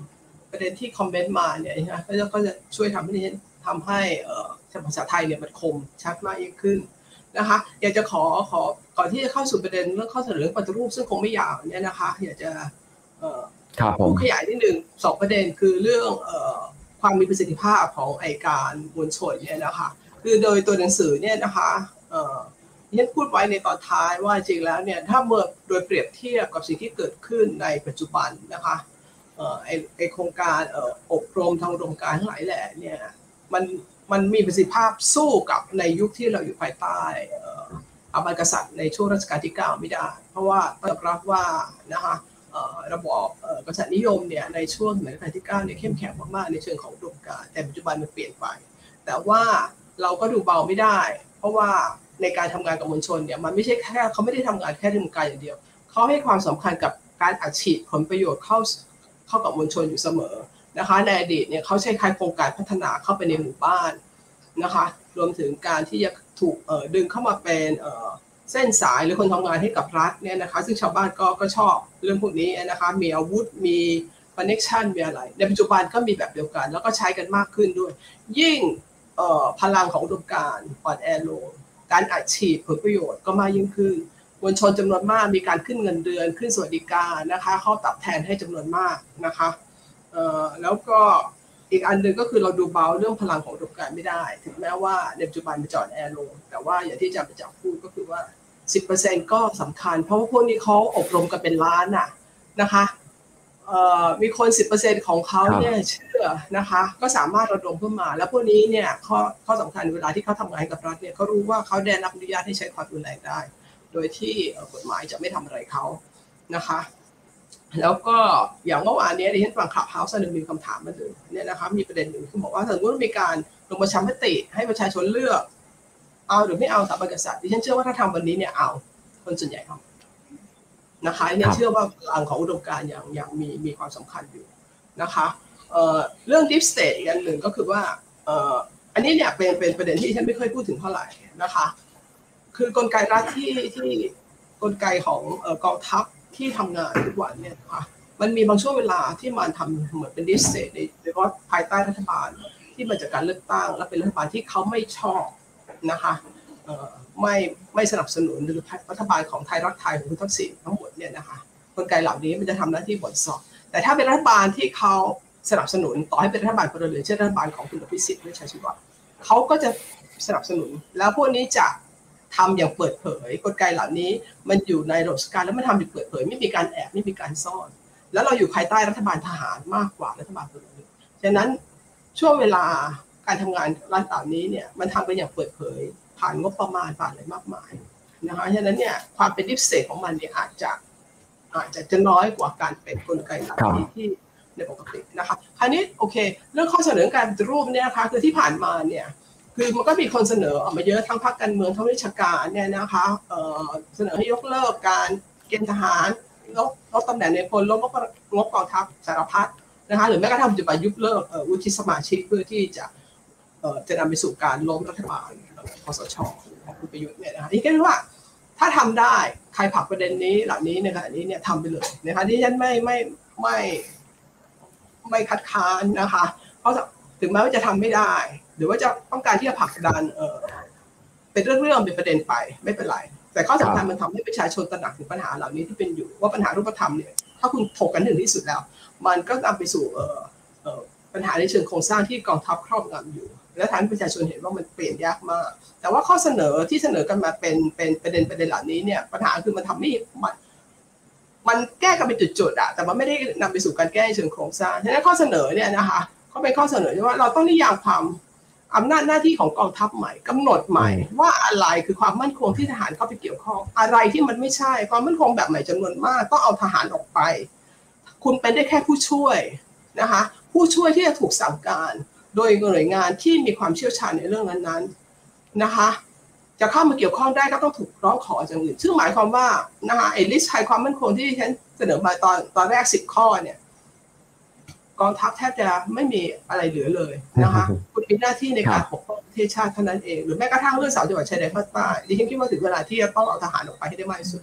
ประเด็นที่คอมเมนต์มาเนี่ยนะก็จะก็จะช่วยทำให้ทำให้ภาษาไทยเนี่ยมันคมชัดมากยิ่งขึ้นนะคะอยากจะขอขอก่อนที่จะเข้าสู่ประเด็นเรื่องข้อเสนอเรื่องปฏิรูปซึ่งคงไม่ยาวเนี่ยนะคะอยากจะพูดขยายนิดนึงสองประเด็นคือเรื่องความมีประสิทธิภาพของอัยการมวลชนเนี่ยนะคะคือโดยตัวหนังสือเนี่ยนะคะที่ฉันพูดไว้ในตอนท้ายว่าจริงแล้วเนี่ยถ้าเมื่อโดยเปรียบเทียบกับสิ่งที่เกิดขึ้นในปัจจุบันนะคะไอไอโครงการอบรมทางอุดมการณ์ทั้งหลายแหล่เนี่ยมันมันมีประสิทธิภาพสู้กับในยุคที่เราอยู่ภายใต้อำนาจกษัตริย์ในช่วงรัชกาลที่เก้าไม่ได้เพราะว่าต้องรับว่านะคะระบอบกษัตริย์นิยมเนี่ยในช่วงรัชกาลที่เก้าเนี่ยเข้มแข็งมากๆในเชิงของอุดมการณ์แต่ปัจจุบันมันเปลี่ยนไปแต่ว่าเราก็ดูเบาไม่ได้เพราะว่าในการทำงานกับมวลชนเนี่ยมันไม่ใช่แค่เขาไม่ได้ทำงานแค่ในวงการอย่างเดียวเขาให้ความสำคัญกับการอัดฉีดผลประโยชน์เข้าเข้ากับมวลชนอยู่เสมอนะคะในอดีตเนี่ยเขาใช้โครงการพัฒนาเข้าไปในหมู่บ้านนะคะรวมถึงการที่จะถูกดึงเข้ามาเป็นเส้นสายหรือคนทำงานให้กับรัฐเนี่ยนะคะซึ่งชาวบ้านก็ก็ชอบเรื่องพวกนี้นะคะมีอาวุธมีคอนเนคชั่นมีอะไรในปัจจุบันก็มีแบบเดียวกันแล้วก็ใช้กันมากขึ้นด้วยยิ่งพลังของอุดมการณ์อ่อนแอลงการอัดฉีดผลประโยชน์ก็มากยิ่งขึ้นมวลชนจำนวนมากมีการขึ้นเงินเดือนขึ้นสวัสดิการนะคะเข้าตอบแทนให้จำนวนมากนะคะแล้วก็อีกอันหนึ่งก็คือเราดูเบาเรื่องพลังของอุดมการณ์ไม่ได้ถึงแม้ว่าในปัจจุบันมันจอดแอร์ลงแต่ว่าอย่างที่อาจารย์ประจักษ์พูดก็คือว่า สิบเปอร์เซ็นต์ ก็สำคัญเพราะว่าพวกนี้เขาอบรมกันเป็นล้านน่ะนะคะมีคน สิบเปอร์เซ็นต์ ของเขาเนี่ยเชื่อนะคะก็สามารถระดมขึ้นมาแล้วพวกนี้เนี่ยข้อข้อสำคัญเวลาที่เขาทำงานกับรัฐเนี่ยเขารู้ว่าเขาได้รับอนุญาตให้ใช้ความรุนแรงได้โดยที่กฎหมายจะไม่ทำอะไรเขานะคะแล้วก็อย่างเมื่อวานนี้ดิฉันฟังข่าวเฮาส์นึงมีคำถามมาถึงเนี่ยนะคะมีประเด็นหนึ่งคือบอกว่าถ้าสมมติมีการลงประชามติให้ประชาชนเลือกเอาหรือไม่เอาสถาบันกษัตริย์ดิฉันเชื่อว่าถ้าทำวันนี้เนี่ยเอาคนส่วนใหญ่ทำนะคะเนี่ยเชื่อว่าพลังของอุดมการณ์อย่างอย่างมีมีความสำคัญอยู่นะคะเอ่อเรื่อง Deep State อย่างหนึ่งก็คือว่าเอ่ออันนี้เนี่ยเป็นเป็นประเด็นที่ฉันไม่เคยพูดถึงเท่าไหร่นะคะคือกลไกรัฐที่ที่กลไกของกองทัพที่ทำงานทุกวันเนี่ยค่ะมันมีบางช่วงเวลาที่มันทำเหมือนเป็นดิสเซตในโดยเฉพาะภายใต้รัฐบาลที่มาจากการเลือกตั้งและเป็นรัฐบาลที่เขาไม่ชอบนะคะไม่ไม่สนับสนุนหรือรัฐบาลของไทยรักไทยของคุณทักษิณทั้งหมดเนี่ยนะคะกลไกเหล่านี้มันจะทำหน้าที่บทสอบแต่ถ้าเป็นรัฐบาลที่เขาสนับสนุนต่อให้เป็นรัฐบาลพลเรือนเช่นรัฐบาลของคุณอภิสิทธิ์เวชชาชีวะเขาก็จะสนับสนุนแล้วพวกนี้จะทำอย่างเปิดเผยกลไกเหล่านี้มันอยู่ในระบบการแล้วมันทำอย่างเปิดเผยไม่มีการแอบไม่มีการซ่อนแล้วเราอยู่ภายใต้รัฐบาลทหารมากกว่ารัฐบาลพลเรือนฉะนั้นช่วงเวลาการทำงานรัฐเหล่านี้เนี่ยมันทำกันอย่างเปิดเผยผ่านงบประมาณผ่านอะไรมากมายนะคะฉะนั้นเนี่ยความเป็นดิฟเซตของมันเนี่ยอาจจะอาจจะจะน้อยกว่าการเป็นกลไกเหล่านี้ที่ในปกตินะคะคราวนี้โอเคเรื่องข้อเสนอการปฏิรูปเนี่ยนะคะคือที่ผ่านมาเนี่ยคือมันก็มีคนเสนอออกมาเยอะทั้งพรรคการเมืองทั้งวิชาการเนี่ยนะคะเอ่อเสนอให้ยกเลิกการเกณฑ์ทหารลดลดตำแหน่งในพลลดงบกองทัพสารพัดนะคะหรือแม้กระทั่งปัจจุบันยุบเลิกวุฒิสมาชิกเพื่อที่จะเอ่อจะนำไปสู่การล้มรัฐบาลคสช.ของคุณประยุทธ์เนี่ยนะคะนี่ก็คือว่าถ้าทำได้ใครผลักประเด็นนี้เหล่านี้ในขณะนี้เนี่ยทำไปเลยนะคะที่ฉันไม่ไม่ไม่ไม่คัดค้านนะคะเพราะถึงแม้ว่าจะทำไม่ได้หรือว่าจะต้องการที่จะผลักดันเออเป็นเรื่องๆเป็นประเด็นไปไม่เป็นไรแต่ข้อสำคัญมันทำให้ประชาชนตระหนักถึงปัญหาเหล่านี้ที่เป็นอยู่ว่าปัญหารูปธรรมเนี่ยถ้าคุณถกกันถึงที่สุดแล้วมันก็นำไปสู่เออเออปัญหาในเชิงโครงสร้างที่กองทัพครอบงำอยู่และทำให้ประชาชนเห็นว่ามันเปลี่ยนยากมากแต่ว่าข้อเสนอที่เสนอกันมาเป็นเป็นประเด็นประเด็นเหล่านี้เนี่ยปัญหาคือมันทำให้มันมันแก้กันเป็นจุดๆอะแต่มันไม่ได้นำไปสู่การแก้เชิงโครงสร้างฉะนั้นข้อเสนอเนี่ยนะคะก็เป็นข้อเสนอที่ว่าเราต้องนิยามความอำนาจหน้าที่ของกองทัพใหม่กำหนดใหม่ว่าอะไรคือความมั่นคงที่ทหารเข้าไปเกี่ยวข้องอะไรที่มันไม่ใช่ความมั่นคงแบบใหม่จำนวนมากต้องเอาทหารออกไปคุณเป็นได้แค่ผู้ช่วยนะคะผู้ช่วยที่จะถูกสั่งการโดยหน่วยงานที่มีความเชี่ยวชาญในเรื่องนั้นๆนะคะจะเข้ามาเกี่ยวข้องได้ก็ต้องถูกร้องขอจากอื่นซึ่งหมายความว่านะคะไอ้ลิสต์ภัยความมั่นคงที่ฉันเสนอมาตอนตอนแรกสิบข้อเนี่ยกองทัพแทบจะไม่มีอะไรเหลือเลยนะคะคุณมีหน้าที่ในการปกป้องประเทศชาติเท่านั้นเองหรือแม้กระทั่งเรื่องสามจังหวัดชายแดนภาคใต้ดิฉันคิดว่าถึงเวลาที่จะต้องเอาทหารออกไปให้ได้มากที่สุด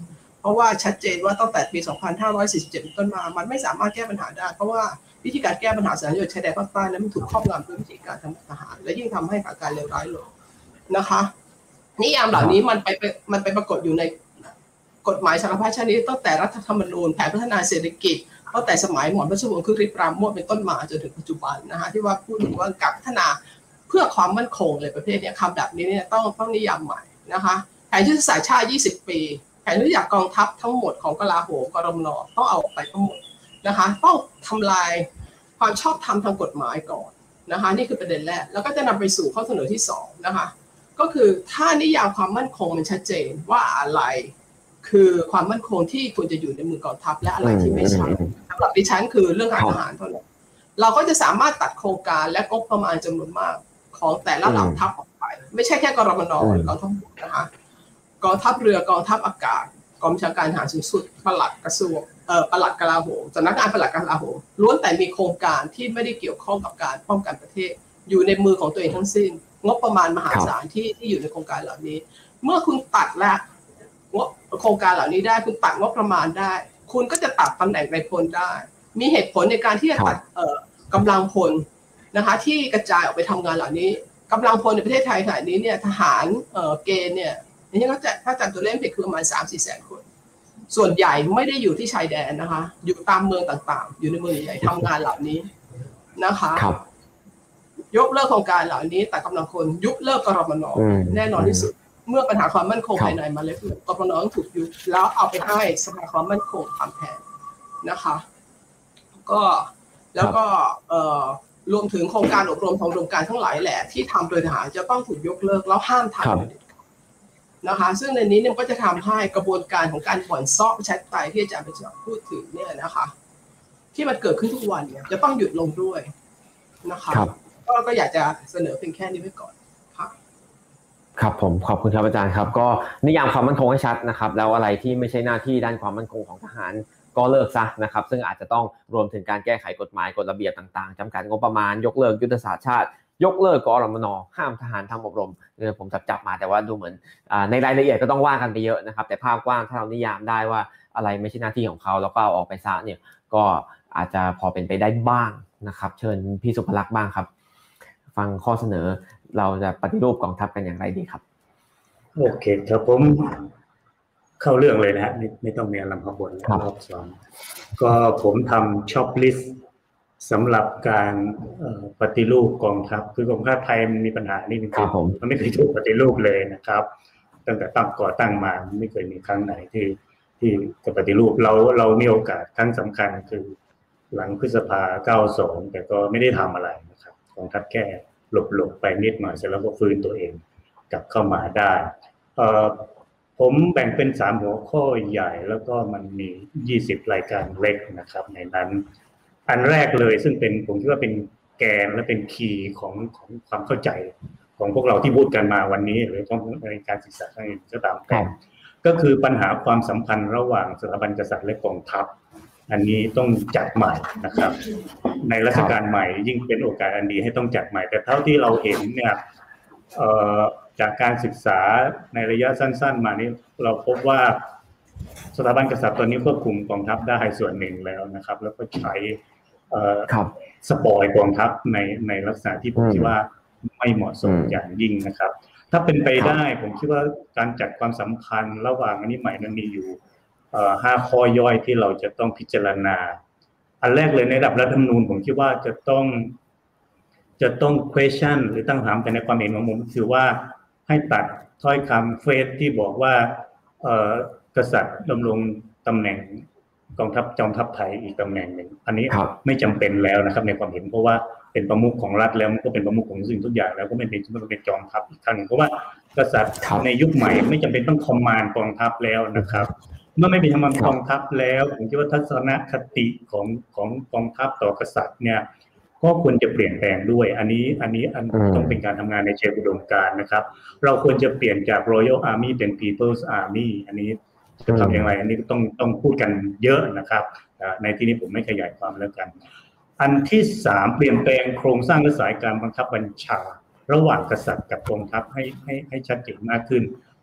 เพราะว่าชัดเจนว่าตั้งแต่ปี สองพันห้าร้อยสี่สิบเจ็ด ต้นมามันไม่สามารถแก้ปัญหาได้เพราะว่าวิธีการแก้ปัญหาสถานการณ์ชายแดนภาคใต้นั้นมันถูกครอบงำด้วยวิธีการทางทหารและยิ่งทำให้สถานการณ์เลวร้ายลงนะคะนิยามเหล่านี้มันไปมันไปปรากฏอยู่ในกฎหมายสหประชาชาติตั้งแต่รัฐธรรมนูญแผนพัฒนาเศรษฐกิจตั้งแต่สมัยหม่อมราชวงศ์คึกฤทธิ์ปราโมชเป็นต้นมาจนถึงปัจจุบันนะคะที่ว่าพูดถึงว่าการพัฒนาเพื่อความมั่นคงเลยประเภทนี้คำแบบนี้เนี่ยต้องต้องนิยามใหม่นะคะแผนยุทธศาสตร์ชาติยี่สิบปีแผนยุทธศาสตร์กองทัพทั้งหมดของกลาโหมกรมนต้องเอาออกไปทั้งหมดนะคะต้องทำลายความชอบธรรมทางกฎหมายก่อนนะคะนี่คือประเด็นแรกแล้วก็จะนำไปสู่ข้อเสนอที่สองนะคะก็คือถ้านิยามความมั่นคงมันชัดเจนว่าอะไรคือความมั่นคงที่ควรจะอยู่ในมือกองทัพและอะไรที่ไม่ใช่สำหรับดิฉันคือเรื่องการทหารเท่านั้นเราก็จะสามารถตัดโครงการและงบประมาณจำนวนมากของแต่ละเหล่าทัพออกไปไม่ใช่แค่กรมนกองทัพบกนะคะกองทัพเรือกองทัพอากาศกองบัญชาการทหารสูงสุดปลัดกระทรวงเอ่อปลัดกลาโหมสำนักงานปลัดกลาโหมล้วนแต่มีโครงการที่ไม่ได้เกี่ยวข้องกับการป้องกันประเทศอยู่ในมือของตัวเองทั้งสิ้นงบประมาณมหาศาลที่ที่อยู่ในโครงการเหล่านี้เมื่อคุณตัดและงบโครงการเหล่านี้ได้คุณตัดงบประมาณได้คุณก็จะตัดตำแหน่งนายพลได้มีเหตุผลในการที่จะตัดเอ่อกำลังพลนะคะที่กระจายออกไปทำงานเหล่านี้กำลังพลในประเทศไทยขณะนี้เนี่ยทหารเอ่อเกณฑ์เนี่ยนี่ก็จะถ้าจำตัวเลขผิดคือประมาณ สามถึงสี่ แสนคนส่วนใหญ่ไม่ได้อยู่ที่ชายแดนนะคะอยู่ตามเมืองต่างๆอยู่ในเมืองใหญ่ทำงานเหล่านี้นะคะยกเลิกโครงการเหล่านี้แต่กำลังคนยุบเลิกกรมนแน่นอนที่สุดเมื่อปัญหาความมั่นคงภายในมาเล็กกรมนต้องถูกยุบแล้วเอาไปให้สภาความมั่นคงทำแทนนะคะก็แล้วก็รวมถึงโครงการอบรมของโครงการทั้งหลายแหละที่ทำโดยทหารจะต้องถูกยกเลิกแล้วห้ามทำนะคะซึ่งในนี้เนี่ยก็จะทำให้กระบวนการของการบ่อนซ่อประชาธิปไตยที่อาจารย์เป็นพูดถึงเนี่ยนะคะที่มันเกิดขึ้นทุกวันเนี่ยจะต้องหยุดลงด้วยนะคะก็ก็อยากจะเสนอเพียงแค่นี้ไว้ก่อนครับครับผมขอบคุณครับอาจารย์ครับก็นิยามความมั่นคงให้ชัดนะครับแล้วอะไรที่ไม่ใช่หน้าที่ด้านความมั่นคงของทหารก็เลิกซะนะครับซึ่งอาจจะต้องรวมถึงการแก้ไขกฎหมายกฎระเบียบต่างๆจำกัดงบประมาณยกเลิกยุทธศาสตร์ชาติยกเลิกกรมนห้ามทหารทำอบรมเนี่ยผมจับๆมาแต่ว่าดูเหมือนในรายละเอียดก็ต้องว่ากันไปเยอะนะครับแต่ภาพกว้างถ้าเรานิยามได้ว่าอะไรไม่ใช่หน้าที่ของเขาแล้วก็เอาออกไปซะเนี่ยก็อาจจะพอเป็นไปได้บ้างนะครับเชิญพี่สุภลักษณ์บ้างครับฟังข้อเสนอเราจะปฏิรูปกองทัพกันอย่างไรดีครับโอเคครับผมเข้าเรื่องเลยนะฮะไม่ไม่ต้องมีอารมณ์ขบวนรอบสองก็ผมทำช็อปลิสต์สำหรับการปฏิรูปกองทัพคือกองทัพไทยมันมีปัญหานี่คือมันไม่เคยถูกปฏิรูปเลยนะครับตั้งแต่ตั้งก่อตั้งมาไม่เคยมีครั้งไหนที่ที่จะปฏิรูปเราเรามีโอกาสครั้งสำคัญคือหลังพฤษภาเก้าสองแต่ก็ไม่ได้ทำอะไรนะครับกองทัพแค่หลบหลบไปนิดหน่อยเสร็จแล้วก็ฟื้นตัวเองกลับเข้ามาได้ผมแบ่งเป็นสามหัวข้อใหญ่แล้วก็มันมียี่สิบรายการเล็กนะครับในนั้นอันแรกเลยซึ่งเป็นผมคิดว่าเป็นแกนและเป็นคีย์ของของความเข้าใจของพวกเราที่พูดกันมาวันนี้หรือของในการศึกษาครั้งนี้ก็ตามแต่ก็คือปัญหาความสัมพันธ์ระหว่างสถาบันกษัตริย์และกองทัพอันนี้ต้องจัดใหม่นะครับในรัชกาลใหม่ยิ่งเป็นโอกาสอันดีให้ต้องจัดใหม่แต่เท่าที่เราเห็นเนี่ยจากการศึกษาในระยะสั้นๆมานี้เราพบว่าสถาบันกษัตริย์ตอนนี้ควบคุมกองทัพได้ส่วนหนึ่งแล้วนะครับแล้วก็ใช้สปอยกองทัพในในลักษณะที่ผมคิดว่าไม่เหมาะสมอย่างยิ่งนะครับถ้าเป็นไปได้ผมคิดว่าการจัดความสัมพันธ์ระหว่างอันนี้ใหม่มันมีอยู่ห้าข้อย่อยที่เราจะต้องพิจารณาอันแรกเลยในระดับรัฐธรรมนูญผมคิดว่าจะต้องจะต้อง question หรือตั้งคำถามแต่ในความเห็นของผมคือว่าให้ตัดถ้อยคำเฟซที่บอกว่ากษัตริย์ดำรงตำแหน่งกองทัพจอมทัพไทยอีกตำแหน่งหนึ่งอันนี้ไม่จำเป็นแล้วนะครับในความเห็นเพราะว่าเป็นประมุขของรัฐแล้วมันก็เป็นประมุขของสิ่งทุกอย่างแล้วก็ไม่เป็นไม่ต้องเป็นจอมทัพอีกครั้งหนึ่งเพราะว่ากษัตริย์ในยุคใหม่ไม่จำเป็นต้องคอมมานด์กองทัพแล้วนะครับเมื่อไม่เป็นคอมมานด์กองทัพแล้วผมคิดว่าทัศนคติของของกองทัพต่อกษัตริย์เนี่ยก็ควรจะเปลี่ยนแปลงด้วยอันนี้อันนี้อันต้องเป็นการทำงานในเชิงอุดมการณ์นะครับเราควรจะเปลี่ยนจาก Royal Army เป็น People's Army อันนี้จะทำอย่างไรอันนี้ต้องต้องพูดกันเยอะนะครับในที่นี้ผมไม่ขยายความแล้วกันอันที่สามเปลี่ยนแปลงโครงสร้างและสายการบังคับบัญชาระหว่างกษัตริย์กับกองทัพให้ให้ให้ชัดเจนมากขึ้น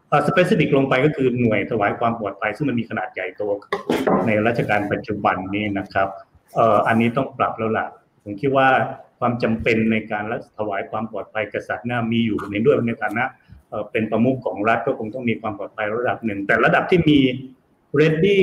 เอ่อสเปซิฟิกลงไปก็คือหน่วยถวายความปลอดภัยซึ่งมันมีขนาดใหญ่โตในรัชกาลปัจจุบันนี้นะครับเอ่ออันนี้ต้องปรับแล้วล่ะผมคิดว่าความจำเป็นในการถวายความปลอดภัยกษัตริย์น่ามีอยู่ในด้วยในฐานะเอ่อเป็นประมุขของรัฐก็คงต้องมีความปลอดภัยระดับหนึ่งแต่ระดับที่มี ready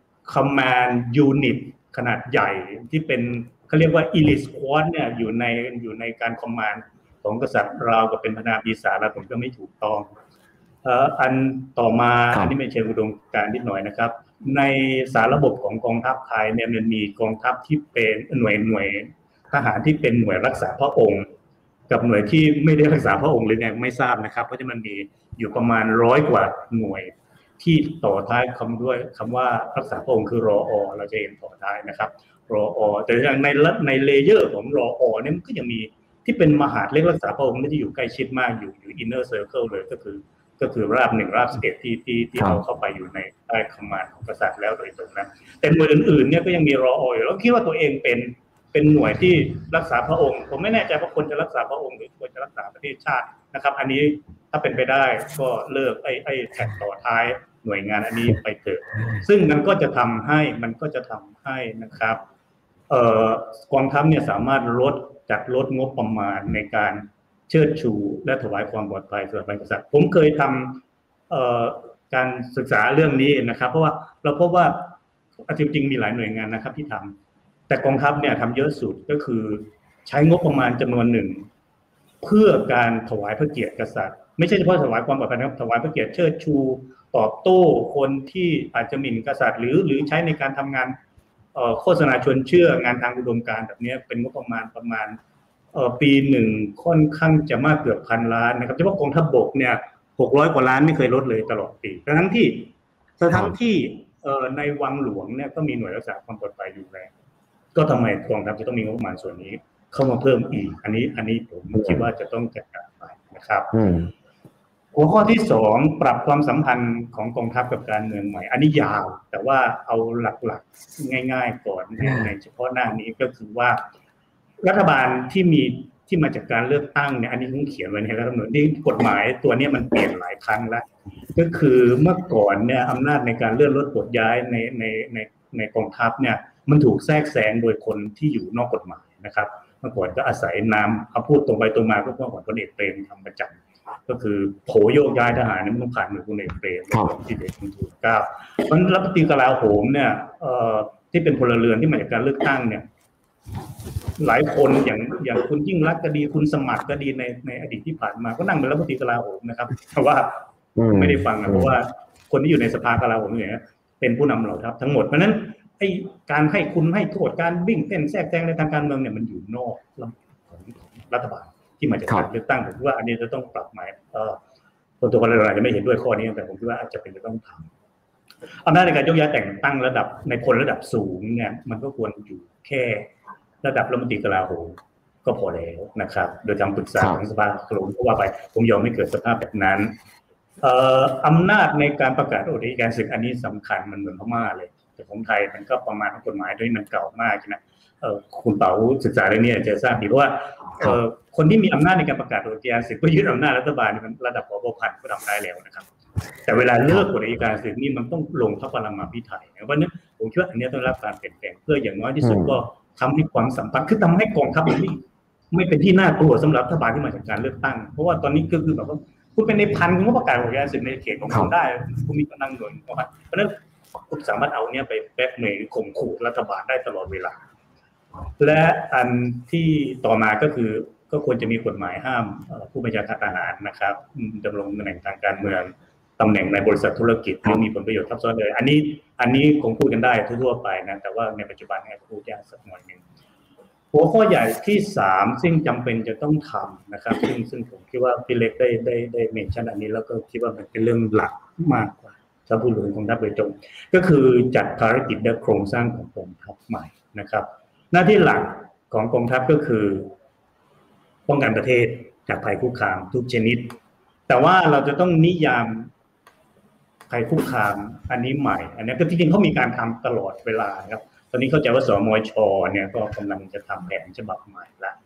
command unit ขนาดใหญ่ที่เป็นเขาเรียกว่า elite squad เนี่ยอยู่ในอยู่ในการ command ของกษัตริย์ราวกับเป็นพนาปีศาจแล้วผมก็ไม่ถูกต้องเอ่ออันต่อมาอันนี้ไม่เชิงอุดมการณ์นิดหน่อยนะครับในสารระบบของกองทัพไทยเนี่ยมันมีกองทัพที่เป็นหน่วยหน่วยทหารที่เป็นหน่วยรักษาพระองค์กับหน่วยที่ไม่ได้รักษาพระองค์หรือไงไม่ทราบนะครับเพราะฉะนั้นมันมีอยู่ประมาณร้อยกว่าหน่วยที่ต่อท้ายคำด้วยคำว่ารักษาพระองค์คือรออเราจะเห็นต่อท้ายนะครับรออแต่อย่างในในเลเยอร์ของรออเนี่ยมันก็ยังมีที่เป็นมหาดเล็กรักษาพระองค์ที่อยู่ใกล้ชิดมากอยู่อยู่อินเนอร์เซอร์เคิลเลยก็คือก็คือราบหนึ่งราบสิบเอ็ดที่ที่ที่เอาเข้าไปอยู่ในใต้คอมมานด์ของกษัตริย์แล้วโดยตรงนั้นแต่หน่วยอื่นๆเนี่ยก็ยังมีรอออยู่แล้วคิดว่าตัวเองเป็นเป็นหน่วยที่รักษาพระองค์ผมไม่แน่ใจว่าคนจะรักษาพระองค์หรือควรจะรักษาประเทศชาตินะครับอันนี้ถ้าเป็นไปได้ก็เลิกไอ้ไอ้แท็กต่อท้ายหน่วยงานอันนี้ไปเถอะซึ่งมันก็จะทำให้มันก็จะทำให้นะครับเอ่อกองทัพเนี่ยสามารถลดจัดลดงบประมาณในการเชิดชูและถวายความปลอดภัยสำหรับกษัตริย์ผมเคยทำเอ่อการศึกษาเรื่องนี้นะครับเพราะว่าเราพบว่าจริงๆมีหลายหน่วยงานนะครับที่ทำแต่กองทัพเนี่ยทำเยอะสุดก็คือใช้งบประมาณจำนวนหนึ่งเพื่อการถวายพระเกียรติกษัตริย์ไม่ใช่เฉพาะถวายความปลอดภัยนะครับถวายพระเกียรติเชิดชูตอบโต้คนที่อาจจะหมิ่นกษัตริย์หรือหรือใช้ในการทำงานโฆษณาชวนเชื่องานทางอุดมการณ์แบบนี้เป็นงบประมาณประมาณปีหนึ่งค่อนข้างจะมากเกือบพันล้านนะครับเฉพาะกองทัพบกเนี่ยหกร้อยกว่าล้านไม่เคยลดเลยตลอดปีทั้งที่ทั้งที่ในวังหลวงเนี่ยก็มีหน่วยรักษาความปลอดภัยอยู่แล้วก็ทำไมกองทัพจะต้องมีงบประมาณส่วนนี้เข้ามาเพิ่มอีกอันนี้อันนี้ผมคิดว่าจะต้องจัดการไปนะครับหัวข้อที่สองปรับความสัมพันธ์ของกองทัพกับการเมืองใหม่อันนี้ยาวแต่ว่าเอาหลักๆง่ายๆก่อนในเฉพาะหน้านี้ก็คือว่ารัฐบาลที่มีที่มาจากการเลือกตั้งเนี่ยอันนี้ต้องเขียนไว้ในรัฐธรรมนูญที่กฎหมายตัวนี้มันเปลี่ยนหลายครั้งแล้วก็คือเมื่อก่อนเนี่ยอำนาจในการเลื่อนลดปลดย้ายในในในในกองทัพเนี่ยมันถูกแทรกแซงโดยคนที่อยู่นอกกฎหมายนะครับเมื่อก่อนก็อาศัยนามเขาพูดตรงไปตรงมาก็เมื่อก่อนพลเอกเปรมทำประจำก็คือโผโยกย้ายทหารนี่มันต้องผ่านมือพลเอกเปรมที่เด็กคุณถูกเก้าเพราะรัฐมนตรีกลาโหมเนี่ยที่เป็นพลเรือนที่มาจากการเลือกตั้งเนี่ยหลายคนอย่างอย่างคุณยิ่งรักก็ดีคุณสมัครก็ดีในในอดีตที่ผ่านมาก็นั่งเป็นรัฐมนตรีกลาโหมนะครับแต่ว่าไม่ได้ฟังนะเพราะว่าคนที่อยู่ในสภากลาโหมเนี่ยเป็นผู้นำเหล่าทัพทั้งหมดเพราะนั้นไอ้การให้คุณให้โทษการวิ่งเต้นแทรกแซงในทางการเมืองเนี่ยมันอยู่นอกของรัฐบาลที่มาจากการเลือกตั้งผมว่าอันนี้จะต้องปรับใหม่เอ่อคนตัวคนละอาจจะไม่เห็นด้วยข้อนี้แต่ผมคิดว่าอาจจะเป็นจะต้องทำอำนาจในการยกย้ายแต่งตั้งระดับในพลระดับสูงเนี่ยมันก็ควรอยู่แค่ระดับรัฐมนตรีกลาโหมก็พอแล้วนะครับโดยคำปรึกษาของสภาโครงก็ว่าไปผมยอมไม่เกิดสภาพแบบนั้นเอ่ออำนาจในการประกาศกฎอัยการศึกอันนี้สำคัญมันเหมือนพม่าเลยแต่ของไทยมันก็ประมาณกฎหมายด้วยมันเก่ามากนะเอ่อคุณเป๋าศึกษาเรื่องนี้จะทราบดีเพราะว่าเอ่อคนที่มีอำนาจในการประกาศกฎอัยการศึกก็ยึดอำนาจรัฐบาลมันระดับผบ.พันก็ทำได้แล้วนะครับแต่เวลาเลิกกฎอัยการศึกนี่มันต้องลงพระปรมาภิไธยเพราะฉะนั้นผมคิดว่าอันนี้ต้องรับการเปลี่ยนแปลงเพื่ออย่างน้อยที่สุดก็ทำให้ความสัมพันธ์คือทำให้กองทัพมันไม่ไม่เป็นที่น่ากลัวสำหรับรัฐบาลที่มาจากการเลือกตั้งเพราะว่าตอนนี้ก็คือแบบว่าคุณเป็นในพันคุณก็ประกาศกฎอัยการศึกในเขตของคุณได้คุณมีกำลังหน่วยเพราะฉะนั้นคุณสามารถเอาเนี่ยไปแบล็คเมย์ข่มขู่รัฐบาลได้ตลอดเวลาและอันที่ต่อมาก็คือก็ควรจะมีกฎหมายห้ามผู้บัญชาการทหารนะครับดำรงตำแหน่งทางการเมืองตำแหน่งในบริษัทธุรกิจที่มีผลประโยชน์ทับซ้อนเลยอันนี้อันนี้คงพูดกันได้ทั่วๆไปนะแต่ว่าในปัจจุบันให้พูดยากสักหน่อยนึงหัวข้อใหญ่ที่สามซึ่งจำเป็นจะต้องทำนะครับซึ่งซึ่งผมคิดว่าพี่เล็กได้ได้ได้เมนชั่นอันนี้แล้วก็คิดว่ามันเป็นเรื่องหลักมากกว่าถ้าผู้บริหารของทัพโดยตรงก็คือจัดภารกิจและโครงสร้างของกองทัพใหม่นะครับหน้าที่หลักของกองทัพก็คือป้องกันประเทศจากภัยคุกคามทุกชนิดแต่ว่าเราจะต้องนิยามภัยคุกคามอันนี้ใหม่อันนี้ก็จริงๆเขามีการทำตลอดเวลาครับตอนนี้เข้าใจว่าสมช.เนี่ยก็กำลังจะทำแผนฉบับใหม่ละ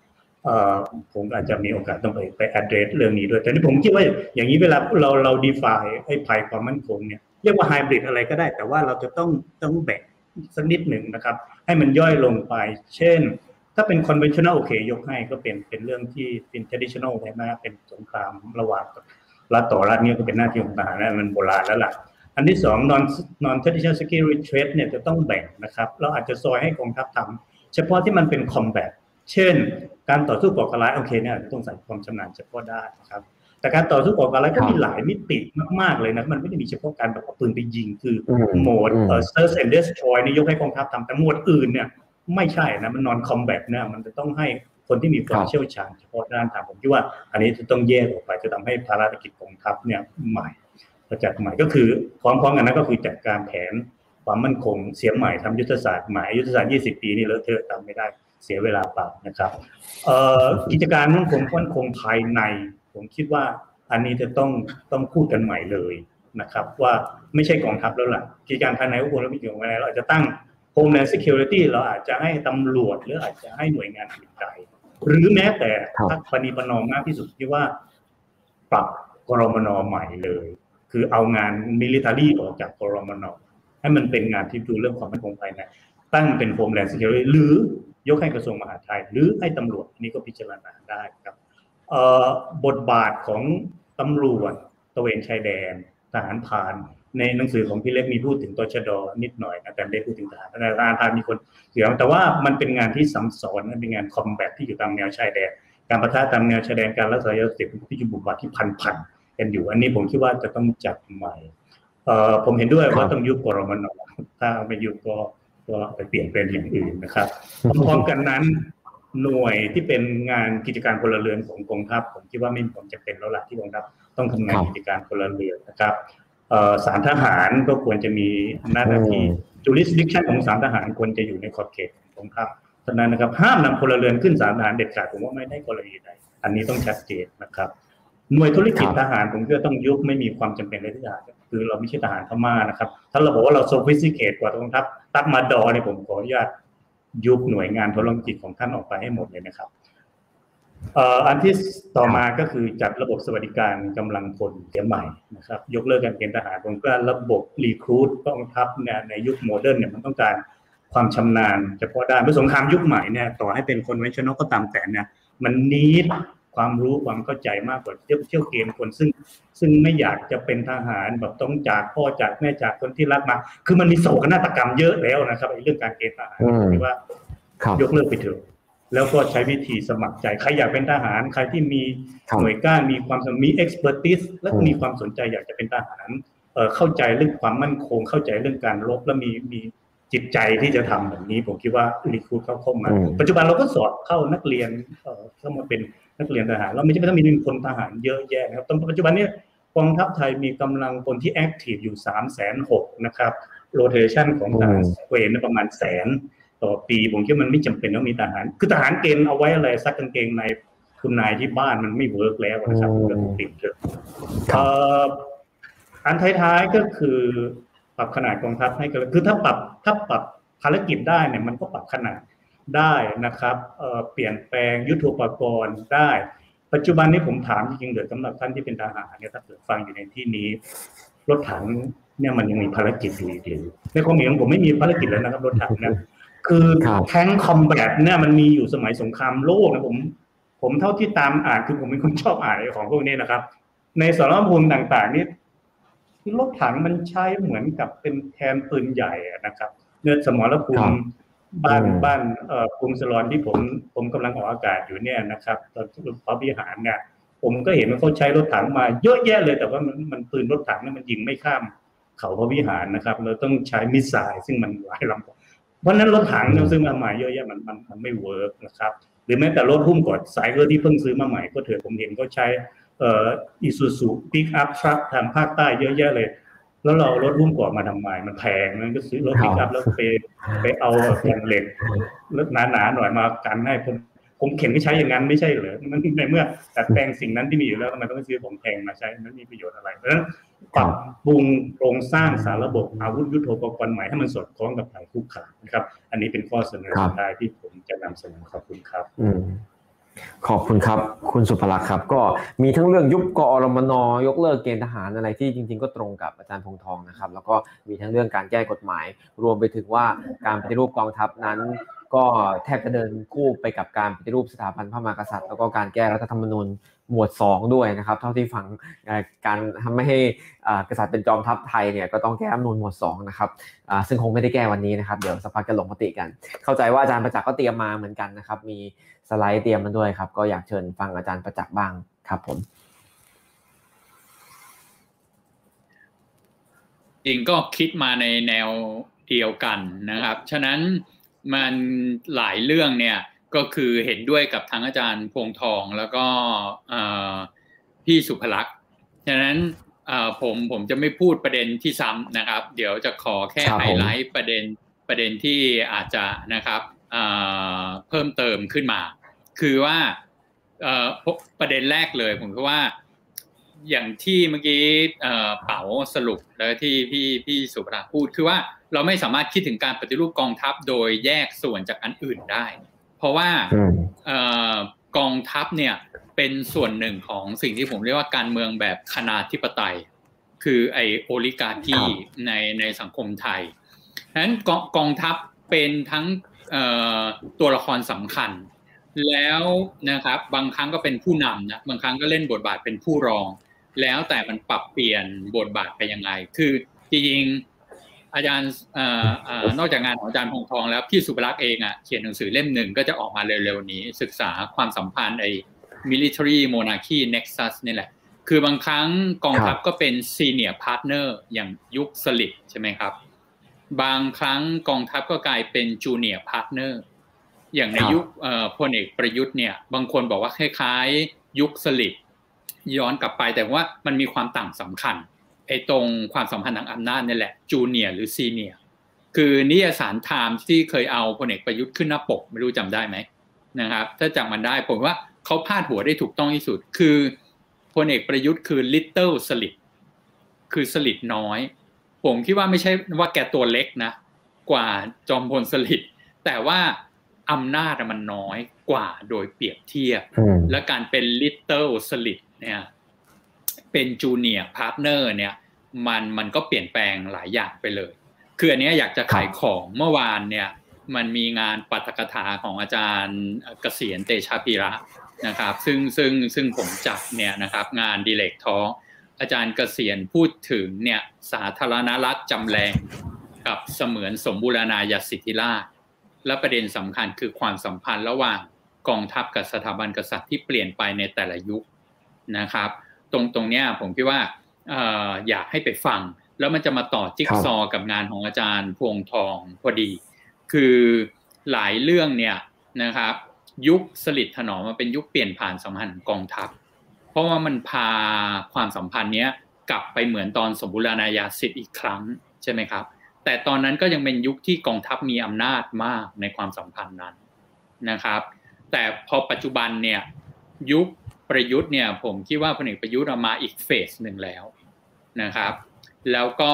เอ่อผมอาจจะมีโอกาสต้องไปไป address เรื่องนี้ด้วยแต่นี่ผมคิดว่าอย่างนี้เวลาเราเรา define ไอ้ภัยความมั่นคงเนี่ยเรียกว่า hybrid อะไรก็ได้แต่ว่าเราจะต้องต้องแบ่งสักนิดหนึ่งนะครับให้มันย่อยลงไปเช่นถ้าเป็น conventional โอเคยกให้ก็เป็นเป็นเรื่องที่เป็น traditional ใช่ไหมเป็นสงครามระหว่างรัฐต่อรัฐเนี่ยก็เป็นหน้าที่ของทหารนะมันโบราณแล้วล่ะอันที่สอง non non traditional security threat เนี่ยจะต้องแบ่งนะครับเราอาจจะซอยให้กองทัพทำเฉพาะที่มันเป็น combat เช่นการต่อสู้ก่อการร้ายโอเคเนี่ยต้องใส่ความชำนาญเฉพาะด้านนะครับแต่การต่อสู้ก่อการร้ายก็มีหลายมิติมากๆเลยนะมันไม่ได้มีเฉพาะการแบบเอาปืนไปยิงคือโหมดเอ่อ search and destroy นี่ยกให้กองทัพทำแต่หมวดอื่นเนี่ยไม่ใช่นะมัน non combat เนี่ยมันจะต้องให้คนที่มีความเชี่ยวชาญเฉพาะด้านทางผมคิดว่าอันนี้จะต้องแยกออกไปจะทำให้ภารกิจกองทัพเนี่ยใหม่ประจัดใหม่ก็คือพร้อมๆกันนั้นก็คือจัดการแผนความมั่นคงเสียใหม่ทำยุทธศาสตร์ใหม่ยุทธศาสตร์ยี่สิบปีนี่เลอะเทอะทำไม่ได้เสียเวลาเปล่านะครับกิจการมั่นคงมั่นคงภายในผมคิดว่าอันนี้จะต้องต้องพูดกันใหม่เลยนะครับว่าไม่ใช่กองทัพแล้วล่ะกิจการภายในก็ควรจะมีเกี่ยวกับอะไรเราอาจจะตั้ง Homeland Security เราอาจจะให้ตำรวจหรืออาจจะให้หน่วยงานอื่นใดหรือแม้แต่ถ้าปณิประนอมมากที่สุดที่ว่าปรับกรมนใหม่เลยคือเอางาน military ออกจากกรมนให้มันเป็นงานที่ดูเรื่องความมั่นคงภายในตั้งเป็น Homeland Security หรือยกให้กระทรวงมหาดไทยหรือให้ตำรวจนี่ก็พิจารณาได้ครับบทบาทของตำรวจตระเวนชายแดนทหารพรานในหนังสือของพี่เล็กมีพูดถึงตชด.นิดหน่อยนะแต่ไม่ได้พูดถึงทหารทหารพรานมีคนเกี่ยวแต่ว่ามันเป็นงานที่ซ้ำซ้อนเป็นงานคอมแบทที่อยู่ตามแนวชายแดนการปะทะตามแนวชายแดนการรักษายาเสพติดที่อยู่บุกบั่นที่พันๆกันอยู่อันนี้ผมคิดว่าจะต้องจัดใหม่ผมเห็นด้วยว่าต้องยุบกรมน.ถ้าไม่ยุบก็ก็ไปเปลี่ยนเป็นอย่างอื่นนะครับพร้อมกันนั้นหน่วยที่เป็นงานกิจการพลเรือนของกองทัพผมคิดว่าไม่มีความจำเป็นแล้วล่ะที่กองทัพต้องทำงานกิจการพลเรือนนะครับศาลทหารก็ควรจะมีหน้าที่ jurisdiction ของศาลทหารควรจะอยู่ในขอบเขตของกองทัพฉะนั้นนะครับห้ามนำพลเรือนขึ้นศาลทหารเด็ดขาดผมว่าไม่ได้กรณีใดอันนี้ต้องชัดเจนนะครับหน่วยธุรกิจทหารผมก็ต้องยุบไม่มีความจำเป็นเลยที่จะคือเราไม่ใช่ทหารพม่านะครับถ้าเราบอกว่าเรา sophisticated กว่ากองทัพตัดมาดอเนี่ยผมขออนุญาตยุบหน่วยงานธุรกิจของท่านออกไปให้หมดเลยนะครับอันที่ต่อมาก็คือจัดระบบสวัสดิการกำลังพลเสียใหม่นะครับยกเลิกการเกณฑ์ทหารผมก็ระบบรีครูทกองทัพเนี่ยในยุคโมเดิร์นเนี่ยมันต้องการความชำนาญเฉพาะด้านเมื่อสงครามยุคใหม่เนี่ยต่อให้เป็นคนเวนชั่นอลก็ตามแต่เนี่ยมันนีดความรู้ความเข้าใจมากกว่าเที่ยวเที่ยวเกณฑ์คนซึ่งซึ่งไม่อยากจะเป็นทหารแบบต้องจากพ่อจากแม่จากคนที่รักมาคือมันมีโศกนาฏกรรมเยอะแล้วนะครับไอ้เรื่องการเกณฑ์ทหารที่ว่ายกเลิกไปเถอะแล้วก็ใช้วิธีสมัครใจใครอยากเป็นทหารใครที่มีหน่วยก้านมีความมี expertise และมีความสนใจอยากจะเป็นทหารเอ่อเข้าใจเรื่องความมั่นคงเข้าใจเรื่องการรบและมีมีจิตใจที่จะทำแบบนี้ผมคิดว่ารีครูทเข้าเข้ามาปัจจุบันเราก็สอบเข้านักเรียนเอ่อเข้ามาเป็นนักเรียนทหารเราไม่จำเป็นต้องมีคนทหารเยอะแยะนะครับตอนปัจจุบันนี้กองทัพไทยมีกำลังคนที่ active อยู่ สามแสนหกหมื่น นะครับ rotation ของทหารเกณฑ์ประมาณแสนต่อปีผมคิดว่ามันไม่จำเป็นต้องมีทหารคือทหารเกณฑ์เอาไว้อะไรซักกางเกงในคุณนายที่บ้านมันไม่เวิร์กแล้วนะครับก็ต้องติดเถอะอันท้ายๆก็คือปรับขนาดกองทัพให้กันคือถ้าปรับถ้าปรับภารกิจได้เนี่ยมันก็ปรับขนาดได้นะครับเอ่อเปลี่ยนแปลงยุทโธปกรณ์ได้ปัจจุบันนี้ผมถามจริงๆเดี๋ยวสำหรับท่านที่เป็นทหารเนี่ยถ้าเกิดฟังอยู่ในที่นี้รถถังเนี่ยมันยังมีภารกิจอยู่หรือในความเห็นของผมไม่มีภารกิจแล้วนะครับรถถังนะคือแทงคอมแบทเนี่ยมันมีอยู่สมัยสงครามโลกนะผมผมเท่าที่ตามอ่านคือผมเป็นคนชอบอ่านของพวกนี้นะครับในสารภูมิต่างๆนี่คือรถถังมันใช้เหมือนกับเป็นแทนปืนใหญ่นะครับเนื้อสมรภูมิบ้านบ้านเอ่อกรุงสลอนที่ผมผมกำลังออกอากาศอยู่เนี่ยนะครับตอนพระวิหารเนี่ยผมก็เห็นว่าเขาใช้รถถังมาเยอะแยะเลยแต่ว่ามันมันปืนรถถังเนี่ยมันยิงไม่ข้ามเขาพระวิหารนะครับเราต้องใช้มิสไซล์ซึ่งมันหลายลำเพราะนั้นรถถังเนี่ยซื้อมาใหม่เยอะแยะมันมันมันไม่เวิร์กนะครับหรือแม้แต่รถหุ้มกอดสายเรือที่เพิ่งซื้อมาใหม่ก็เถอะผมเห็นเขาใช้เอ่ออิซูซูปิกอัพทรัคทางภาคใต้เยอะแยะเลยแล้วเรารถหุ้มกอดมาทำไมมันแพงมันก็ซื้อรถปิกอัพแล้วไปไปเอาแผ่นเหล็กหนาๆหน่อยมากันให้ผมผมเข็นก็ใช้อย่างนั้นไม่ใช่เหรอมันในเมื่อดัดแปลงสิ่งนั้นที่มีอยู่แล้วทำไมต้องซื้อของแพงมาใช้มันมีประโยชน์อะไรเพราะฉะนั้นปรับปรุงโครงสร้างสารระบบอาวุธยุทโธปกรณ์ใหม่ให้มันสอดคล้องกับภัยคุกคามนะครับอันนี้เป็นข้อเสนอสุดท้ายที่ผมจะนำเสนอขอบคุณครับขอบคุณครับคุณสุภลักษณ์ครับก็มีทั้งเรื่องยุบกอรมนยกเลิกเกณฑ์ทหารอะไรที่จริงๆก็ตรงกับอาจารย์พงษ์ทองนะครับแล้วก็มีทั้งเรื่องการแก้กฎหมายรวมไปถึงว่าการปฏิรูปกองทัพนั้นก็แทบจะเดินคู่ไปกับการปฏิรูปสถาบันพระมหากษัตริย์แล้วก็การแก้รัฐธรรมนูญหมวดสองด้วยนะครับเท่าที่ฟังการทำไม่ให้กษัตริย์เป็นจอมทัพไทยเนี่ยก็ต้องแก้รัฐธรรมนูญหมวดสองนะครับซึ่งคงไม่ได้แก้วันนี้นะครับเดี๋ยวสักพักจะลงมติกันเข้าใจว่าอาจารย์ประจักษ์ก็เตรียมมาเหมือนกันนะครับมีสไลด์เตรียมมาด้วยครับก็อยากเชิญฟังอาจารย์ประจักษ์บ้างครับผมจริงก็คิดมาในแนวเดียวกันนะครับฉะนั้นมันหลายเรื่องเนี่ยก็คือเห็นด้วยกับทั้งอาจารย์พงษ์ทองแล้วก็พี่สุภลักษณ์ฉะนั้นผมผมจะไม่พูดประเด็นที่ซ้ำนะครับเดี๋ยวจะขอแค่ไฮไลท์ประเด็นประเด็นที่อาจจะนะครับเพิ่มเติมขึ้นมาคือว่าประเด็นแรกเลยผมคิดว่าอย่างที่เมื่อกี้เป๋าสรุปแล้วที่พี่พี่สุภลักษณ์พูดคือว่าเราไม่สามารถคิดถึงการปฏิรูปกองทัพโดยแยกส่วนจากอันอื่นได้เพราะว่ากองทัพเนี่ยเป็นส่วนหนึ่งของสิ่งที่ผมเรียกว่าการเมืองแบบคณาธิปไตยคือไอโอลิการ์คีในในสังคมไทยฉะนั้นกองทัพเป็นทั้งตัวละครสำคัญแล้วนะครับบางครั้งก็เป็นผู้นำนะบางครั้งก็เล่นบทบาทเป็นผู้รองแล้วแต่มันปรับเปลี่ยนบทบาทไปยังไงคือจริงๆอาจารย์นอกจากงานของอาจารย์พงษ์ทองแล้วพี่สุภลักษณ์เองอ่ะเขียนหนังสือเล่มหนึ่งก็จะออกมาเร็วๆนี้ศึกษาความสัมพันธ์ไอ้ military monarchy nexus นี่แหละคือบางครั้งกองทัพก็เป็น senior partner อย่างยุคสลิดใช่ไหมครับบางครั้งกองทัพก็กลายเป็น junior partner อย่างในยุคพลเอกประยุทธ์เนี่ยบางคนบอกว่าคล้ายๆยุคสลิดย้อนกลับไปแต่ว่ามันมีความต่างสำคัญไอ้ตรงความสัมพันธ์ทางอำนาจนี่แหละ junior หรือ senior คือนิยสาร Times ที่เคยเอาพลเอกประยุทธ์ขึ้นหน้าปกไม่รู้จำได้ไหมนะครับถ้าจำมันได้ผมว่าเขาพาดหัวได้ถูกต้องที่สุดคือพลเอกประยุทธ์คือ little สลิดคือสลิดน้อยผมคิดว่าไม่ใช่ว่าแกตัวเล็กนะกว่าจอมพลสลิดแต่ว่าอำนาจมันน้อยกว่าโดยเปรียบเทียบและการเป็น little สลิดเนี่ยเป็น junior partner เนี่ยมันมันก็เปลี่ยนแปลงหลายอย่างไปเลยคืออันนี้อยากจะขายของเมื่อวานเนี่ยมันมีงานปาฐกถาของอาจารย์เกษียณเตชะพีระนะครับซึ่งซึ่งซึ่งผมจัดเนี่ยนะครับงานดีเลกทอล์คอาจารย์เกษียณพูดถึงเนี่ยสาธารณรัฐจำแรงกับเสมือนสมบูรณาญาสิทธิราชย์และประเด็นสำคัญคือความสัมพันธ์ระหว่างกองทัพกับสถาบันกษัตริย์ที่เปลี่ยนไปในแต่ละยุคนะครับตรงตรงเนี้ยผมคิดว่าเอ่ออยากให้ไปฟังแล้วมันจะมาต่อจิ๊กซอว์กับงานของอาจารย์พวงทองพอดีคือหลายเรื่องเนี่ยนะครับยุคสฤษดิ์ถนอมมาเป็นยุคเปลี่ยนผ่านสัมพันธ์ของกองทัพเพราะว่ามันพาความสัมพันธ์เนี้ยกลับไปเหมือนตอนสมบูรณาญาสิทธิ์อีกครั้งใช่ไหมครับแต่ตอนนั้นก็ยังเป็นยุคที่กองทัพมีอำนาจมากในความสัมพันธ์นั้นนะครับแต่พอปัจจุบันเนี่ยยุคประยุทธ์เนี่ยผมคิดว่าพลเอกประยุทธ์มาอีกเฟสหนึ่งแล้วนะครับแล้วก็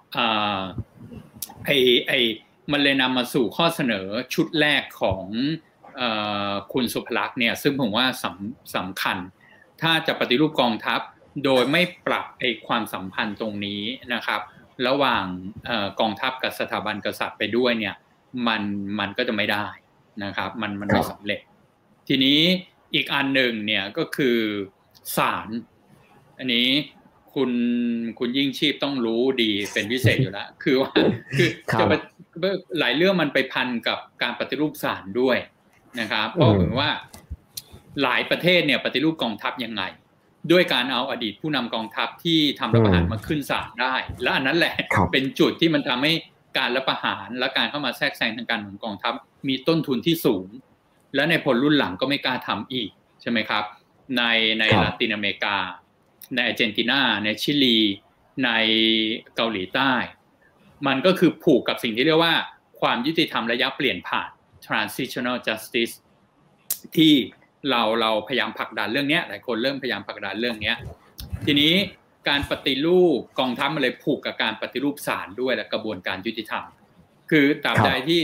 ไอไอมันเลยนำมาสู่ข้อเสนอชุดแรกของเอ่อคุณสุภลักษณ์เนี่ยซึ่งผมว่าสำสำคัญถ้าจะปฏิรูปกองทัพโดยไม่ปรับไอความสัมพันธ์ตรงนี้นะครับระหว่างเอ่อกองทัพกับสถาบันกษัตริย์ไปด้วยเนี่ยมันมันก็จะไม่ได้นะครับมันมันไม่สำเร็จทีนี้อีกอันหนึ่งเนี่ยก็คือศาลอันนี้คุณคุณยิ่งชีพต้องรู้ดีเป็นพิเศษอยู่แล้วคือว่าคือจะหลายเรื่องมันไปพันกับการปฏิรูปศาลด้วยนะครับเพราะเหมือนว่าหลายประเทศเนี่ยปฏิรูปกองทัพยังไงด้วยการเอาอดีตผู้นำกองทัพที่ทำรัฐประหารมาขึ้นศาลได้และอันนั้นแหละเป็นจุดที่มันทำให้การรัฐประหารและการเข้ามาแทรกแซงทางการเมืองกองทัพมีต้นทุนที่สูงและในพลรุ่นหลังก็ไม่กล้าทำอีกใช่ไหมครับในในลาตินอเมริกาในอาร์เจนตินาในชิลีในเกาหลีใต้มันก็คือผูกกับสิ่งที่เรียกว่าความยุติธรรมระยะเปลี่ยนผ่าน transitional justice ที่เราเราพยายามผลักดันเรื่องนี้หลายคนเริ่มพยายามผลักดันเรื่องนี้ทีนี้การปฏิรูปกองทัพมันเลยผูกกับการปฏิรูปศาลด้วยและกระบวนการยุติธรรมคือตราบใดที่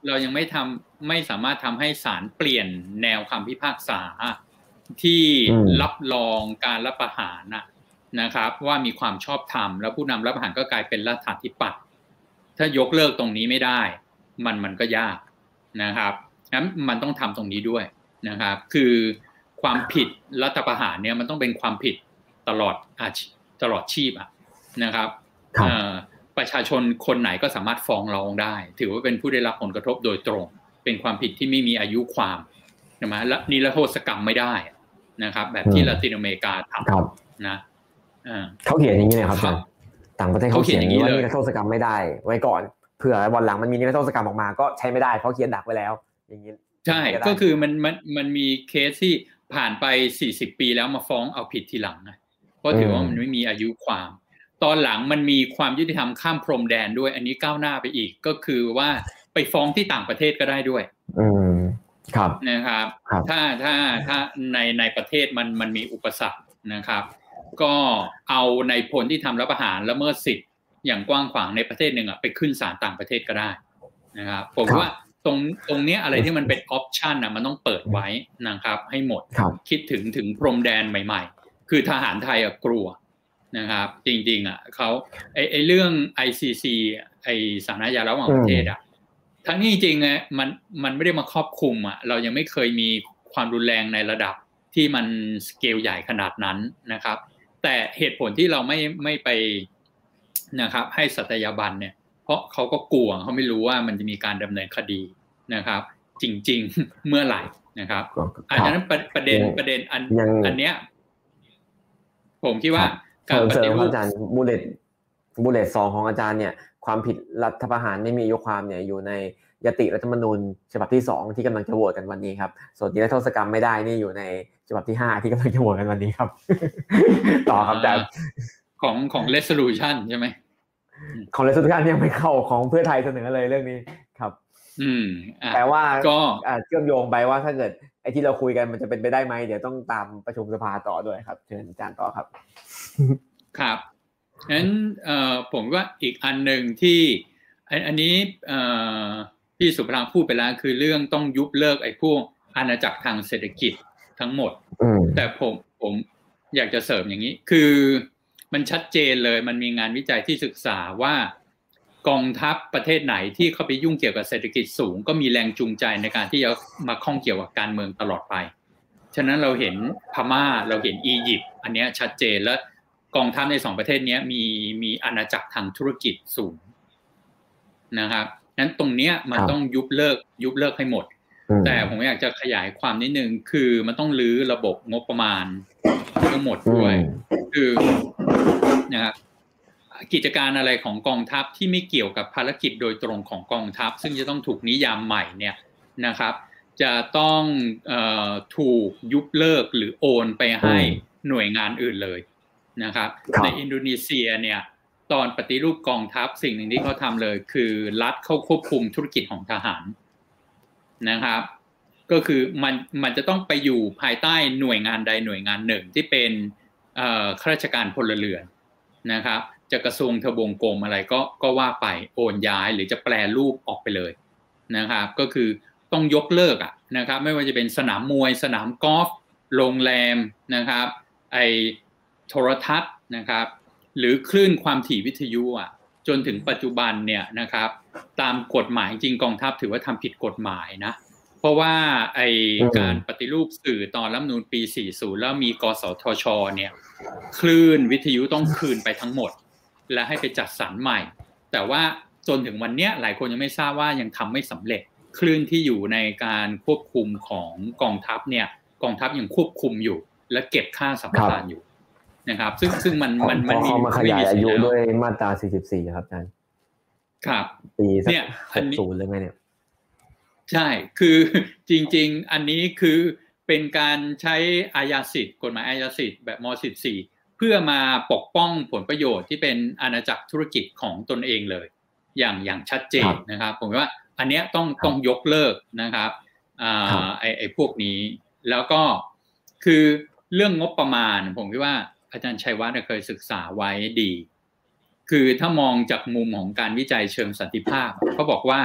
เรายังไม่ทำไม่สามารถทำให้ศาลเปลี่ยนแนวคำพิพากษาที่รับรองการรัฐประหารนะครับว่ามีความชอบธรรมแล้วผู้นำรัฐประหารก็กลายเป็นรัฐาธิปัตย์ถ้ายกเลิกตรงนี้ไม่ได้มันมันก็ยากนะครับงั้นมันต้องทำตรงนี้ด้วยนะครับคือความผิดรัฐประหารเนี่ยมันต้องเป็นความผิดตลอดอาชีตลอดชีพอ่ะนะครับประชาชนคนไหนก็สามารถฟ้องร้องได้ถือว่าเป็นผู้ได้รับผลกระทบโดยตรงเป็นความผิดที่ไม่มีอายุความใช่ไหมและนิรโทษกรรมไม่ได้นะครับแบบที่ละตินอเมริกาทำนะเขาเขียนอย่างนี้เลยครับอาจารย์ต่างประเทศเขาเขียนอย่างนี้ว่านิรโทษกรรมไม่ได้ไว้ก่อนเผื่อวันหลังมันมีนิรโทษกรรมออกมาก็ใช้ไม่ได้เพราะเขียนดักไว้แล้วอย่างนี้ใช่ก็คือมันมันมันมีเคสที่ผ่านไปสี่สิบปีแล้วมาฟ้องเอาผิดทีหลังนะเพราะถือว่ามันไม่มีอายุความตอนหลังมันมีความยุติธรรมข้ามพรมแดนด้วยอันนี้ก้าวหน้าไปอีกก็คือว่าไปฟ้องที่ต่างประเทศก็ได้ด้วยอืมครับนะครับถ้าถ้าถ้าในในประเทศมันมันมีอุปสรรคนะครับก็เอาในพลที่ทำรัฐประหารละเมิดสิทธิ์อย่างกว้างขวางในประเทศหนึ่งอ่ะไปขึ้นศาลต่างประเทศก็ได้นะครับผมว่าตรงตรงนี้อะไรที่มันเป็นออปชันนะมันต้องเปิดไว้นะครับให้หมดคิดถึงถึงพรมแดนใหม่ๆคือทหารไทยอะกลัวนะครับจริงๆอ่ะเขาไอไอเรื่อง ไอ ซี ซี ไอศาลอาญาระหว่างประเทศอ่ะทั้งนี้จริงๆอ่ะมันมันไม่ได้มาครอบคลุมอ่ะเรายังไม่เคยมีความรุนแรงในระดับที่มันสเกลใหญ่ขนาดนั้นนะครับแต่เหตุผลที่เราไม่ไม่ไปนะครับให้สัตยาบันเนี่ยเพราะเขาก็กลัวเขาไม่รู้ว่ามันจะมีการดำเนินคดีนะครับจริงๆเมื่อไหร่นะครับอันนั้นประเด็นประเด็นอันอันเนี้ยผมคิดว่าการปฏิรูปอาจารย์บูเลตบูเลตสองของอาจารย์เนี่ยความผิดรัฐประหารไม่มีอายุความเนี่ยอยู่ในยติรัฐธรรมนูญฉบับที่สองที่กำลังจะโหวตกันวันนี้ครับส่วนนิรโทษกรรมไม่ได้นี่อยู่ในฉบับที่ห้าที่กำลังจะโหวตกันวันนี้ครับต่อครับอาจารย์ของของ resolution ใช่ไหมของ resolution ยังไม่เข้าของเพื่อไทยเสนอเลยเรื่องนี้ครับอืมแปลว่าก็เชื่อมโยงไปว่าถ้าเกิดไอ้ที่เราคุยกันมันจะเป็นไปได้ไหมเดี๋ยวต้องตามประชุมสภาต่อด้วยครับเชิญอาจารย์ต่อครับครับงั้นเอ่อผมว่าอีกอันหนึ่งที่อันนี้เอ่อพี่สุภาพพูดไปแล้วคือเรื่องต้องยุบเลิกไอ้พวกอาณาจักรทางเศรษฐกิจทั้งหมดแต่ผมผมอยากจะเสริมอย่างนี้คือมันชัดเจนเลยมันมีงานวิจัยที่ศึกษาว่ากองทัพประเทศไหนที่เข้าไปยุ่งเกี่ยวกับเศรษฐกิจสูงก็มีแรงจูงใจในการที่จะมาข้องเกี่ยวกับการเมืองตลอดไปฉะนั้นเราเห็นพม่าเราเห็นอียิปต์อันนี้ชัดเจนและกองทัพในสองประเทศนี้มีมีอาณาจักรทางธุรกิจสูงนะครับนั้นตรงเนี้ยมันต้องยุบเลิกยุบเลิกให้หมดแต่ผมอยากจะขยายความนิดนึงคือมันต้องรื้อระบบงบประมาณทั้งหมดด้วยคือนะครับกิจการอะไรของกองทัพที่ไม่เกี่ยวกับภารกิจโดยตรงของกองทัพซึ่งจะต้องถูกนิยามใหม่เนี่ยนะครับจะต้องเอ่อถูกยุบเลิกหรือโอนไปให้หน่วยงานอื่นเลยนะครับในอินโดนีเซียเนี่ยตอนปฏิรูปกองทัพสิ่งหนึ่งที่เขาทำเลยคือรัฐเข้าควบคุมธุรกิจของทหารนะครับก็คือมันมันจะต้องไปอยู่ภายใต้หน่วยงานใดหน่วยงานหนึ่งที่เป็นข้าราชการพลเรือนนะครับจะกระทรวงทบวงกรมอะไรก็ก็ว่าไปโอนย้ายหรือจะแปลรูปออกไปเลยนะครับก็คือต้องยกเลิกอ่ะนะครับไม่ว่าจะเป็นสนามมวยสนามกอล์ฟโรงแรมนะครับไอโทรทัศน์นะครับหรือคลื่นความถี่วิทยุอ่ะจนถึงปัจจุบันเนี่ยนะครับตามกฎหมายจริงกองทัพถือว่าทำผิดกฎหมายนะเพราะว่าไอการปฏิรูปสื่อตอนรัฐธรรมนูญปีสี่สิบแล้วมีกสทชเนี่ยคลื่นวิทยุต้องคืนไปทั้งหมดและให้ไปจัดสรรใหม่แต่ว่าจนถึงวันนี้หลายคนยังไม่ทราบว่ายังทำไม่สำเร็จคลื่นที่อยู่ในการควบคุมของกองทัพเนี่ยกองทัพยังควบคุมอยู่และเก็บค่าสัมปทานอยู่นะครับซึ่งซึ่งมันมันมันมีมาขยายอายุด้วยมาตราสี่สิบสี่ครับอาจารย์ครับปีเนี่ยหกสิบเลยไหมเนี่ยใช่คือจริงๆอันนี้คือเป็นการใช้อาญาสิทธิ์กฎหมายอาญาสิทธิ์แบบม.สิบสี่เพื่อมาปกป้องผลประโยชน์ที่เป็นอาณาจักรธุรกิจของตนเองเลยอย่างอย่างชัดเจนนะครับผมว่าอันเนี้ยต้องต้องยกเลิกนะครับอ่าไอไอพวกนี้แล้วก็คือเรื่องงบประมาณผมคิดว่าอาจารย์ชัยวัฒน์เคยศึกษาไว้ดีคือถ้ามองจากมุมของการวิจัยเชิงสันติภาพเขาบอกว่า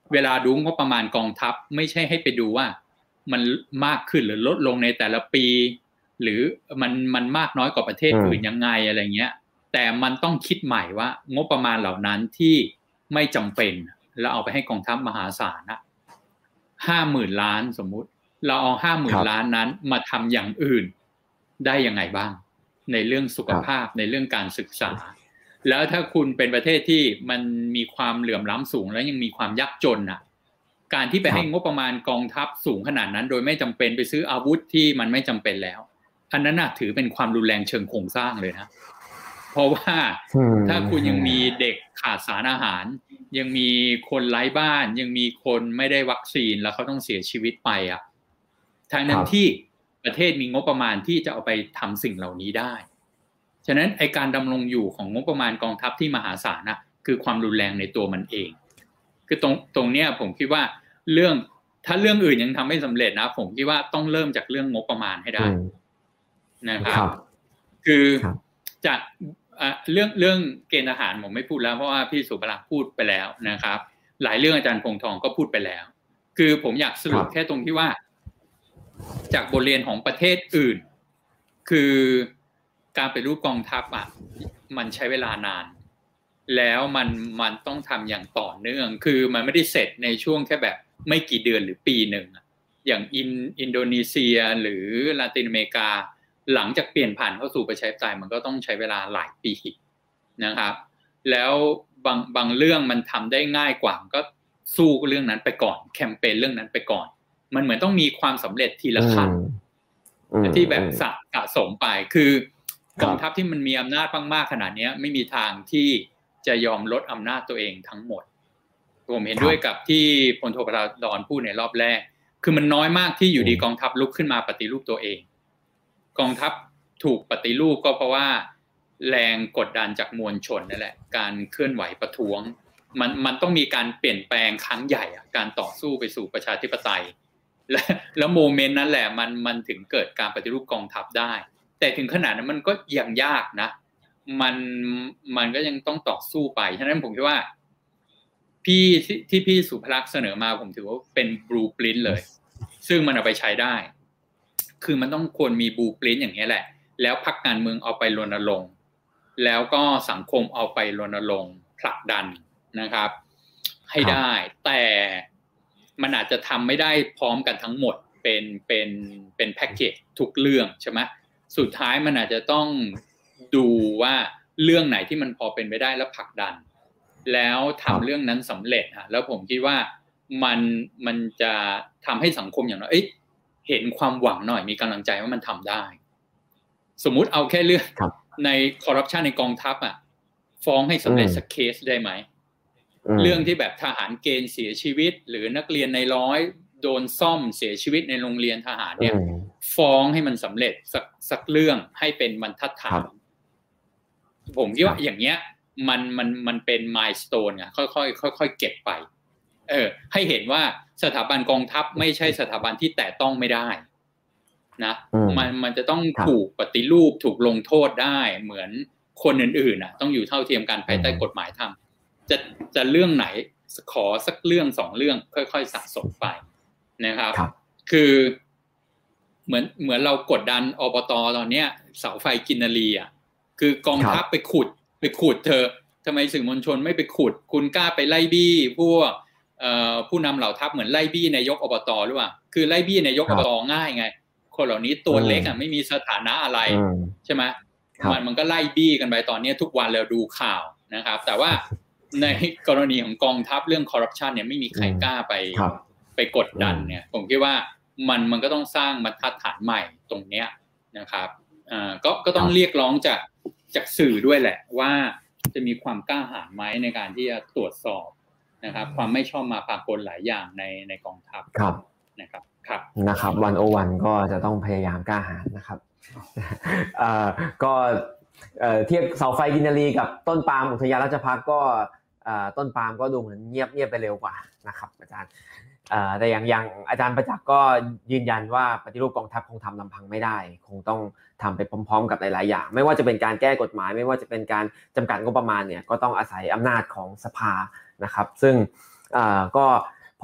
เวลาดูงบประมาณกองทัพไม่ใช่ให้ไปดูว่ามันมากขึ้นหรือลดลงในแต่ละปีหรือมันมันมากน้อยกว่าประเทศอื่นยังไงอะไรเงี้ยแต่มันต้องคิดใหม่ว่างบประมาณเหล่านั้นที่ไม่จำเป็นแล้วเอาไปให้กองทัพมหาศาลนะห้าหมื่นล้านสมมุติเราเอาห้าหมื่นล้านนั้นมาทำอย่างอื่นได้ยังไงบ้างในเรื่องสุขภาพในเรื่องการศึกษาแล้วถ้าคุณเป็นประเทศที่มันมีความเหลื่อมล้ำสูงแล้วยังมีความยากจนน่ะการที่ไปให้งบประมาณกองทัพสูงขนาดนั้นโดยไม่จำเป็นไปซื้ออาวุธที่มันไม่จำเป็นแล้วอันนั้นน่ะถือเป็นความรุนแรงเชิงโครงสร้างเลยนะเพราะว่าถ้าคุณยังมีเด็กขาดสารอาหารยังมีคนไร้บ้านยังมีคนไม่ได้วัคซีนแล้วเขาต้องเสียชีวิตไปอ่ะทางนั้นที่ประเทศมีงบประมาณที่จะเอาไปทำสิ่งเหล่านี้ได้ฉะนั้นไอการดำรงอยู่ของงบประมาณกองทัพที่มหาศาลนะคือความรุนแรงในตัวมันเองคือตรงตรงเนี้ยผมคิดว่าเรื่องถ้าเรื่องอื่นยังทำไม่สำเร็จนะผมคิดว่าต้องเริ่มจากเรื่องงบประมาณให้ได้นะครับคือจากเรื่องเรื่องเกณฑ์ทหารผมไม่พูดแล้วเพราะว่าพี่สุภลักษณ์พูดไปแล้วนะครับหลายเรื่องอาจารย์พงษ์ทองก็พูดไปแล้วคือผมอยากสรุปแค่ตรงที่ว่าจากบทเรียนของประเทศอื่นคือการปฏิรูปกองทัพอ่ะมันใช้เวลานานแล้วมันมันต้องทำอย่างต่อเนื่องคือมันไม่ได้เสร็จในช่วงแค่แบบไม่กี่เดือนหรือปีหนึ่งอย่างอินอินโดนีเซียหรือลาตินอเมริกาหลังจากเปลี่ยนผ่านเข้าสู่ประชาธิปไตยมันก็ต้องใช้เวลาหลายปีนะครับแล้วบางบางเรื่องมันทำได้ง่ายกว่าก็สู้เรื่องนั้นไปก่อนแคมเปญเรื่องนั้นไปก่อนมันเหมือนต้องมีความสำเร็จทีละขั้นที่แบบสะสะสมไปคือกองทัพที่มันมีอำนาจมากๆขนาดนี้ไม่มีทางที่จะยอมลดอำนาจตัวเองทั้งหมดผมเห็นด้วยกับที่พลโทปราดรพูดในรอบแรกคือมันน้อยมากที่อยู่ดีกองทัพลุกขึ้นมาปฏิรูปตัวเองกองทัพถูกปฏิรูปก็เพราะว่าแรงกดดันจากมวลชนนั่นแหละการเคลื่อนไหวประท้วงมันมันต้องมีการเปลี่ยนแปลงครั้งใหญ่การต่อสู้ไปสู่ประชาธิปไตยและแล้วโมเมนต์นั้นแหละมันมันถึงเกิดการปฏิรูปกองทัพได้แต่ถึงขนาดนั้นมันก็ยังยากนะมันมันก็ยังต้องต่อสู้ไปฉะนั้นผมคิดว่าพี่ที่พี่สุภลักษณ์เสนอมาผมถือว่าเป็นบลูพรินท์เลยซึ่งมันเอาไปใช้ได้คือมันต้องควรมีบลูพรินท์อย่างนี้แหละแล้วพรรคการเมืองเอาไปรณรงค์แล้วก็สังคมเอาไปรณรงค์ผลักดันนะครับให้ได้แต่มันอาจจะทำไม่ได้พร้อมกันทั้งหมดเป็นเป็นเป็นแพ็กเกจทุกเรื่องใช่ไหมสุดท้ายมันอาจจะต้องดูว่าเรื่องไหนที่มันพอเป็นไปได้แล้วผลักดันแล้วทำเรื่องนั้นสำเร็จฮะแล้วผมคิดว่ามันมันจะทำให้สังคมอย่างน้อยเอ๊ะเห็นความหวังหน่อยมีกำลังใจว่ามันทำได้สมมุติเอาแค่เรื่องในคอร์รัปชันในกองทัพอ่ะฟ้องให้สำเร็จสักเคสได้ไหมเรื่องที่แบบทหารเกณฑ์เสียชีวิตหรือนักเรียนในร้อยโดนซ่อมเสียชีวิตในโรงเรียนทหารเนี่ยฟ้องให้มันสำเร็จสักสักเรื่องให้เป็นบรรทัดฐานผมคิดว่าอย่างเงี้ยมันมันมันเป็นมายสโตนอ่ะค่อยๆค่อยๆเก็บไปเออให้เห็นว่าสถาบันกองทัพไม่ใช่สถาบันที่แตะต้องไม่ได้นะมันมันจะต้องถูกปฏิรูปถูกลงโทษได้เหมือนคนอื่นๆอ่ะต้องอยู่เท่าเทียมกันภายใต้กฎหมายทำจะจะเรื่องไหนขอสักเรื่องสองเรื่องค่อยๆสะสมไปนะครับคือเหมือนเหมือนเรากดดันอบต.ตอนเนี้ยเสาไฟกินนารีอ่ะคือกองทัพไปขุดไปขุดเธอทำไมสื่อมวลชนไม่ไปขุดคุณกล้าไปไล่บี้พวกผู้นำเหล่าทัพเหมือนไล่บี้นายกอบต.หรือเปล่าคือไล่บี้นายกอบต.ง่ายไงคนเหล่านี้ตัวเล็กอ่ะไม่มีสถานะอะไรใช่ไหมมันมันก็ไล่บี้กันไปตอนนี้ทุกวันเราดูข่าวนะครับแต่ว่าในกรณีของกองทัพเรื่องคอร์รัปชันเนี่ยไม่มีใครกล้าไปไปกดดันเนี่ยผมคิดว่ามันมันก็ต้องสร้างบรรทัดฐานใหม่ตรงเนี้ยนะครับอ่าก็ก็ต้องเรียกร้องจากจากสื่อด้วยแหละว่าจะมีความกล้าหาญไหมในการที่จะตรวจสอบนะครับความไม่ชอบมาพากลหลายอย่างในในกองทัพนะครับครับนะครับวันโอวันก็จะต้องพยายามกล้าหาญนะครับเอ่อก็เอ่อเทียบเสาไฟกินนารีกับต้นปาล์มอุทยานราชภัฏก็เอ่อต้นปาล์มก็ดูเหมือนเงียบเงียบไปเร็วกว่านะครับอาจารย์เอ่อแต่อย่างอย่างอาจารย์ประจักษ์ก็ยืนยันว่าปฏิรูปกองทัพคงทำลำพังไม่ได้คงต้องทำไปพร้อมๆกับหลายๆอย่างไม่ว่าจะเป็นการแก้กฎหมายไม่ว่าจะเป็นการจำกัดงบประมาณเนี่ยก็ต้องอาศัยอำนาจของสภานะครับซึ่งเอ่อก็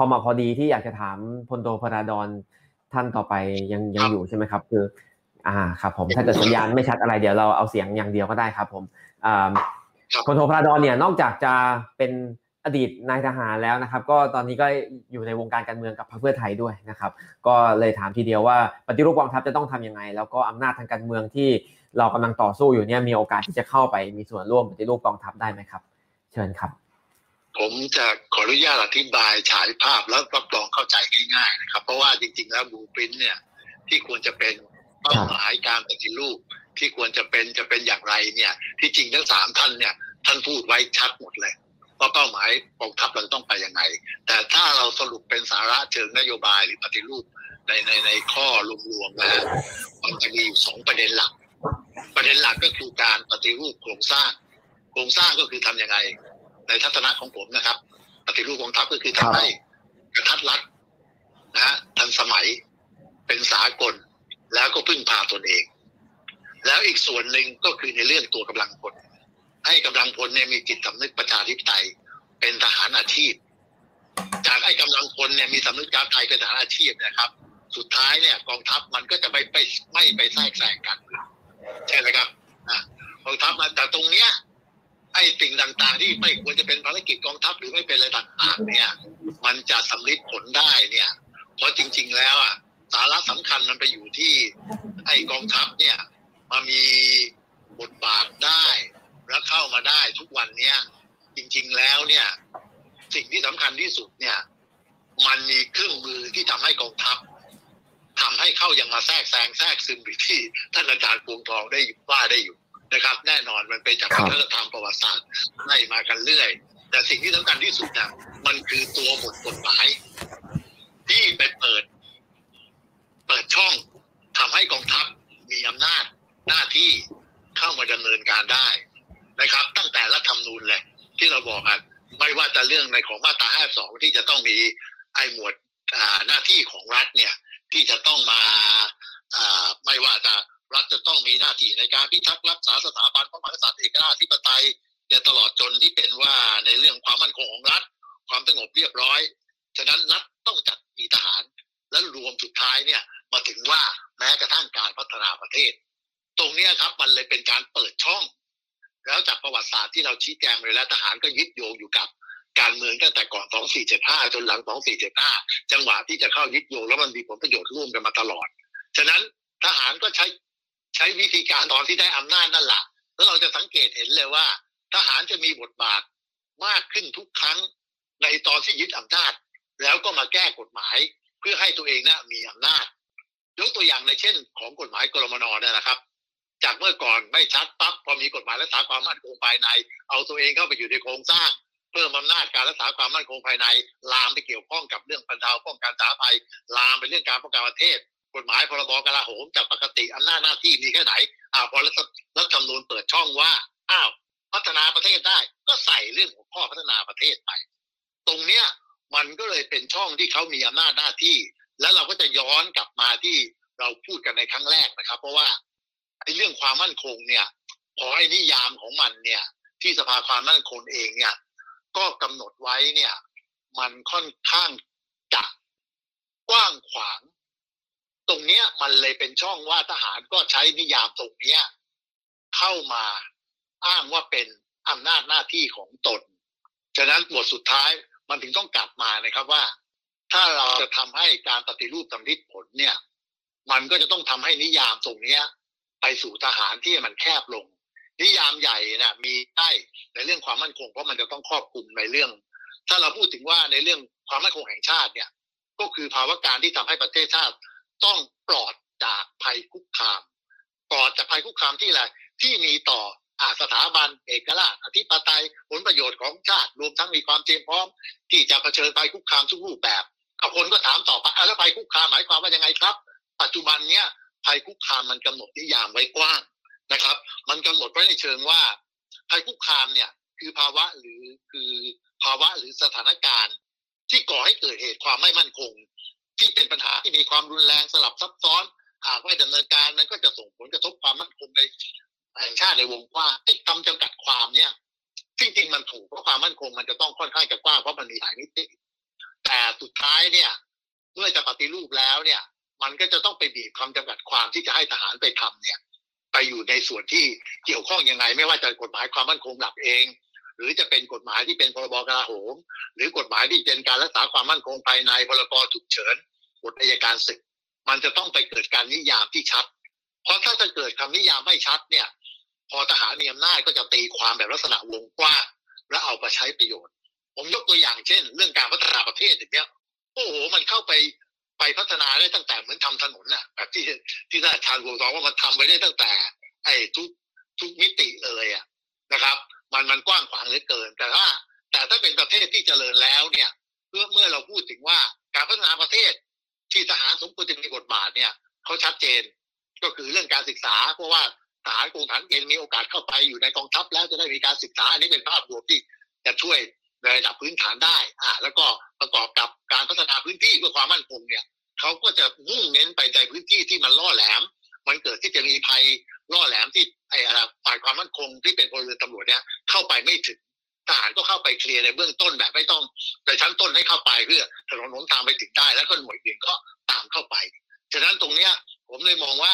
อมาพอดีที่อยากจะถามพลโทพนาดรท่านต่อไปยังยังอยู่ใช่ไหมครับคืออ่าครับผมถ้าเกิดสัญญาณไม่ชัดอะไรเดี๋ยวเราเอาเสียงอย่างเดียวก็ได้ครับผมอ่าพลโทพนาดรเนี่ยนอกจากจะเป็นอดีตนายทหารแล้วนะครับก็ตอนนี้ก็อยู่ในวงการการเมืองกับพรรคเพื่อไทยด้วยนะครับก็เลยถามทีเดียวว่าปฏิรูปกองทัพจะต้องทำยังไงแล้วก็อำนาจทางการเมืองที่เรากำลังต่อสู้อยู่เนี่ยมีโอกาสที่จะเข้าไปมีส่วนร่วมปฏิรูปกองทัพได้ไหมครับเชิญครับผมจะขออนุญาตอธิบายฉายภาพแล้วรับรองเข้าใจง่ายๆนะครับเพราะว่าจริงๆแล้วบลูพรินท์เนี่ยที่ควรจะเป็นเป้าหมายการปฏิรูปที่ควรจะเป็นจะเป็นอย่างไรเนี่ยที่จริงทั้งสามท่านเนี่ยท่านพูดไว้ชัดหมดเลยว่าเป้าหมายกองทัพเราต้องไปยังไงแต่ถ้าเราสรุปเป็นสาระเชิงนโยบายหรือปฏิรูปในในในข้อรวมๆนะฮะมันจะมีอยู่สองประเด็นหลักประเด็นหลักก็คือการปฏิรูปโครงสร้างโครงสร้างก็คือทำยังไงในทัศนะของผมนะครับปฏิรูปกองทัพก็คือทำให้กระทัดรัดนะฮะทันสมัยเป็นสากลแล้วก็พึ่งพาตนเองแล้วอีกส่วนหนึ่งก็คือในเรื่องตัวกำลังพลให้กำลังพลเนี่ยมีจิตสำนึกประชาธิปไตยเป็นทหารอาชีพจากให้กำลังพลเนี่ยมีสำนึกการไทยเป็นทหารอาชีพนะครับสุดท้ายเนี่ยกองทัพมันก็จะไม่ไปไม่ไปแทรกแซงกันใช่ไหมครับกองทัพมาแต่ตรงเนี้ยไอ้สิ่งต่างๆที่ไม่ควรจะเป็นภารกิจกองทัพหรือไม่เป็นอะไรต่างๆเนี่ยมันจะสำลิดผลได้เนี่ยเพราะจริงๆแล้วอ่ะสาระสำคัญมันไปอยู่ที่ไอ้กองทัพเนี่ยมามีบทบาทได้แล้วเข้ามาได้ทุกวันเนี้ยจริงๆแล้วเนี่ยสิ่งที่สำคัญที่สุดเนี่ยมันมีเครื่องมือที่ทำให้กองทัพทำให้เข้ายังมาแทรกแซงแทรกซึมอยู่ที่ท่านอาจารย์พวงทองได้ว่าได้อยู่นะครับแน่นอนมันเป็นจากวัฒนธรรมประวัติศาสตร์ไล่มากันเรื่อยแต่สิ่งที่สำคัญที่สุดนะมันคือตัวบทกฎหมายที่ไปเปิดเปิดช่องทำให้กองทัพมีอำนาจหน้าที่เข้ามาดำเนินการได้นะครับตั้งแต่รัฐธรรมนูญเลยที่เราบอกกันไม่ว่าจะเรื่องในของมาตราห้าสิบสองที่จะต้องมีไอ้หมวดหน้าที่ของรัฐเนี่ยที่จะต้องมาไม่ว่าจะรัฐจะต้องมีหน้าที่ในการพิทักษ์รักษาสถาบันพระมหากษัตริย์เอกราชอธิปไตยเนี่ยตลอดจนที่เป็นว่าในเรื่องความมั่นคงของรัฐความสงบเรียบร้อยฉะนั้นรัฐต้องจัดมีทหารและรวมสุดท้ายเนี่ยมาถึงว่าแม้กระทั่งการพัฒนาประเทศตรงนี้ครับมันเลยเป็นการเปิดช่องแล้วจากประวัติศาสตร์ที่เราชี้แจงไปแล้วทหารก็ยึดโยงอยู่กับการเมืองตั้งแต่ก่อนสองสี่เจ็ดห้าจนหลังสองสี่เจ็ดห้าจังหวะที่จะเข้ายึดโยงแล้วมันมีผลประโยชน์ร่วมกันมาตลอดฉะนั้นทหารก็ใช้ใช้วิธีการตอนที่ได้อำนาจนั่นแหละแล้วเราจะสังเกตเห็นเลยว่าทหารจะมีบทบาทมากขึ้นทุกครั้งในตอนที่ยึดอำนาจแล้วก็มาแก้กฎหมายเพื่อให้ตัวเองนะมีอำนาจยกตัวอย่างในเช่นของกฎหมายกรมนเนี่ยนะครับจากเมื่อก่อนไม่ชัดปั๊บพอมีกฎหมายรักษาความมั่นคงภายในเอาตัวเองเข้าไปอยู่ในโครงสร้างเพิ่มอำนาจการรักษาความมั่นคงภายในลามไปเกี่ยวข้องกับเรื่องบรรเทาป้องกันสาธารณภัยลามไปเรื่องการป้องกันประเทศกฎหมายพรบกลาโหมจากปกติอำนาจหน้าที่มีแค่ไหนอ่าพอรัฐธรรมนูญเปิดช่องว่าอ้าวพัฒนาประเทศได้ก็ใส่เรื่องของข้อพัฒนาประเทศไปตรงเนี้ยมันก็เลยเป็นช่องที่เขามีอำนาจหน้าที่แล้วเราก็จะย้อนกลับมาที่เราพูดกันในครั้งแรกนะครับเพราะว่าไอ้เรื่องความมั่นคงเนี่ยพอไอ้นิยามของมันเนี่ยที่สภาความมั่นคงเองเนี่ยก็กำหนดไว้เนี่ยมันค่อนข้างจะกว้างขวางตรงเนี้ยมันเลยเป็นช่องว่าทหารก็ใช้นิยามตรงเนี้ยเข้ามาอ้างว่าเป็นอำนาจหน้าที่ของตนฉะนั้นบทสุดท้ายมันถึงต้องกลับมานะครับว่าถ้าเราจะทำให้การปฏิรูปสำลิดผลเนี่ยมันก็จะต้องทำให้นิยามตรงเนี้ยไปสู่ทหารที่มันแคบลงนิยามใหญ่นะมีได้ในเรื่องความมั่นคงเพราะมันจะต้องครอบคลุมในเรื่องถ้าเราพูดถึงว่าในเรื่องความมั่นคงแห่งชาติเนี่ยก็คือภาวะการที่ทำให้ประเทศชาติต้องปลอดจากภัยคุกคามปลอดจากภัยคุกคามที่อะไรที่มีต่ออาสถาบันเอกราชอธิปไตยผลประโยชน์ของชาติรวมทั้งมีความเตรียมพร้อมที่จะเผชิญภัยคุกคามทุกรูปแบบกับคนก็ถามต่อไปแล้วภัยคุกคามหมายความว่ายังไงครับปัจจุบันเนี้ยภัยคุกคามมันกำหนดนิยามไว้กว้างนะครับมันกำหนดไว้ในเชิงว่าภัยคุกคามเนี่ยคือภาวะหรือคือภาวะหรือสถานการณ์ที่ก่อให้เกิดเหตุความไม่มั่นคงที่เป็นปัญหาที่มีความรุนแรงสลับซับซ้อนหากไม่ดำเนินการมันก็จะส่งผลกระทบความมั่นคงในแห่งชาติในวงกว้างไอ้คำจำกัดความเนี่ยจริงๆมันถูกเพราะความมั่นคงมันจะต้องค่อนข้างจะกว้างเพราะมันมีหลายมิติแต่สุดท้ายเนี่ยเมื่อจะปฏิรูปแล้วเนี่ยมันก็จะต้องไปบีบคำจำกัดความที่จะให้ทหารไปทำเนี่ยไปอยู่ในส่วนที่เกี่ยวข้องยังไงไม่ว่าจะกฎหมายความมั่นคงหลักเองหรือจะเป็นกฎหมายที่เป็นพรบกลาโหมหรือกฎหมายที่เป็นการรักษาความมั่นคงภายในพรกฉุกเฉินกฎอัยการศึกมันจะต้องไปเกิดการนิยามที่ชัดเพราะถ้าจะเกิดคำนิยามไม่ชัดเนี่ยพอทหารมีอำนาจก็จะตีความแบบลักษณะวงกว้างและเอาไปใช้ประโยชน์ผมยกตัวอย่างเช่นเรื่องการพัฒนาประเทศอย่างเงี้ยโอ้โหมันเข้าไปไปพัฒนาได้ตั้งแต่เหมือนทำถนนน่ะแบบที่ที่ท่านอาจารย์บอกว่ามันทำไปได้ตั้งแต่ไอ้ทุกทุกมิติเลยอ่ะนะครับมันมันกว้างขวางเหลือเกินแต่ถ้าแต่ถ้าเป็นประเทศที่เจริญแล้วเนี่ยเมื่อเมื่อเราพูดถึงว่าการพัฒนาประเทศที่ทหารสมควรจะมีบทบาทเนี่ยเขาชัดเจนก็คือเรื่องการศึกษาเพราะว่าทหารกองฐานเกณฑ์มีโอกาสเข้าไปอยู่ในกองทัพแล้วจะได้มีการศึกษาอันนี้เป็นภาพรวมที่จะช่วยในระดับพื้นฐานได้อ่าแล้วก็ประกอบกับการพัฒนาพื้นที่เพื่อความมั่นคงเนี่ยเขาก็จะมุ่งเน้นไปในพื้นที่ที่มันล่อแหลมมันเกิดที่จะมีภัยล่อแหลมที่ไอ้ฝ่ายความมั่นคงที่เป็นพลเรือนตำรวจเนี่ยเข้าไปไม่ถึงทหารก็เข้าไปเคลียร์ในเบื้องต้นแบบไม่ต้องในชั้นต้นให้เข้าไปเพื่อถนนหนทางไปถึงได้แล้วก็หน่วยอื่นก็ตามเข้าไปฉะนั้นตรงเนี้ยผมเลยมองว่า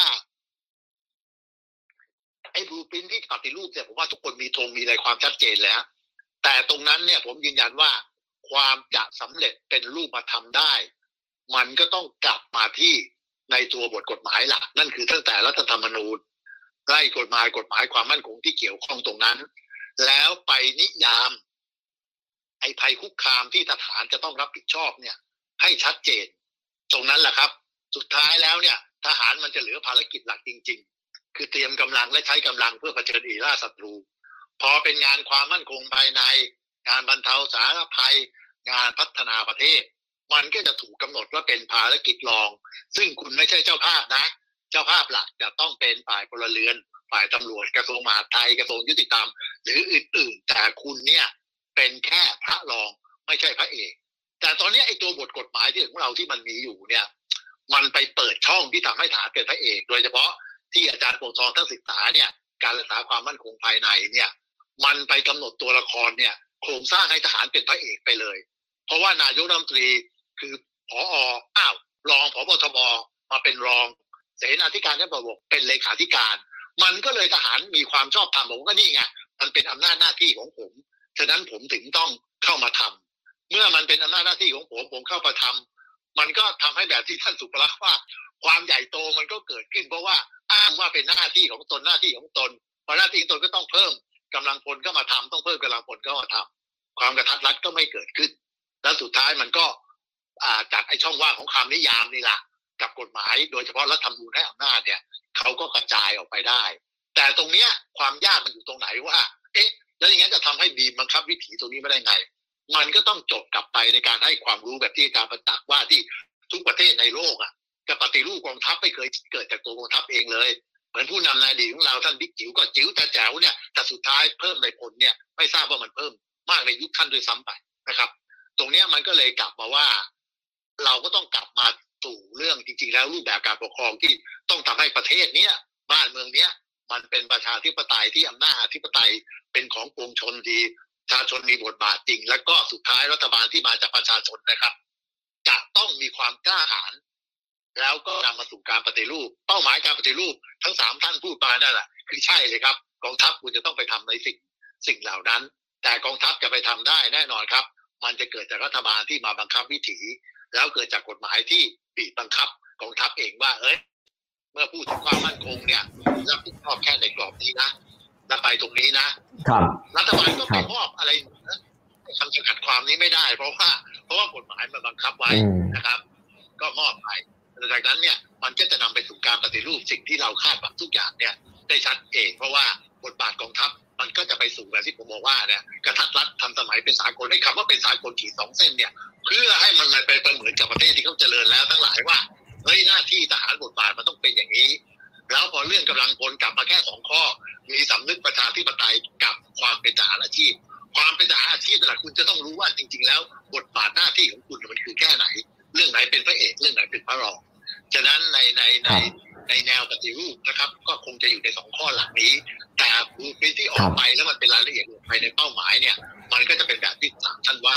ไอ้บลูพรินท์ที่ปฏิรูปเนี่ยผมว่าทุกคนมีธงมีอะไรความชัดเจนแล้วแต่ตรงนั้นเนี่ยผมยืนยันว่าความจะสำเร็จเป็นรูปธรรมได้มันก็ต้องกลับมาที่ในตัวบทกฎหมายหลักนั่นคือตั้งแต่รัฐธรรมนูญไล่กฎหมายกฎหมายความมั่นคงที่เกี่ยวข้องตรงนั้นแล้วไปนิยามไอ้ภัยคุกคามที่ทหารจะต้องรับผิดชอบเนี่ยให้ชัดเจนตรงนั้นแหละครับสุดท้ายแล้วเนี่ยทหารมันจะเหลือภารกิจหลักจริงๆคือเตรียมกำลังและใช้กำลังเพื่อเผชิญอีราศัตรูพอเป็นงานความมั่นคงภายในงานบรรเทาสาธารณภัยงานพัฒนาประเทศมันก็จะถูกกำหนดว่าเป็นภารกิจรองซึ่งคุณไม่ใช่เจ้าภาพนะเจ้าภาพหลักจะต้องเป็นฝ่ายพลเรือนฝ่ายตำรวจกระทรวงมหาดไทยกระทรวงยุติธรรมหรืออื่นๆแต่คุณเนี่ยเป็นแค่พระรองไม่ใช่พระเอกแต่ตอนนี้ไอ้ตัวบทกฎหมายที่ของเราที่มันมีอยู่เนี่ยมันไปเปิดช่องที่ทำให้ทหารเป็นพระเอกโดยเฉพาะที่อาจารย์ปกครองทั้งศึกษาเนี่ยการรักษาความมั่นคงภายในเนี่ยมันไปกำหนดตัวละครเนี่ยโครงสร้างให้ทหารเป็นพระเอกไปเลยเพราะว่านายกรัฐมนตรีคือผอ.อ้าวรองผบ.ทบ.มาเป็นรองเสนาธิการทบกเป็นเลขาธิการมันก็เลยทหารมีความชอบธรรมผมก็นี่ไงมันเป็นอำนาจหน้าที่ของผมฉะนั้นผมถึงต้องเข้ามาทำเมื่อมันเป็นอำนาจหน้าที่ของผมผมเข้ามาทำมันก็ทำให้แบบที่ท่านสุภลักษณ์ว่าความใหญ่โตมันก็เกิดขึ้นเพราะว่าอ้างว่าเป็นหน้าที่ของตนหน้าที่ของตนพอหน้าที่ของตนก็ต้องเพิ่มกำลังพลก็มาทำต้องเพิ่มกำลังพลก็มาทำความกระทัดรัดก็ไม่เกิดขึ้นแล้วสุดท้ายมันก็จากไอ้ช่องว่างของคำนิยามนี่แหละกับกฎหมายโดยเฉพาะรัฐธรรมนูญให้อำนาจเนี่ยเขาก็กระจายออกไปได้แต่ตรงเนี้ยความยากมันอยู่ตรงไหนว่าเอ๊ะแล้วอย่างนั้นจะทำให้บีบบังคับวิถีตรงนี้ไม่ได้ไงมันก็ต้องจบกลับไปในการให้ความรู้แบบที่อาจารย์ประจักษ์ว่าที่ทุกประเทศในโลกอ่ะจะปฏิรูปกองทัพไม่เคยเกิดจากตัวกองทัพเองเลยเหมือนผู้นำในอดีตของเราท่านบิ๊กจิ๋วก็จิ๋วแต่แจ๋วเนี่ยแต่สุดท้ายเพิ่มในผลเนี่ยไม่ทราบว่ามันเพิ่มมากในยุคท่านด้วยซ้ำไปนะครับตรงนี้มันก็เลยกลับมาว่าเราก็ต้องกลับมาสู่เรื่องจริงๆแล้วรูปแบบการปกครองที่ต้องทำให้ประเทศเนี้ยบ้านเมืองเนี้ยมันเป็นประชาธิปไตยที่อำนาจอธิปไตยเป็นของปวงชนที่ประชาชนมีบทบาทจริงแล้วก็สุดท้ายรัฐบาลที่มาจากประชาชนนะครับจะต้องมีความกล้าหาญแล้วก็นำมาสู่การปฏิรูปเป้าหมายการปฏิรูปทั้งสามท่านพูดมานั่นแหละคือใช่เลยครับกองทัพคุณจะต้องไปทำในสิ่งสิ่งเหล่านั้นแต่กองทัพจะไปทำได้แน่นอนครับมันจะเกิดจากรัฐบาลที่มาบังคับวิถีแล้วเกิดจากกฎหมายที่บีบบังคับกองทัพเองว่าเอ้ยเมื่อพูดถึงความมั่นคงเนี่ยรับผิดชอบแค่ในกรอบนี้นะแล้วไปตรงนี้นะครับรัฐบาลก็ไปมอบอะไรนะคำจำกัดความนี้ไม่ได้เพราะว่าเพราะว่ากฎหมายมันบังคับไว้นะครับก็มอบไปดังนั้นเนี่ยมันก็จะนำไปสู่การปฏิรูปสิ่งที่เราคาดหวังทุกอย่างเนี่ยได้ชัดเจนเพราะว่าบทบาทกองทัพมันก็จะไปสู่แบบที่ผมบอกว่าเนี่ยกระทัดรัดทันสมัยเป็นสากลให้คำว่าเป็นสากลขีดสองเส้นเนี่ยเพื่อให้มันไปเป็นเหมือนกับประเทศที่เขาเจริญแล้วทั้งหลายว่าเฮ้ยหน้าที่ทหารบทบาทมันต้องเป็นอย่างนี้แล้วพอเรื่องกำลังพลกลับมาแค่สองข้อมีสำนึกประชาธิปไตยกับความเป็นทหารอาชีพความเป็นทหารอาชีพนั่นแหละคุณจะต้องรู้ว่าจริงๆแล้วบทบาทหน้าที่ของคุณมันคือแค่ไหนเรื่องไหนเป็นพระเอกเรื่องไหนเป็นพระรองฉะนั้นในในในในแนวปฏิรูปนะครับก็คงจะอยู่ในสองข้อหลักนี้แต่บลูพรินท์ที่ออกไปแล้วมันเป็นรายละเอียดลงไปในเป้าหมายเนี่ยมันก็จะเป็นแบบที่สามท่านว่า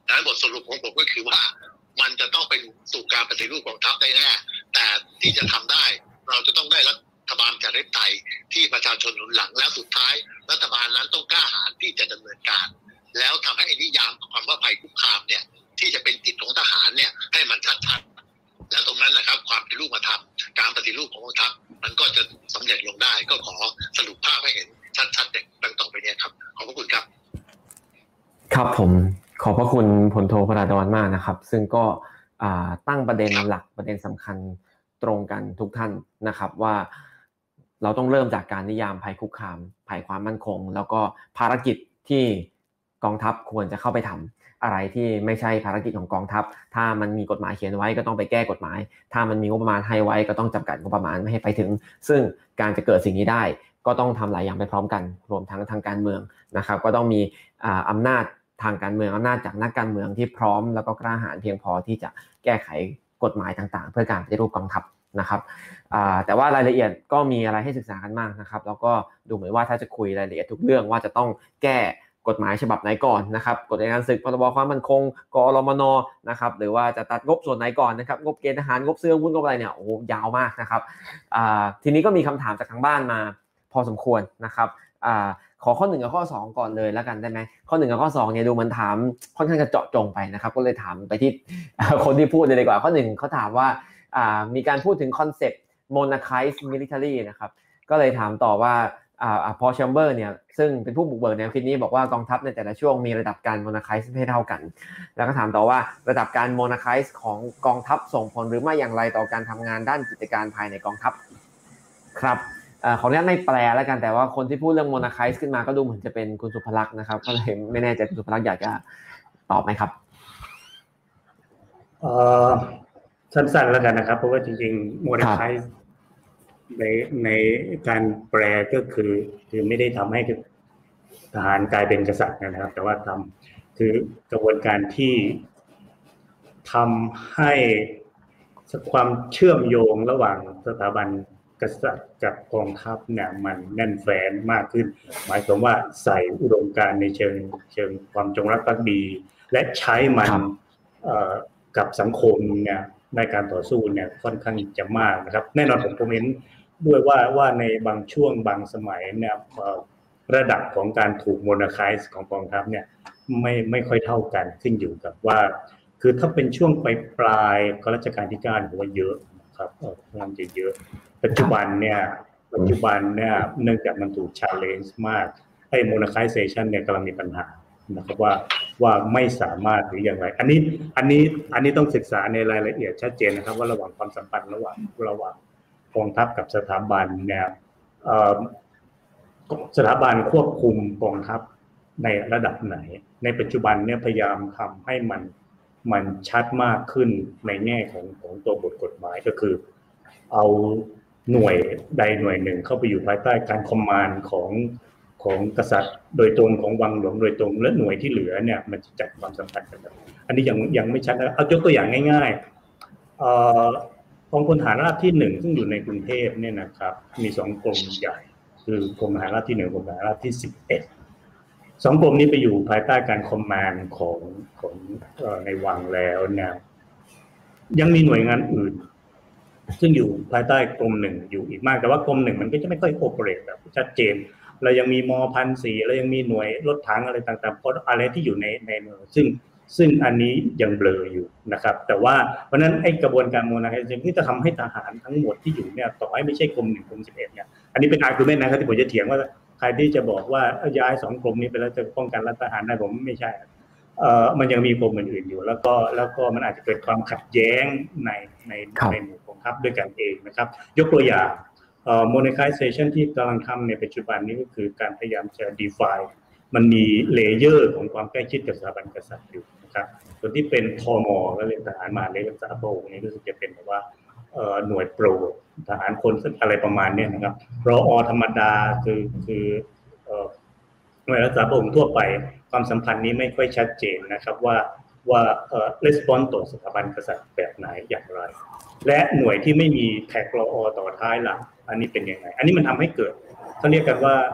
ดังนั้นบทสรุปของผมก็คือว่ามันจะต้องเป็นสู่การปฏิรูปกองทัพได้แน่แต่ที่จะทำได้เราจะต้องได้รัฐบาลประชาธิปไตยที่ประชาชนหนุนหลังและสุดท้ายรัฐบาลนั้นต้องกล้าหาญที่จะดำเนินการแล้วทำให้นิยามของคำว่าภัยคุกคามเนี่ยที่จะเป็นจิตของทหารเนี่ยให้มันชัดๆแล้วตรงนั้นนะครับความเป็นรูปธรรมการปฏิรูปของกองทัพมันก็จะสำเร็จลงได้ก็ขอสรุปภาพให้เห็นชัดๆดังต่อไปนี้ครับขอบพระคุณครับครับผมขอบพระคุณพลโทพราดอนมากนะครับซึ่งก็ตั้งประเด็นหลักประเด็นสำคัญตรงกันทุกท่านนะครับว่าเราต้องเริ่มจากการนิยามภัยคุกคามภัยความมั่นคงแล้วก็ภารกิจที่กองทัพควรจะเข้าไปทำอะไรที่ไม่ใช่ภารกิจของกองทัพถ้ามันมีกฎหมายเขียนไว้ก็ต้องไปแก้กฎหมายถ้ามันมีงบประมาณให้ไว้ก็ต้องจำกัดงบประมาณไม่ให้ไปถึงซึ่งการจะเกิดสิ่งนี้ได้ก็ต้องทำหลายอย่างไปพร้อมกันรวมทั้งทางการเมืองนะครับก็ต้องมีอำนาจทางการเมืองอำนาจจากนักการเมืองที่พร้อมแล้วก็กล้าหาญเพียงพอที่จะแก้ไขกฎหมายต่างๆเพื่อการปฏิรูปกองทัพนะครับแต่ว่ารายละเอียดก็มีอะไรให้ศึกษากันมากนะครับแล้วก็ดูเหมือนว่าถ้าจะคุยรายละเอียดทุกเรื่องว่าจะต้องแก้กฎหมายฉบับไหนก่อนนะครับกฎอัยการศึกพรบความมั่นคงกอรมนนะครับหรือว่าจะตัดงบส่วนไหนก่อนนะครับงบเกณฑ์ทหารงบเสื้อวุ้นงบอะไรเนี่ยโอ้ยาวมากนะครับทีนี้ก็มีคำถามจากทางบ้านมาพอสมควรนะครับขอข้อหนึ่งกับข้อสองก่อนเลยแล้วกันได้ไหมข้อหนึ่งกับข้อสองเนี่ยดูมันถามค่อนข้างจะเจาะจงไปนะครับก็เลยถามไปที่คนที่พูดเลยดีกว่าข้อหนึ่งเขาถามว่ามีการพูดถึงคอนเซ็ปต์ monarchist military นะครับก็เลยถามต่อว่าพอแชมเบอร์เนี่ยซึ่งเป็นผู้บุกเบิกแนวคิดนี้บอกว่ากองทัพในแต่ละช่วงมีระดับการ monarchist ไม่เท่ากันแล้วก็ถามต่อว่าระดับการ monarchist ของกองทัพส่งผลหรือไม่อย่างไรต่อการทำงานด้านกิจการภายในกองทัพครับขออนุญาตไม่แปลแล้วกันแต่ว่าคนที่พูดเรื่อง monarchist ขึ้นมาก็ดูเหมือนจะเป็นคุณสุภลักษณ์นะครับก็เลยไม่แน่ใจคุณสุภลักษณ์อยากจะตอบไหมครับเอ่อสั้นๆแล้วกันนะครับเพราะว่าจริงๆ monarchist ในในการแปลก็คือคือไม่ได้ทำให้ทหารกลายเป็นกษัตริย์นะครับแต่ว่าทำคือกระบวนการที่ทำให้ความเชื่อมโยงระหว่างสถาบันกษัตริย์กับกองทัพเนี่ยมันแน่นแฟ้นมากขึ้นหมายความว่าใส่อุดมการณ์ในเชิงเชิงความจงรักภักดีและใช้มันกับสังคมเนี่ยในการต่อสู้เนี่ยค่อนข้างจะมากนะครับแน่นอนผมคอมเมนต์ด้วยว่าว่าในบางช่วงบางสมัยเนี่ยระดับของการถูกโมนาไคส์ของกองทัพเนี่ยไม่ไม่ค่อยเท่ากันขึ้นอยู่กับว่าคือถ้าเป็นช่วงปลายปลายรัชกาลที่เก้าผมว่าเยอะครับเออมันจะเยอะปัจจุบันเนี่ยปัจจุบันเนี่ยเนื่องจากมันถูก challenge มากไอ้ monarchization เนี่ยกำลังมีปัญหานะครับว่าว่าไม่สามารถหรืออย่างไรอันนี้อันนี้อันนี้ต้องศึกษาในรายละเอียดชัดเจนนะครับว่าระหว่างความสัมพันธ์ระหว่างระหว่างกองทัพกับสถาบันเนี่ยสถาบันควบคุมกองทัพในระดับไหนในปัจจุบันเนี่ยพยายามทำให้มันมันชัดมากขึ้นในแง่ของของตัวบทกฎหมายก็คือเอาหน่วยใดหน่วยหนึ่งเข้าไปอยู่ภายใต้การคอมมานด์ของของกษัตริย์โดยตรงของวังหลวงโดยตรงและหน่วยที่เหลือเนี่ยมันจะจัดความสัมพันธ์กันอันนี้ยังยังไม่ชัดนะเอายกตัวอย่างง่ายๆกองพลฐานราบที่หนึ่งซึ่งอยู่ในกรุงเทพเนี่ยนะครับมีสองกรมใหญ่คือกรมทหารราบที่หนึ่งกรมทหารราบที่สิบเอ็ดสองกรมนี้ไปอยู่ภายใต้การคอมมานด์ของของในวังแล้วเนี่ยยังมีหน่วยงานอื่นซึ่งอยู่ภายใต้กรมหนึ่งอยู่อีกมากแต่ว่ากรมหนึ่งมันก็จะไม่ค่อยโอเปเรตแบบชัดเจนเรายังมีมพันสี่เรายังมีหน่วยรถถังอะไรต่างๆเพราะอะไรที่อยู่ในในเมืองซึ่งซึ่งอันนี้ยังเบลออยู่นะครับแต่ว่าเพราะนั้นไอ้กระบวนการโมนาไคเซชันที่จะทำให้ทหารทั้งหมดที่อยู่เนี่ยต่อให้ไม่ใช่กรมหนึ่งกรมสิบเอ็ดเนี่ยอันนี้เป็นอาร์กิวเมนต์นะครับที่ผมจะเถียงว่าใครที่จะบอกว่าย้ายสองกรมนี้ไปแล้วจะป้องกันรัฐประหารได้ผมไม่ใช่เอ่อมันยังมีกรมอื่นๆอยู่แล้วก็แล้วก็มันอาจจะเกิดความขัดแย้งในในในหมู่กองทัพด้วยกันเองนะครับยกตัวอย่างเอ่อ monarchization ที่กำลังทำในปัจจุบันนี้ก็คือการพยายามจะ define มันมีเลเยอร์ของความใกล้ชิดกับสถาบันกษัตริย์อยู่นะครับส่วนที่เป็นทมก็เรียกทหารมหาดเล็กรักษาพระองค์นี้รู้สึกจะเป็นแบบว่าเอ่อหน่วยโปรทหารคนอะไรประมาณนี้นะครับรอธรรมดาคือคือเอ่อหน่วยรักษาพระองค์ทั่วไปความสัมพันธ์นี้ไม่ค่อยชัดเจนนะครับว่าว่าเอ่อ response ต่อสถาบันกษัตริย์แบบไหนอย่างไรและหน่วยที่ไม่มีแท็กรอต่อท้ายหลังอันนี้เป็นยังไงอันนี้มันทำให้เกิดเขาเรียกกันว่า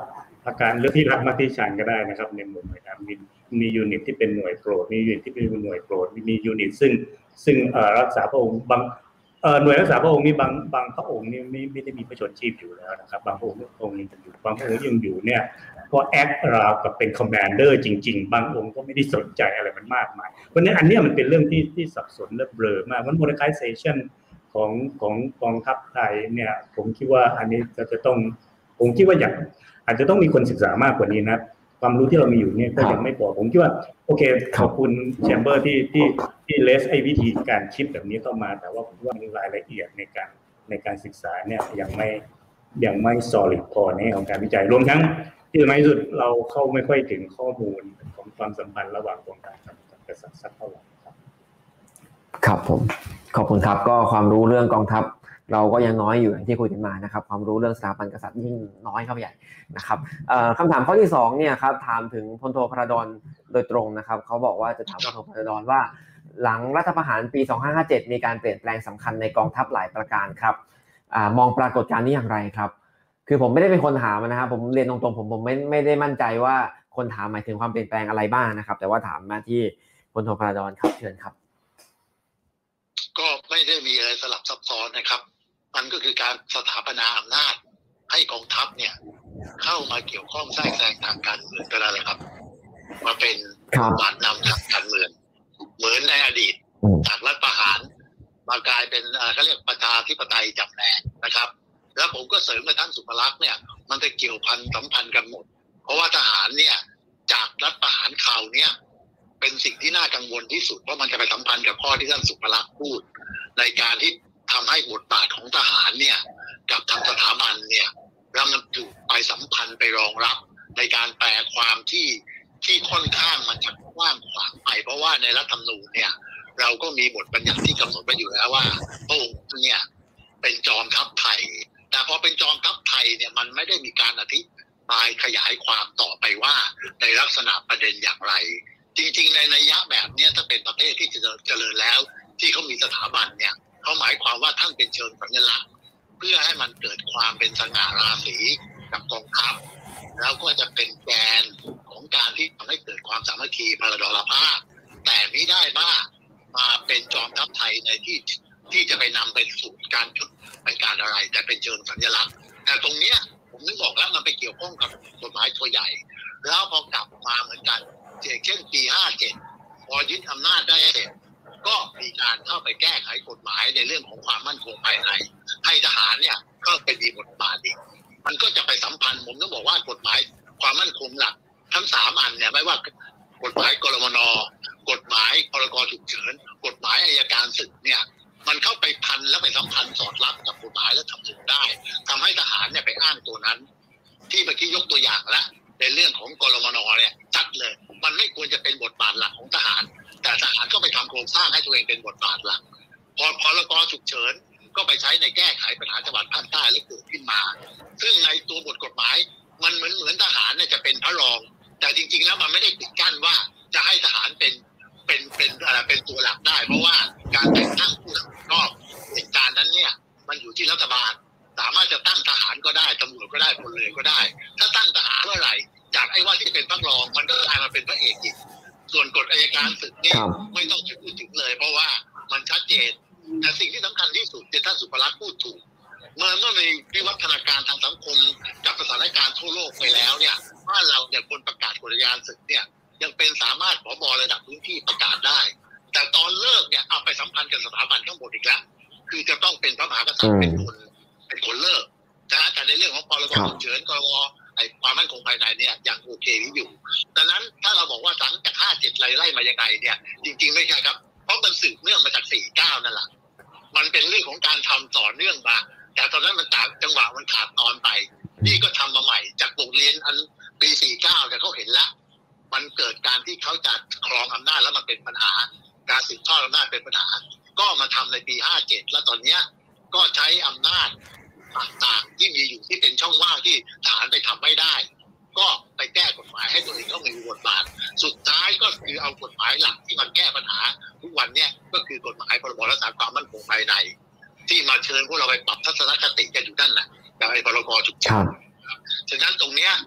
อาการเลือกที่รักมักที่ชังก็ได้นะครับในหมู่หน่วยงานมีมียูนิตที่เป็นหน่วยโปรดมียูนิตที่เป็นหน่วยโปรดมียูนิตซึ่งซึ่งรักษาพระองค์บางหน่วยรักษาพระองค์นี่บางบางพระองค์นี่ไม่ไม่ได้มีพระชนชีพอยู่แล้วนะครับบางพระองค์องค์ยังอยู่บางพระองค์ยังอยู่เนี่ยพอแอคราวกับเป็นคอมมานเดอร์จริงๆบางองค์ก็ไม่ได้สนใจอะไรมันมากมายเพราะฉะนั้นอันนี้มันเป็นเรื่องที่ที่สับสนและเบลอมากมันโมเดลไคเซชันของของกองทัพไทยเนี่ยผมคิดว่าอันนี้จะจะต้องผมคิดว่าอย่างอาจจะต้องมีคนศึกษามากกว่านี้นะความรู้ที่เรามีอยู่เนี่ยก็ยังไม่พอผมคิดว่าโอเคขอบคุณแชมเบอร์ที่ที่ที่เลสไอ้วิธีการคิดแบบนี้เข้ามาแต่ว่าผมว่ารายละเอียดในการในการศึกษาเนี่ยยังไม่ยังไม่ solid พอในของการวิจัยรวมทั้งที่สำคัญที่สุดเราเข้าไม่ค่อยถึงข้อมูลของความสัมพันธ์ระหว่างกองทัพกับกษัตริย์สักเท่าไหร่ครับครับผมขอบคุณครับก็ความรู้เรื่องกองทัพเราก็ยังน้อยอยู่อย่างที่คุยกันมานะครับความรู้เรื่องสถาบันกษัตริย์ยิ่งน้อยเข้าไปใหญ่นะครับคำถามข้อที่สองเนี่ยครับถามถึงพลโทพระดอนโดยตรงนะครับเขาบอกว่าจะถามพลโทพระดอนว่าหลังรัฐประหารปีสองพันห้าร้อยห้าสิบเจ็ดมีการเปลี่ยนแปลงสำคัญในกองทัพหลายประการครับมองปรากฏการณ์นี้อย่างไรครับคือผมไม่ได้เป็นคนถามนะครับผมเรียนตรงๆผมผมไม่ไม่ได้มั่นใจว่าคนถามหมายถึงความเปลี่ยนแปลงอะไรบ้างนะครับแต่ว่าถามมาที่พลโทพระดอนครับเชิญครับก็ไม่ได้มีอะไรสลับซับซ้อนนะครับมันก็คือการสถาปนาอำนาจให้กองทัพเนี่ยเข้ามาเกี่ยวข้องแทรกแซงทางการเมืองก็ได้เลยครับมาเป็นบาดนำทางการเมืองเหมือนในอดีตจากรัฐประหารมากลายเป็นเขาเรียกประชาธิปไตยจับแหนงนะครับแล้วผมก็เสริมกับท่านสุภลักษณ์เนี่ยมันจะเกี่ยวพันสัมพันธ์กันหมดเพราะว่าทหารเนี่ยจากรัฐประหารคราวเนี้ยเป็นสิ่งที่น่ากังวลที่สุดเพราะมันจะไปสัมพันธ์กับข้อที่ท่านสุภลักษณ์พูดในการที่ทำให้บทบาทของทหารเนี่ยกับทางสถาบันเนี่ยแล้วมันถูกไปสัมพันธ์ไปรองรับในการแปลความที่ที่ค่อนข้างมันจะกว้างขวางไปเพราะว่าในรัฐธรรมนูญเนี่ยเราก็มีบทบัญญัติที่กำหนดไว้อยู่แล้วว่าพระองค์เนี่ยเป็นจอมทัพไทยแต่พอเป็นจอมทัพไทยเนี่ยมันไม่ได้มีการอธิบายขยายความต่อไปว่าในลักษณะประเด็นอย่างไรจริงๆในนัยยะแบบนี้ถ้าเป็นประเทศที่เจริญแล้วที่เขามีสถาบันเนี่ยเขาหมายความว่าท่านเป็นเชิงสัญลักษณ์เพื่อให้มันเกิดความเป็นสง่าราศีกับกองทัพแล้วก็จะเป็นแกนของการที่ทำให้เกิดความสามัคคีพลดรภาพแต่ไม่ได้ว่ามาเป็นจอมทัพไทยในที่ที่จะไปนำไปสู่การจุดไปการอะไรแต่เป็นเชิงสัญลักษณ์แต่ตรงเนี้ยผมนึกบอกแล้วมันไปเกี่ยวข้องกับกฎหมายตัวใหญ่แล้วพอกลับมาเหมือนกันเช่นปีห้าเจ็ดพอยึดอำนาจได้ก็มีการเข้าไปแก้ไขกฎหมายในเรื่องของความมั่นคงภายในให้ทหารเนี่ยก็ไปมีบทบาทอีกมันก็จะไปสัมพันธ์ผมต้องบอกว่ากฎหมายความมั่นคงหลักทั้งสามอันเนี่ยไม่ว่ากฎหมายกรมน.กฎหมายพรกฉุกเฉินกฎหมายอัยการศึกเนี่ยมันเข้าไปพันแล้วไปสัมพันธ์สอดรับกับกฎหมายและทำถึงได้ทำให้ทหารเนี่ยไปอ้างตัวนั้นที่เมื่อกี้ยกตัวอย่างแล้วในเรื่องของกรมน.เนี่ยจัดเลยมันไม่ควรจะเป็นบทบาทหลักของทหารแต่ทหารก็ไปทำโครงสร้างให้ตัวเองเป็นบทบาทหลักพอพรกฉุกเฉินก็ไปใช้ในแก้ไขปัญหาจังหวัดภาคใต้และเกิดขึ้นมาซึ่งในตัวบทกฎหมายมันเหมือนเหมือนทหารเนี่ยจะเป็นพระรองแต่จริงๆแล้วมันไม่ได้ปิดกั้นว่าจะให้ทหารเป็นเป็นเป็นอะไรเป็นตัวหลักได้เพราะว่าการแต่งตั้งผู้รับผิดชอบเหตุการณ์นั้นเนี่ยมันอยู่ที่รัฐบาลสามารถจะตั้งทหารก็ได้ตำรวจก็ได้พลเรือนก็ได้ถ้าตั้งทหารเมื่อไหร่จากไอ้ว่าที่เป็นพระรองมันก็กลายมาเป็นพระเอกอีกส่วนกฎอัยการศึกนี่ไม่ต้องพูดถึงเลยเพราะว่ามันชัดเจนแต่สิ่งที่สำคัญที่สุดที่ท่านสุภลักษณ์พูดถูกเมื่อเมื่อมีวิวัฒนาการทางสังคมกับสถานการณ์ทั่วโลกไปแล้วเนี่ยบ้านเราเนี่ยคนประกาศกฎอัยการศึกเนี่ยยังเป็นสามารถผบ.ระดับพื้นที่ประกาศได้แต่ตอนเลิกเนี่ยเอาไปสัมพันธ์กับสถาบันข้างบนอีกแล้วคือจะต้องเป็นพระมหากษัตริย์เป็นคนเป็นคนเลิกนะแต่ในเรื่องของพรกฉุกเฉินกรมไอ้ความมั่นคงภายในเนี่ยยังโอเคอยู่ดังนั้นถ้าเราบอกว่าหลังจากห้าเจ็ดไล่ไล่มายังไงเนี่ยจริงๆไม่ใช่ครับเพราะมันสืบเนื่องมาจากสี่เก้านั่นแหละมันเป็นเรื่องของการทำต่อเนื่องมาแต่ตอนนั้นมันจากจังหวะมันขาดตอนไปนี่ก็ทำมาใหม่จากบทเรียนอันปีสี่เก้าเนี่ยเขาเห็นแล้วมันเกิดการที่เขาจะครองอำนาจแล้วมันเป็นปัญหาการสืบทอดอำนาจเป็นปัญหาก็มาทำในปีห้าเจ็ดแล้วตอนเนี้ยก็ใช้อำนาจต่างๆที่มีอยู่ที่เป็นช่องว่างที่ทหารไปทำไม่ได้ก็ไปแก้กฎหมายให้ตัวเองเข้ามีบทบาทสุดท้ายก็คือเอากฎหมายหลักที่มันแก้ปัญหาทุกวันเนี้ยก็คือกฎหมายพรบรักษาความมั่นคงภายในที่มาเชิญพวกเราไปปรับทัศนคติกันอยู่นั่นแหละกับไอ้พรกฉุกเฉินฉะนั้นตรงเนี้ยมัน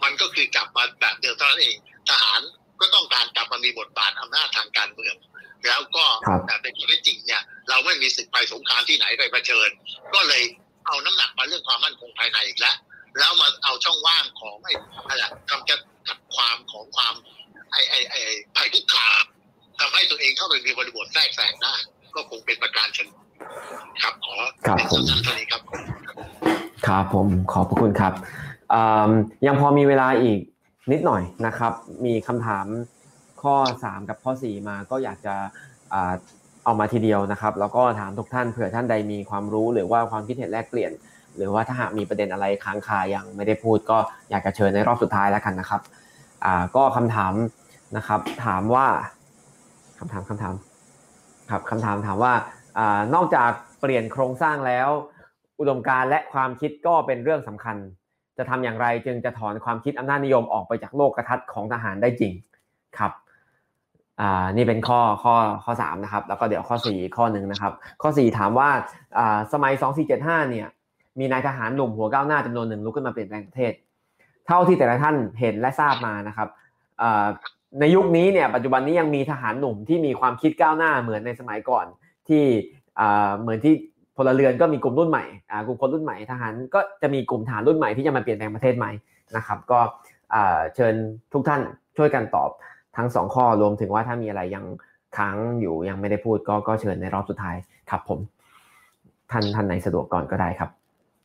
มันก็คือกลับมาแบบเดิมเท่านั้นเองทหารก็ต้องการกลับมามีบทบาทอำนาจทางการเมืองแล้วก็แต่เป็นข้อเท็จจริงเนี่ยเราไม่มีศึกภัยสงครามที่ไหนไปเผชิญก็เลยเอาน้ำหนักมาเรื่องความมั่นคงภายในอีกแล้วแล้วมาเอาช่องว่างของไอ้อะไรคำจัดความของความไอ้ไอ้ไอ้ภัยคุกคามทำให้ตัวเองเข้าไปมีบริบทแทรกแซงได้ก็คงเป็นประการเช่นครับขอเป็นสั้นๆเท่านี้ครับครับผมขอบพระคุณครับยังพอมีเวลาอีกนิดหน่อยนะครับมีคำถามข้อสามกับข้อสี่มาก็อยากจะเอามาทีเดียวนะครับแล้วก็ถามทุกท่านเผื่อท่านใดมีความรู้หรือว่าความคิดเห็นแลกเปลี่ยนหรือว่าถ้าหากมีประเด็นอะไรค้างคายังไม่ได้พูดก็อยากจะเชิญในรอบสุดท้ายแล้วกันนะครับอ่าก็คำถามนะครับถามว่าคำถามคำถามครับคำถามถามว่าอ่านอกจากเปลี่ยนโครงสร้างแล้วอุดมการณ์และความคิดก็เป็นเรื่องสำคัญจะทำอย่างไรจึงจะถอนความคิดอำนาจนิยมออกไปจากโลกทัศน์ของทหารได้จริงครับอ่านี่เป็นข้อข้อข้อสามนะครับแล้วก็เดี๋ยวข้อสี่ข้อหนึ่งนะครับข้อสี่ถามว่าอ่าสมัยสองสี่เจ็ดห้าเนี่ยมีนายทหารหนุ่มหัวก้าวหน้าจำนวนหนึ่งลุกขึ้นมาเปลี่ยนแปลงประเทศเท่าที่แต่ละท่านเห็นและทราบมานะครับอ่าในยุคนี้เนี่ยปัจจุบันนี้ยังมีทหารหนุ่มที่มีความคิดก้าวหน้าเหมือนในสมัยก่อนที่อ่าเหมือนที่พลเรือนก็มีกลุ่มรุ่นใหม่อ่ากลุ่มคนรุ่นใหม่ทหารก็จะมีกลุ่มทหารรุ่นใหม่ที่จะมาเปลี่ยนแปลงประเทศใหม่นะครับก็อ่าเชิญทุกท่านช่วยกันตอบทั้งสองข้อรวมถึงว่าถ้ามีอะไรยังค้างอยู่ยังไม่ได้พูดก็ก็เชิญในรอบสุดท้ายครับผมท่านท่านไหนสะดวกก่อนก็ได้ครับ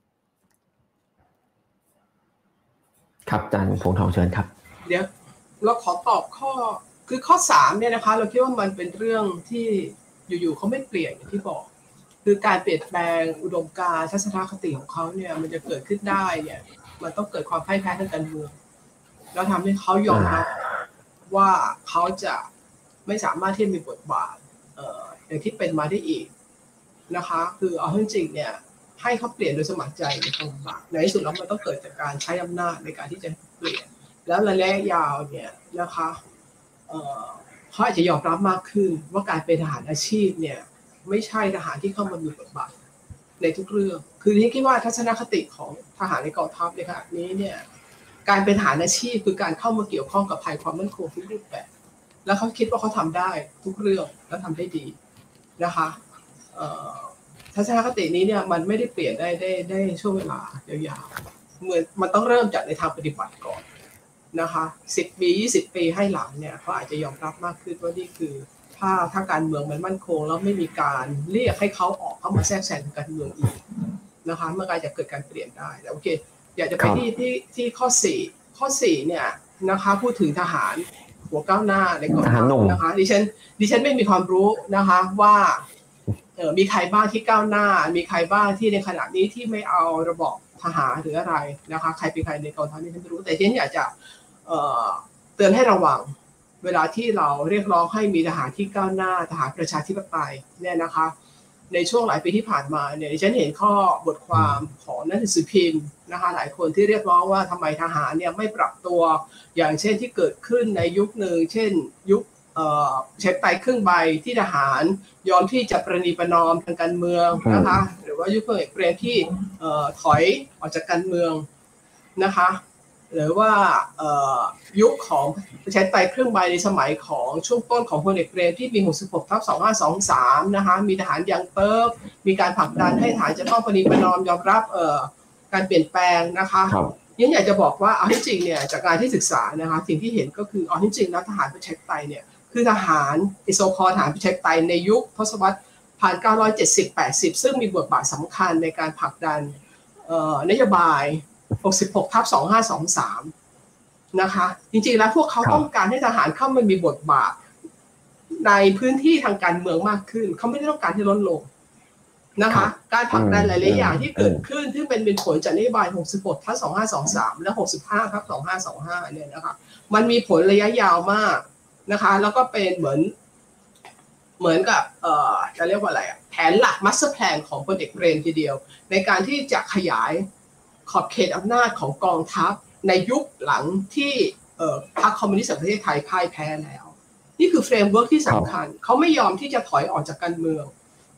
ครับอาจารย์พงษ์ทองเชิญครับเดี๋ยวเราขอตอบข้อคือข้อสามเนี่ยนะคะเราคิดว่ามันเป็นเรื่องที่อยู่ๆเขาไม่เปลี่ยนอย่างที่บอกคือการเปลี่ยนแปลงอุดมการณ์ทัศนคติของเขาเนี่ยมันจะเกิดขึ้นได้เนี่ยมันต้องเกิดความพ่ายแพ้ทางการเมืองแล้วทำให้เขายอมรับว่าเขาจะไม่สามารถที่จะมีบทบาทเอ่ออย่างที่เป็นมาได้อีกนะคะคือเอาจริงๆเนี่ยให้เขาเปลี่ยนโดยสมัครใจในทางบาในที่สุดแล้วมันต้องเกิดจากการใช้อำนาจในการที่จะเปลี่ยนแล้วระยะยาวเนี่ยนะคะเอ่อเขาอาจจะยอมรับมากขึ้นว่าการเป็นทหารอาชีพเนี่ยไม่ใช่ทหารที่เข้ามามีบทบาทในทุกเรื่องคือที่คิดว่าทัศนคติของทหารในกองทัพในขณะนี้เนี่ยการเป็นทหารอาชีพคือการเข้ามาเกี่ยวข้องกับภัยความมั่นคงทุกรูปแบบแล้วเขาคิดว่าเขาทำได้ทุกเรื่องและทำได้ดีนะคะทัศนคตินี้เนี่ยมันไม่ได้เปลี่ยนได้ได้ได้ช่วงเวลายาวๆเหมือนมันต้องเริ่มจากในทางปฏิบัติก่อนนะคะสิบปียี่สิบปีให้หลังเนี่ยเขาอาจจะยอมรับมากขึ้นว่านี่คือถ้าถ้าการเมืองมันมั่นคงแล้วไม่มีการเรียกให้เขาออกเข้ามาแทรกแซงการเมืองอีกนะคะมันก็จะเกิดการเปลี่ยนได้แต่โอเคอยากจะไปที่ที่ที่ข้อสี่ข้อสี่เนี่ยนะคะพูดถึงทหารหัวก้าวหน้าในกองทัพนะคะดิฉันดิฉันไม่มีความรู้นะคะว่าเออมีใครบ้างที่ก้าวหน้ามีใครบ้างที่ในขณะนี้ที่ไม่เอาระบบทหารหรืออะไรนะคะใครเป็นใครในกองทัพนี่ฉันไม่รู้แต่ดิฉันอยากจะเอ่อเตือนให้ระวังเวลาที่เราเรียกร้องให้มีทหารที่ก้าวหน้าทหารประชาธิปไตยเนี่ยนะคะในช่วงหลายปีที่ผ่านมาเนี่ยฉันเห็นข้อบทความของนักหนังสือพิมพ์นะคะหลายคนที่เรียกร้องว่าทำไมทหารเนี่ยไม่ปรับตัวอย่างเช่นที่เกิดขึ้นในยุคหนึ่งเช่นยุคเช็คไตครึ่งใบที่ทหารยอมที่จะประนีประนอมทางการเมืองนะคะหรือว่ายุคพลเอกเปรมที่ถอยออกจากการเมืองนะคะหรือว่ายุคของประชาธิปไตยครึ่งใบในสมัยของช่วงต้นของพลเอกเปรมที่ปีหกสิบหกทับสองพันห้าร้อยยี่สิบสามนะคะมีทหารยังเติบมีการผลักดันให้ทหารจะต้องประนีประนอมยอมรับการเปลี่ยนแปลงนะคะยังอยากจะบอกว่าเอาที่จริงเนี่ยจากการที่ศึกษานะคะสิ่งที่เห็นก็คือเอาที่จริงแล้วทหารประชาธิปไตยเนี่ยคือทหารอิสโซคอทหารประชาธิปไตยในยุคทศวรรษหนึ่งพันเก้าร้อยเจ็ดสิบ แปดสิบซึ่งมีบทบาทสำคัญในการผลักดันนโยบายหกสิบหกทับสองพันห้าร้อยยี่สิบสามนะคะจริงๆแล้วพวกเขาต้องการให้ทหารเข้ามามีบทบาทในพื้นที่ทางการเมืองมากขึ้นเขาไม่ได้ต้องการที่ลดลงนะคะการผลักดันหลายๆอย่างที่เกิดขึ้นที่เป็นเป็นผลจากนโยบายหกสิบหกทับสองพันห้าร้อยยี่สิบสามและหกสิบห้าทับสองพันห้าร้อยยี่สิบห้าเนี่ยนะคะมันมีผลระยะยาวมากนะคะแล้วก็เป็นเหมือนเหมือนกับเอ่อจะเรียกว่าอะไรอ่ะแผนหลักมัสเตอร์แพลนของพลเอกเปรมทีเดียวในการที่จะขยายขอบเขตอำนาจของกองทัพในยุคหลังที่พรรคคอมมิวนิสต์แห่งประเทศไทยพ่ายแพ้แล้วนี่คือเฟรมเวิร์คที่สำคัญเขาไม่ยอมที่จะถอยออกจากการเมือง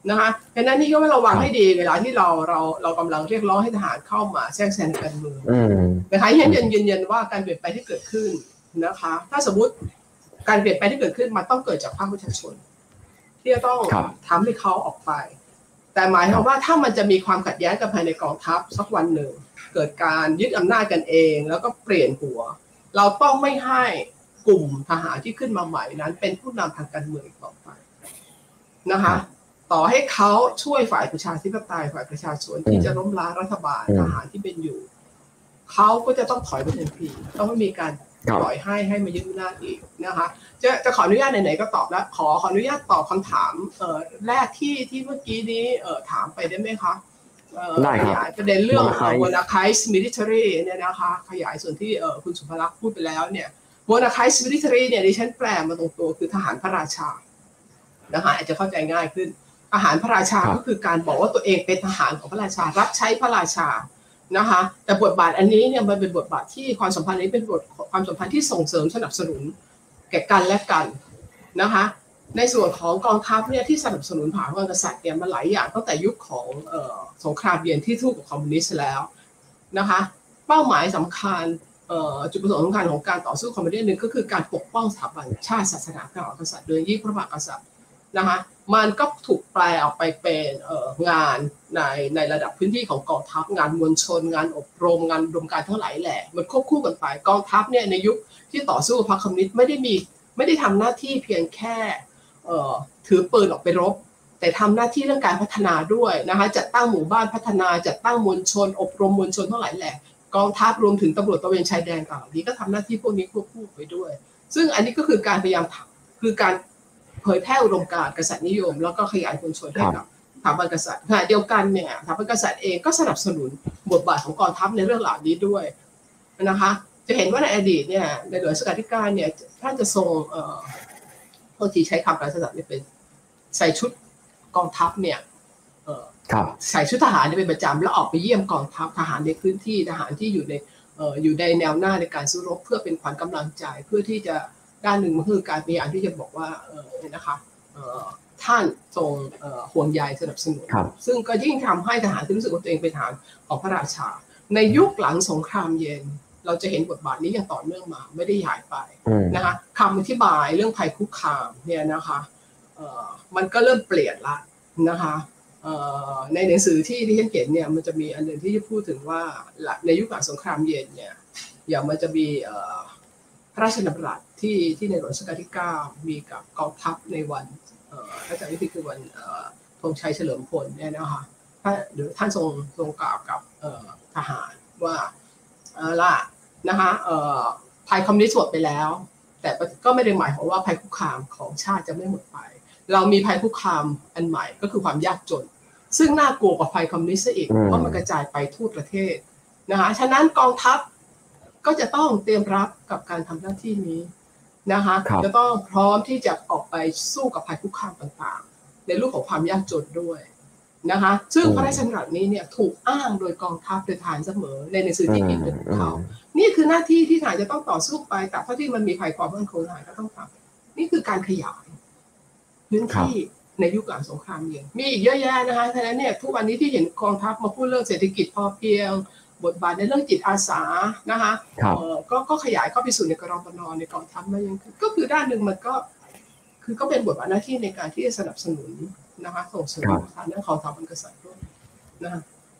นะคะเพราะนั้นนี่ก็ระวังให้ดีเวลาที่เราเราเรากำลังเรียกร้องให้ทหารเข้ามาแทรกแซงการเมืองนะคะยืนยันยืนยันว่าการเปลี่ยนแปลงที่เกิดขึ้นนะคะถ้าสมมติการเปลี่ยนแปลงที่เกิดขึ้นมันต้องเกิดจากภาคประชาชนที่จะต้องทำให้เขาออกไปแต่หมายความว่าถ้ามันจะมีความขัดแย้งกันภายในกองทัพสักวันหนึ่งเกิดการยึดอำนาจกันเองแล้วก็เปลี่ยนหัวเราต้องไม่ให้กลุ่มทหารที่ขึ้นมาใหม่นั้นเป็นผู้นำทางการเมืองต่อไปนะคะต่อให้เขาช่วยฝ่ายประชาธิปไตยฝ่ายประชาชนที่จะล้มล้างรัฐบาลทหารที่เป็นอยู่เขาก็จะต้องถอยไปทันทีต้องไม่มีการปล่อยให้ให้มายึดอำนาจอีกนะคะจะจะขออนุญาตไหนๆก็ตอบแล้วขอขออนุญาตตอบคำถามเอ่อแรกที่ที่เมื่อกี้นี้เอ่อถามไปได้ไหมคะได้ครับประเด็นเรื่องวอนาไคส์มิลิเตอรี่เนี่ยนะคะขยายส่วนที่เอ่อคุณสุภลักษณ์พูดไปแล้วเนี่ยวอนาไคส์มิลิเตอรี่เนี่ยดิฉันแปลมาตรงตัวคือทหารพระราชานะคะอาจจะเข้าใจง่ายขึ้นทหารพระราชาก็คือการบอกว่าตัวเองเป็นทหารของพระราชารับใช้พระราชานะคะแต่บทบาทอันนี้เนี่ยมันเป็นบทบาทที่ความสัมพันธ์นี้เป็นบทความสัมพันธ์ที่ส่งเสริมสนับสนุนแก่กันและกันนะคะในส่วนของกองทัพเนี่ยที่สนับสนุนผ่านพระมหากษัตริย์เนี่ยมาหลายอย่างตั้งแต่ยุคของเอ่อสงครามเย็นที่สู้กับคอมมิวนิสต์แล้วนะคะเป้าหมายสำคัญเอ่อจุดประสงค์สำคัญของการต่อสู้คอมมิวนิสต์หนึ่งก็คือการปกป้องสถาบันชาติศาสนาพระมหากษัตริย์โดยยิ่งพระมหากษัตริย์นะคะมันก็ถูกแปลออกไปเป็นเอ่องานในในระดับพื้นที่ของกองทัพงานมวลชนงานอบรมงานอุดมการณ์ทั้งหลายแหละมันควบคู่กันไปกองทัพเนี่ยในยุคที่ต่อสู้กับพรรคคอมมิวนิสต์ไม่ได้มีไม่ได้ทำหน้าที่เพียงแค่เอ่อถือปืนออกไปรบแต่ทำหน้าที่เรื่องการพัฒนาด้วยนะคะจัดตั้งหมู่บ้านพัฒนาจัดตั้งมวลชนอบรมมวลชนทั้งหลายแหละกองทัพรวมถึงตำรวจตระเวนชายแดนต่างๆนี้ก็ทำหน้าที่พวกนี้ควบคู่ไปด้วยซึ่งอันนี้ก็คือการพยายามคือการเผยแพร่อุดมการณ์กษัตริย์นิยมแล้วก็ขยายผลชนให้กับสถาบันกษัตริย์ขณะเดียวกันเนี่ยสถาบันกษัตริย์เองก็สนับสนุนบทบาทของกองทัพในเรื่องเหล่านี้ด้วยนะคะจะเห็นว่าในอดีตเนี่ยในหลวงรัชกาลที่เก้าเนี่ยท่านจะทรงเอ่อบางทีใช้คำการศัพท์เนี่ยเป็นใส่ชุดกองทัพเนี่ยเอ่อใส่ชุดทหารเป็นประจำแล้วออกไปเยี่ยมกองทัพทหารในพื้นที่ทหารที่อยู่ในเอ่ออยู่ในแนวหน้าในการสู้รบเพื่อเป็นขวัญกำลังใจเพื่อที่จะด้านหนึ่งมันคือการพยายามที่จะบอกว่าเออนะคะเอ่อท่านทรงเอ่อห่วงใยสนับสนุนซึ่งก็ยิ่งทำให้ทหารที่รู้สึกว่าตัวเองเป็นทหารของพระราชาในยุคหลังสงครามเย็นเราจะเห็นบทบาทนี้อย่างต่อเนื่องมาไม่ได้หายไปนะคะคำอธิบายเรื่องภัยคุกคามเนี่ยนะคะเอ่อมันก็เริ่มเปลี่ยนละนะคะเอ่อในหนังสือที่ที่ฉันเขียนเนี่ยมันจะมีอันหนึ่งที่จะพูดถึงว่าในยุคหลังสงครามเย็นเนี่ยอย่างมันจะมีเอ่อพระราชดำรัสที่ที่ในหลวงรัชกาลที่เก้ามีกับกองทัพในวันเอ่ออาจารย์วิธีคือวันเอ่อธงชัยเฉลิมพลเนี่ยนะคะท่านหรือท่านทรงทรงกล่าวกับเอ่อทหารว่าเอาล่ะนะคะเอ่อภัยคอมมิวนิสต์หมดไปแล้วแต่ก็ไม่ได้หมายความว่าภัยคุกคามของชาติจะไม่หมดไปเรามีภัยคุกคามอันใหม่ก็คือความยากจนซึ่งน่ากลัวกว่าภัยคอมมิวนิสต์อีกเพราะมันกระจายไปทั่วประเทศนะคะฉะนั้นกองทัพก็จะต้องเตรียมรับกับการทำหน้าที่นี้นะคะจะต้องพร้อมที่จะออกไปสู้กับภัยคุกคามต่างๆในรูปของความยากจนด้วยนะคะซึ่งพระราชดำรัสนี้เนี่ยถูกอ้างโดยกองทัพโดยทหารเสมอในหนังสือที่เขียนเป็นของเขานี่คือหน้าที่ที่ทหารจะต้องต่อสู้ไปแต่เท่าที่มันมีภัยความมั่นคงทหารก็ต้องทำนี่คือการขยายพื้นที่ในยุคหลังสงครามเย็นมีอีกเยอะแยะนะคะฉะนั้นเนี่ยทุกวันนี้ที่เห็นกองทัพมาพูดเรื่องเศรษฐกิจพอเพียงบทบาทในเรื่องจิตอาสานะคะเอ่อก็ก็ขยายเข้าไปสู่ในกรปนในกองทัพมายังก็คือด้านหนึ่งมันก็คือก็เป็นบทบาทหน้าที่ในการที่จะสนับสนุนนะคะส่งเสริมฐานะของสถาบันกษัตริย์ด้วยนะคะ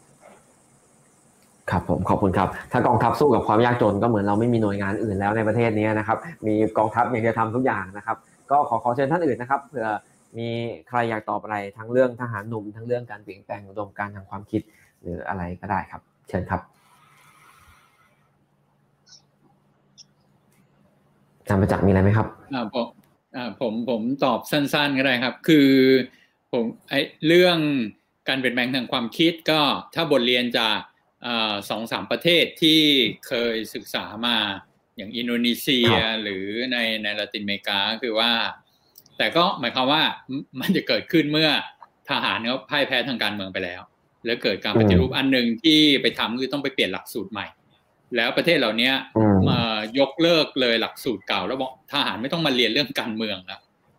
ครับผมขอบคุณครับถ้ากองทัพสู้กับความยากจนก็เหมือนเราไม่มีหน่วยงานอื่นแล้วในประเทศนี้นะครับมีกองทัพอย่างจะทำทุกอย่างนะครับก็ขอขอเชิญท่านอื่นนะครับเผื่อมีใครอยากตอบอะไรทั้งเรื่องทหารหนุ่มทั้งเรื่องการเปลี่ยนแปลงอุดมการณ์ทางความคิดหรืออะไรก็ได้ครับเชิญครับอาจารย์ประจักษ์มีอะไรไหมครับอ่าผมอ่าผมผมตอบสั้นๆก็ได้ครับคือผมไอ้เรื่องการเปลี่ยนแปลงทางความคิดก็ถ้าบทเรียนจากอ่า สองสาม ประเทศที่เคยศึกษามาอย่างอินโดนีเซียหรือในในละตินอเมริกาคือว่าแต่ก็หมายความว่ามันจะเกิดขึ้นเมื่อทหารเขาพ่ายแพ้ทางการเมืองไปแล้วแล้วเกิดการปฏิรูปอันนึงที่ไปทำคือต้องไปเปลี่ยนหลักสูตรใหม่แล้วประเทศเหล่านี้มายกเลิกเลยหลักสูตรเก่าแล้วบอกทหารไม่ต้องมาเรียนเรื่องการเมืองแล้ว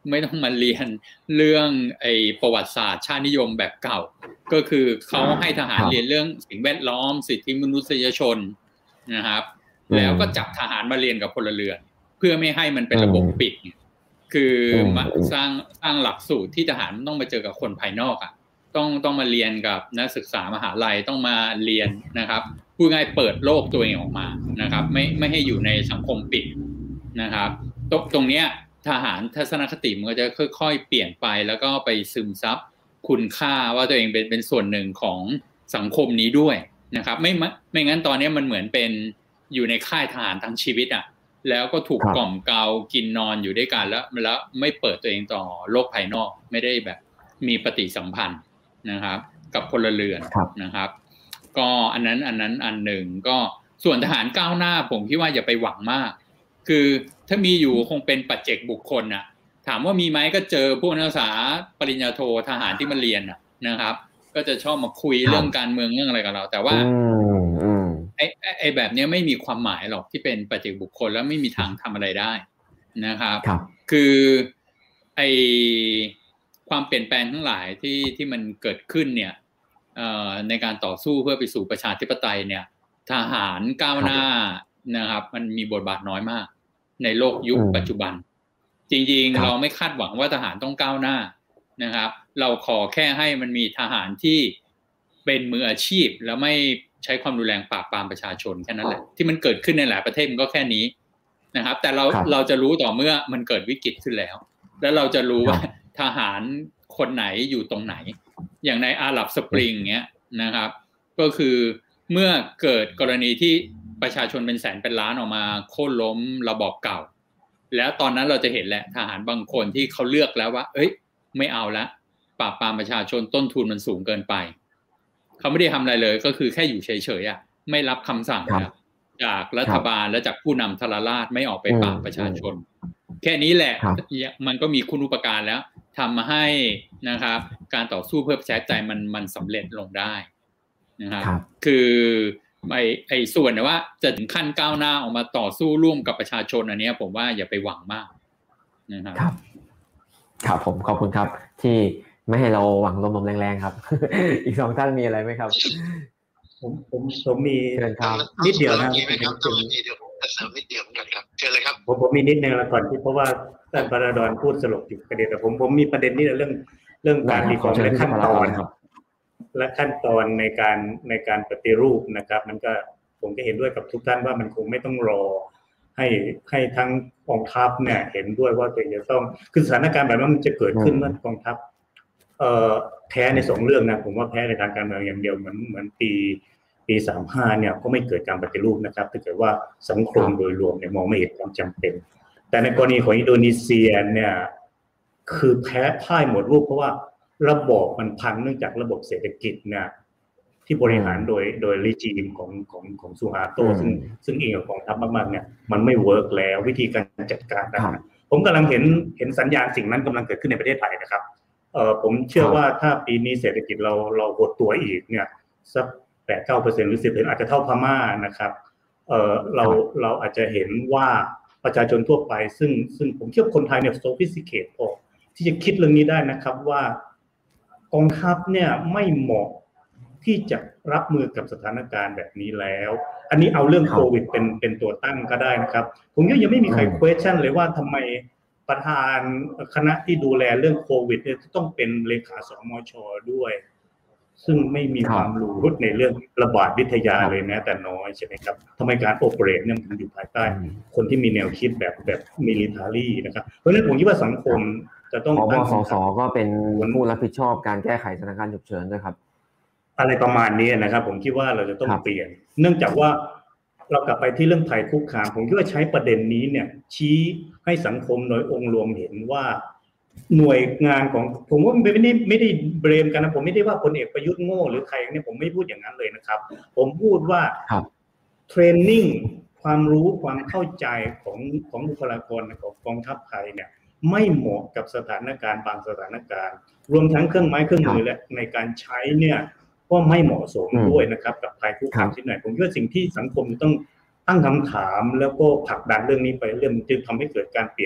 ไม่ต้องมาเรียนเรื่องไอ้ประวัติศาสตร์ชาตินิยมแบบเก่าก็คือเขาให้ทหารเรียนเรื่องสิ่งแวดล้อมสิทธิมนุษยชนนะครับแล้วก็จับทหารมาเรียนกับพลเรือนเพื่อไม่ให้มันเป็นระบบปิดคือมาสร้างสร้างหลักสูตรที่ทหารต้องมาเจอกับคนภายนอกอ่ะต้องต้องมาเรียนกับนักศึกษามหาลัยต้องมาเรียนนะครับพูดง่ายเปิดโลกตัวเองออกมานะครับไม่ไม่ให้อยู่ในสังคมปิดนะครับตรงตรงเนี้ยทหารทัศนคติมันก็จะค่อยๆเปลี่ยนไปแล้วก็ไปซึมซับคุณค่าว่าตัวเองเป็นเป็นส่วนหนึ่งของสังคมนี้ด้วยนะครับไม่ไม่งั้นตอนนี้มันเหมือนเป็นอยู่ในค่ายทหารทั้งชีวิตอ่ะแล้วก็ถูกกล่อมเกลากินนอนอยู่ด้วยกันแล้วแล้วไม่เปิดตัวเองต่อโลกภายนอกไม่ได้แบบมีปฏิสัมพันธ์นะครับกับพลเรือนนะครับก็อันนั้นอันนั้นอันหนึ่งก็ส่วนทหารก้าวหน้าผมคิดว่าอย่าไปหวังมากคือถ้ามีอยู่คงเป็นปัจเจกบุคคลน่ะถามว่ามีไหมก็เจอพวกนักศึกษาปริญญาโททหารที่มาเรียนนะครับก็จะชอบมาคุยเรื่องการเมืองเรื่องอะไรกับเราแต่ว่าไอ้ไอ้แบบนี้ไม่มีความหมายหรอกที่เป็นปัจเจกบุคคลแล้วไม่มีทางทำอะไรได้นะครับคือไอ้ความเปลี่ยนแปลงทั้งหลายที่ที่มันเกิดขึ้นเนี่ยในการต่อสู้เพื่อไปสู่ประชาธิปไตยเนี่ยทหารก้าวหน้านะครับมันมีบทบาทน้อยมากในโลกยุคปัจจุบันจริงๆเราไม่คาดหวังว่าทหารต้องก้าวหน้านะครับเราขอแค่ให้มันมีทหารที่เป็นมืออาชีพแล้วไม่ใช้ความรุนแรงปราบปรามประชาชนแค่นั้นแหละที่มันเกิดขึ้นในหลายประเทศมันก็แค่นี้นะครับแต่เราเราจะรู้ต่อเมื่อมันเกิดวิกฤตขึ้นแล้วแล้วเราจะรู้ว่าทหารคนไหนอยู่ตรงไหนอย่างในอาหรับสปริงเงี้ยนะครับก็คือเมื่อเกิดกรณีที่ประชาชนเป็นแสนเป็นล้านออกมาโค่นล้มระบอบเก่าแล้วตอนนั้นเราจะเห็นแหละทหารบางคนที่เขาเลือกแล้วว่าเอ้ยไม่เอาละปราบปรามประชาชนต้นทุนมันสูงเกินไปเขาไม่ได้ทำอะไรเลยก็คือแค่อยู่เฉยๆอ่ะไม่รับคำสั่งจากรัฐบาลและจากผู้นำทรราชไม่ออกไปปราบประชาชนแค่นี้แหละมันก็มีคุณูปการแล้วทำมาให้นะครับการต่อสู้เพื่อประชาธิปไตยมันมันสำเร็จลงได้นะครับคือไอ้ไอ้ส่วนนะว่าจะถึงขั้นก้าวหน้าออกมาต่อสู้ร่วมกับประชาชนอันนี้ผมว่าอย่าไปหวังมากนะครับครับครับผมขอบคุณครับที่ไม่ให้เราหวังลมๆแรงๆครับ อีกสองท่านมีอะไรไหมครับผมผมผมมีนิดเดียวนะมีไหมครับมีเดียวเสริมนิดเดียวเหมือนกันครับเชิญเลยครับผมผมมีนิดนึงแล้วก่อนที่เพราะว่าท่านปราดรพูดสรุปอยู่ประเด็นแต่ผมผมมีประเด็นนี้เรื่องเรื่องการรีฟอร์มและขั้นตอนและขั้นตอนในการในการปฏิรูปนะครับมันก็ผมก็เห็นด้วยกับทุกท่านว่ามันคงไม่ต้องรอให้ให้ทั้งกองทัพเนี่ยเห็นด้วยว่าตัวเองจะต้องคือสถานการณ์แบบนั้นมันจะเกิดขึ้นเมื่อกองทัพเอ่อแพ้ในสองเรื่องนะผมว่าแพ้ในทางการเมืองอย่างเดียวเหมือนเหมือนปีปีสามสิบห้าเนี่ยก็ไม่เกิดการปฏิรูปนะครับถ้าเกิดว่าสังคมโดยรวมเนี่ยมองไม่เห็นความจำเป็นแต่ในกรณีของอินโดนีเซียเนี่ยคือแพ้พ่ายหมดรูปเพราะว่าระบบมันพังเนื่องจากระบบเศรษฐกิจเนี่ยที่บริหารโดยโดยรีจีมของของของซูฮาโตซึ่งซึ่งเองกับกองทัพมากๆเนี่ยมันไม่เวิร์กแล้ววิธีการจัดการนะผมกำลังเห็นเห็นสัญญาณสิ่งนั้นกำลังเกิดขึ้นในประเทศไทยนะครับเอ่อผมเชื่อว่าถ้าปีนี้เศรษฐกิจเราเราหดตัวอีกเนี่ยสัก แปดถึงเก้าเปอร์เซ็นต์ หรือ สิบเปอร์เซ็นต์ อาจจะเท่าพม่านะครับเอ่อเราเราอาจจะเห็นว่าประชาชนทั่วไปซึ่งซึ่งผมเชื่อคนไทยเนี่ยโซฟิสติเคทพอที่จะคิดเรื่องนี้ได้นะครับว่ากองทัพเนี่ยไม่เหมาะที่จะรับมือกับสถานการณ์แบบนี้แล้วอันนี้เอาเรื่องโควิดเป็นเป็นตัวตั้งก็ได้นะครับผมยังไม่มีใคร question เลยว่าทำไมประธานคณะที่ดูแลเรื่องโควิดเนี่ยต้องเป็นเลขาสมช.ด้วยซึ่งไม่มีความรู้ในเรื่องระบาดวิทยาเลยแม้แต่น้อยใช่ไหมครับทำไมการโอเปเรตเนี่ยมันอยู่ภายใต้คนที่มีแนวคิดแบบแบบมิลิทารีนะครับเพราะฉะนั้นผมคิดว่าสังคมจะต้องตั้งสสก็เป็นผู้รับผิดชอบการแก้ไขสถานการณ์ฉุกเฉินด้วยครับอะไรประมาณนี้นะครับผมคิดว่าเราจะต้องเปลี่ยนเนื่องจากว่าเรากลับไปที่เรื่องภัยคุกคามผมคิดว่าใช้ประเด็นนี้เนี่ยชี้ให้สังคมโดยองค์รวมเห็นว่าหน่วยงานของผมว่าไม่ได้ไม่ได้เบรมกันนะผมไม่ได้ว่าพลเอกประยุทธ์โง่หรือใครเนี่ยผมไม่พูดอย่างนั้นเลยนะครับผมพูดว่าเทรนนิ่งความรู้ความเข้าใจของของบุคลากรของกองทัพไทยเนี่ยไม่เหมาะกับสถานการณ์บางสถานการณ์รวมทั้งเครื่องไม้เครื่องมือและในการใช้เนี่ยก็ไม่เหมาะสมด้วยนะครับกับภัยคุกคามที่ไหนผมคิดว่าสิ่งที่สังคมต้องตั้งคำถามแล้วก็ผลักดันเรื่องนี้ไปเรื่องจึงทำให้เกิดการเปลี่ยน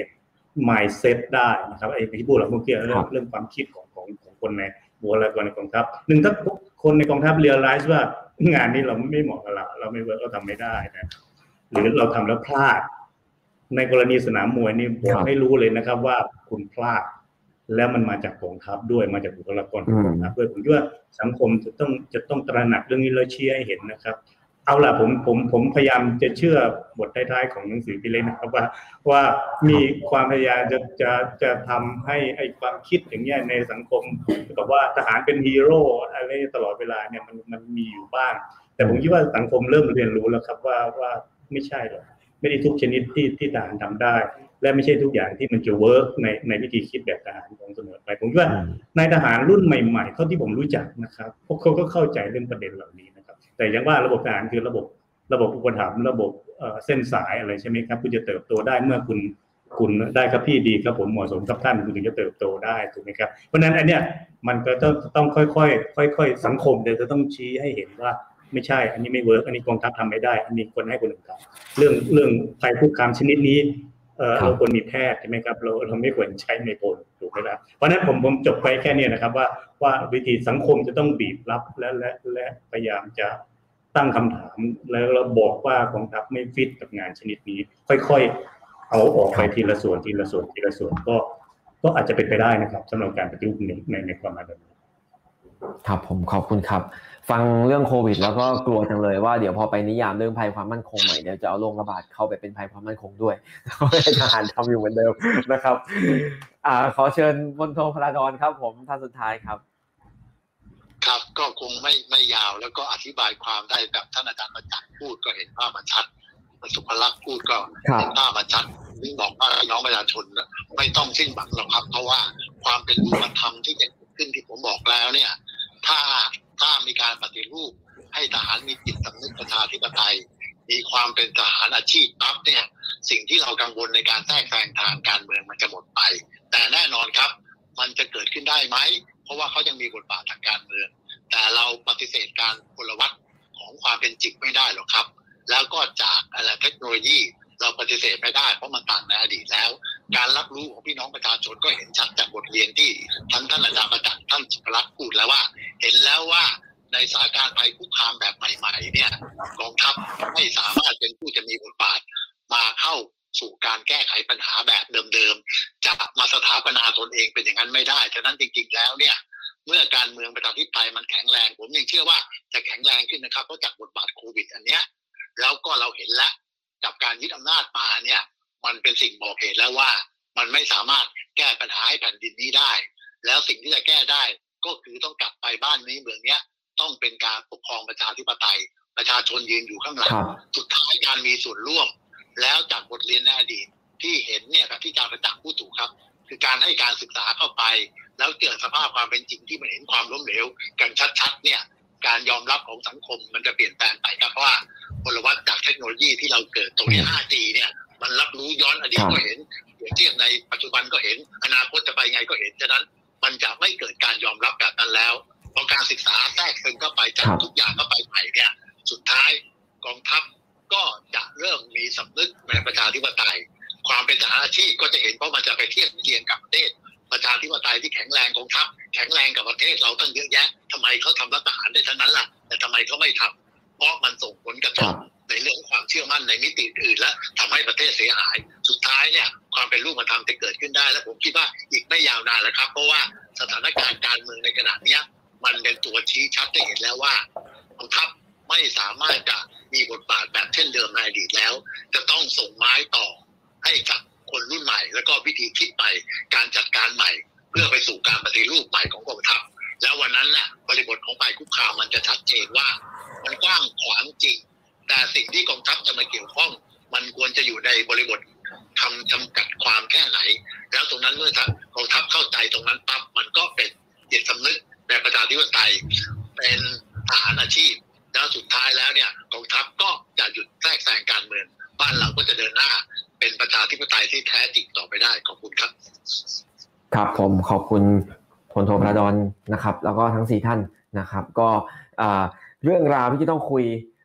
mindset ได้นะครับไอ้ที่พูดเราเมื่อกี้เรื่องเรื่องความคิดของของของคนในบุคลากรในกองทัพหนึ่งถ้าคนในกองทัพ realize ว่างานนี้เราไม่เหมาะกับเราเราไม่เวิร์คเราทำไม่ได้นะหรือเราทำแล้วพลาดในกรณีสนามมวยนี่บอกให้รู้เลยนะครับว่าคุณพลาดแล้วมันมาจากกองทัพด้วยมาจากบุคลากรของกองทัพด้วยผมคิดว่าสังคมจะต้องจะต้องตระหนักเรื่องนี้แล้วชี้ให้เห็นนะครับเอาล่ะผมผมผมพยายามจะเชื่อบทท้ายๆของหนังสือพี่เล็กนะครับว่าว่ามีความพยายามจะจะจะทำให้ไอ้ความคิดอย่างเงี้ยในสังคมแบบว่าทหารเป็นฮีโร่อะไรตลอดเวลาเนี่ยมันมันมีอยู่บ้างแต่ผมคิดว่าสังคมเริ่มเรียนรู้แล้วครับว่าว่าไม่ใช่หรอกไม่ได้ทุกชนิดที่ที่ทหารทำได้และไม่ใช่ทุกอย่างที่มันจะเวิร์กในในวิธีคิดแบบทหารของเสมอไปผมคิดว่านายทหารรุ่นใหม่ๆเท่าที่ผมรู้จักนะครับพวกเขาก็เข้าใจเรื่องประเด็นเหล่านี้นะครับแต่อย่างว่าระบบทหารคือระบบระบบอุปถัมภ์ระบบเส้นสายอะไรใช่ไหมครับคุณจะเติบโตได้เมื่อคุณคุณได้ครับพี่ดีครับผมเหมาะสมกับท่านคุณถึงจะเติบโตได้ถูกไหมครับเพราะฉะนั้นอันเนี้ยมันก็ต้องต้องค่อยๆค่อยๆสังคมเดี๋ยวจะต้องชี้ให้เห็นว่าไม่ใช่อันนี้ไม่เวิร์กอันนี้กองทัพทำไม่ได้อันนี้คนให้คนอื่นทำเรื่องเรื่องภัยคุกคามชนิดนี้เออเราควรมีแพทย์ใช่ไหมครับเราเราไม่ควรใช้ในพลถูกไหมครับเพราะฉะนั้นผมผมจบไปแค่นี้นะครับว่าว่าวิธีสังคมจะต้องบีบรับและและและพยายามจะตั้งคำถามแล้วเราบอกว่ากองทัพไม่ฟิตกับงานชนิดนี้ค่อยๆเอาออกไปทีละส่วนทีละส่วนทีละส่วนก็ก็อาจจะเป็นไปได้นะครับสำหรับการปฏิรูปในในในความหมายแบบนี้ครับผมขอบคุณครับฟังเรื่องโควิดแล้วก็กลัวจังเลยว่าเดี๋ยวพอไปนิยามเรื่องภัยความมั่นคงใหม่เดี๋ยวจะเอาโรคระบาดเข้าไปเป็นภัยความมั่นคงด้วยเขาให้ทหารทำอยู่เหมือนเดิมนะครับอ่าขอเชิญพลโทพลาดรครับผมท่านสุดท้ายครับครับก็คงไม่ไม่ยาวแล้วก็อธิบายความได้แบบท่านอาจารย์ประจักษ์พูดก็เห็นภาพมันชัดสุภลักษณ์พูดก็เห็นภาพมันชัดนี่บอกว่าน้องประชาชนไม่ต้องสิ้นหวังหรอกครับเพราะว่าความเป็นรูปธรรมที่จะเกิดขึ้นที่ผมบอกแล้วเนี่ยถ้าถ้ามีการปฏิรูปให้ทหารมีจิตสำนึกประชาธิปไตยมีความเป็นทหารอาชีพปั๊บเนี่ยสิ่งที่เรากังวลในการแทรกแซงทางการเมืองมันจะหมดไปแต่แน่นอนครับมันจะเกิดขึ้นได้ไหมเพราะว่าเขายังมีบทบาททางการเมืองแต่เราปฏิเสธการพลวัตของความเป็นจริงไม่ได้หรอกครับแล้วก็จากอะไรเทคโนโลยีเราปฏิเสธไม่ได้เพราะมันต่างในอดีตแล้วการรับรู้ของพี่น้องประชาชนก็เห็นชัดจากบทเรียนที่ทั้งท่านอาจารย์ประจักษ์ท่านสุภลักษณ์พูดแล้วว่าเห็นแล้วว่าในสถานการณ์ภัยคุกคามแบบใหม่ๆเนี่ยกองทัพไม่สามารถเป็นผู้จะมีบทบาทมาเข้าสู่การแก้ไขปัญหาแบบเดิมๆจะมาสถาปนาตนเองเป็นอย่างนั้นไม่ได้ฉะนั้นจริงๆแล้วเนี่ยเมื่อการเมืองประชาธิปไตยมันแข็งแรงผมยังเชื่อว่าจะแข็งแรงขึ้นนะครับเพราะจากบทบาทโควิดอันเนี้ยแล้วก็เราเห็นแล้วกับการยึดอำนาจมาเนี่ยมันเป็นสิ่งบอกเหตุแล้วว่ามันไม่สามารถแก้ปัญหาให้แผ่นดินนี้ได้แล้วสิ่งที่จะแก้ได้ก็คือต้องกลับไปบ้านนี้เมืองเนี้ยต้องเป็นการปกครองประชาธิปไตยประชาชนยืนอยู่ข้างหลังสุดท้ายการมีส่วนร่วมแล้วจากบทเรียนในอดีตที่เห็นเนี่ยกับที่อาจารย์ประจักษ์พูดถูกครับคือการให้การศึกษาเข้าไปแล้วเกิดสภาพความเป็นจริงที่มันเห็นความล้มเหลวกันชัดๆเนี่ยการยอมรับของสังคมมันจะเปลี่ยนแปลงไปครับเพราะว่าพลวัตจากเทคโนโลยีที่เราเกิดตรงนี้ ห้าจี เนี่ยมันรับรู้ย้อนอดีตก็เห็นเปรียบเทียบในปัจจุบันก็เห็นอนาคตจะไปไงก็เห็นฉะนั้นมันจะไม่เกิดการยอมรับแบบนั้นแล้วพอการศึกษาแทรกซึมเข้าไปจับทุกอย่างเข้าไปใหม่เนี่ยสุดท้ายกองทัพก็จะเริ่มมีสำนึกในประชาธิปไตยความเป็นทหารอาชีพก็จะเห็นเพราะมันจะไปเทียบเคียงกับประเทศประชาธิปไตยที่แข็งแรงกองทัพแข็งแรงกับประเทศเราตั้งเยอะแยะทำไมเขาทำรัฐประหารได้ทั้งนั้นล่ะแต่ทำไมเขาไม่ทำเพราะมันส่งผลกระทบในเรื่องความเชื่อมั่นในมิติอื่นและทำให้ประเทศเสียหายสุดท้ายเนี่ยความเป็นรูปธรรมจะเกิดขึ้นได้และผมคิดว่าอีกไม่ยาวนานแล้วครับเพราะว่าสถานการณ์การเมืองในขณะนี้มันเป็นตัวชี้ชัดให้เห็นแล้วว่ากองทัพไม่สามารถจะมีบทบาทแบบเช่นเดิมในอดีตแล้วจะต้องส่งไม้ต่อให้กับคนรุ่นใหม่แล้วก็วิธีคิดใหม่การจัดการใหม่เพื่อไปสู่การปฏิรูปใหม่ของกองทัพแล้ววันนั้นน่ะบริบทของภัยคุกคามมันจะชัดเจนว่ามันกว้างขวางจริงแต่สิ่งที่กองทัพจะมาเกี่ยวข้องมันควรจะอยู่ในบริบททำจำกัดความแค่ไหนแล้วตรงนั้นเมื่อกองทัพเข้าใจตรงนั้นปั๊บมันก็เป็นจิตสำนึกในประชาธิปไตยเป็นทหารอาชีพแล้วสุดท้ายแล้วเนี่ยกองทัพก็จะหยุดแทรกแซงการเมืองบ้านเราก็จะเดินหน้าเป็นประชาธิปไตยที่แท้จริงต่อไปได้ขอบคุณครับครับผมขอบคุณพลโทพลาดรนะครับแล้วก็ทั้งสี่ท่านนะครับก็เรื่องราวที่ต้องคุย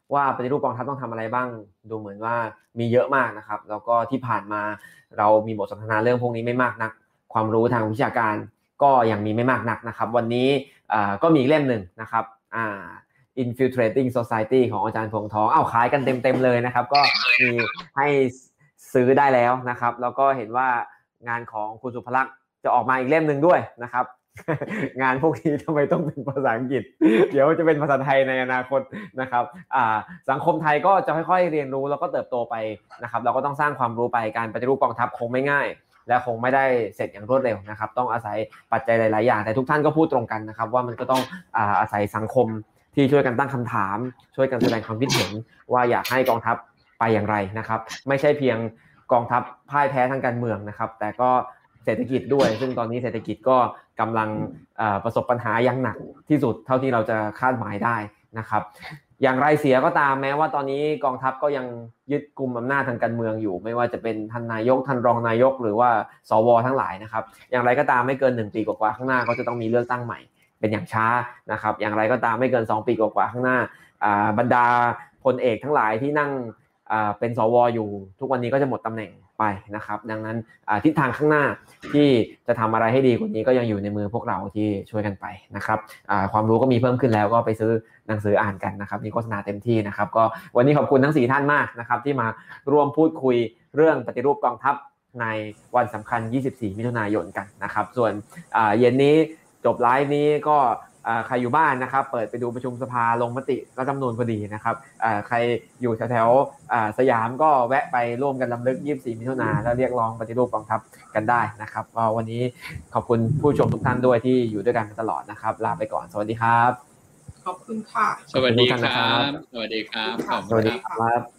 ว่าปฏิรูปกองทัพต้องทำอะไรบ้างดูเหมือนว่ามีเยอะมากนะครับแล้วก็ที่ผ่านมาเรามีบทสนทนาเรื่องพวกนี้ไม่มากนักความรู้ทางวิชาการก็ยังมีไม่มากนักนะครับวันนี้ก็มีเล่มหนึ่งนะครับอ่า Infiltrating Society ของอาจารย์พงษ์ทองเอ้าขายกันเต็มๆเลยนะครับก็มีให้ซื้อได้แล้วนะครับแล้วก็เห็นว่างานของคุณสุภลักษณ์จะออกมาอีกเล่มหนึ่งด้วยนะครับงานพวกนี้ทำไมต้องเป็นภาษาอังกฤษเดี๋ยวจะเป็นภาษาไทยในอนาคตนะครับอ่าสังคมไทยก็จะค่อยๆเรียนรู้แล้วก็เติบโตไปนะครับเราก็ต้องสร้างความรู้ไปการปฏิรูปกองทัพคงไม่ง่ายและคงไม่ได้เสร็จอย่างรวดเร็วนะครับต้องอาศัยปัจจัยหลายๆอย่างแต่ทุกท่านก็พูดตรงกันนะครับว่ามันก็ต้องอ่าอาศัยสังคมที่ช่วยกันตั้งคำถามช่วยกันแสดงความคิดเห็นว่าอยากให้กองทัพไปอย่างไรนะครับไม่ใช่เพียงกองทัพพ่ายแพ้ทางการเมืองนะครับแต่ก็เศรษฐกิจด้วยซึ่งตอนนี้เศรษฐกิจก็กำลังประสบปัญหาอย่างหนักที่สุดเท่าที่เราจะคาดหมายได้นะครับอย่างไรเสียก็ตามแม้ว่าตอนนี้กองทัพก็ยังยึดกุมอำนาจทางการเมืองอยู่ไม่ว่าจะเป็นท่านนายกท่านรองนายกหรือว่าสวทั้งหลายนะครับอย่างไรก็ตามไม่เกินหนึ่งปีกว่าๆข้างหน้าก็จะต้องมีเลือกตั้งใหม่เป็นอย่างช้านะครับอย่างไรก็ตามไม่เกินสองปีกว่าๆข้างหน้าบรรดาพลเอกทั้งหลายที่นั่งเป็นสวอยู่ทุกวันนี้ก็จะหมดตำแหน่งไปนะครับดังนั้นทิศทางข้างหน้าที่จะทำอะไรให้ดีกว่านี้ก็ยังอยู่ในมือพวกเราที่ช่วยกันไปนะครับความรู้ก็มีเพิ่มขึ้นแล้วก็ไปซื้อหนังสืออ่านกันนะครับนี่โฆษณาเต็มที่นะครับก็วันนี้ขอบคุณทั้งสี่ท่านมากนะครับที่มาร่วมพูดคุยเรื่องปฏิรูปกองทัพในวันสำคัญยี่สิบสี่มิถุนายนกันนะครับส่วนเย็นนี้จบไลฟ์นี้ก็ใครอยู่บ้านนะครับเปิดไปดูประชุมสภาลงมติรัฐธรรมนูญพอดีนะครับใครอยู่แถวๆสยามก็แวะไปร่วมกันรำลึกยี่สิบสี่มิถุนายนแล้วเรียกร้องปฏิรูปกองทัพกันได้นะครับวันนี้ขอบคุณผู้ชมทุกท่านด้วยที่อยู่ด้วยกันตลอดนะครับลาไปก่อนสวัสดีครับขอบคุณค่ะสวัสดีครับสวัสดีครับสวัสดีครับ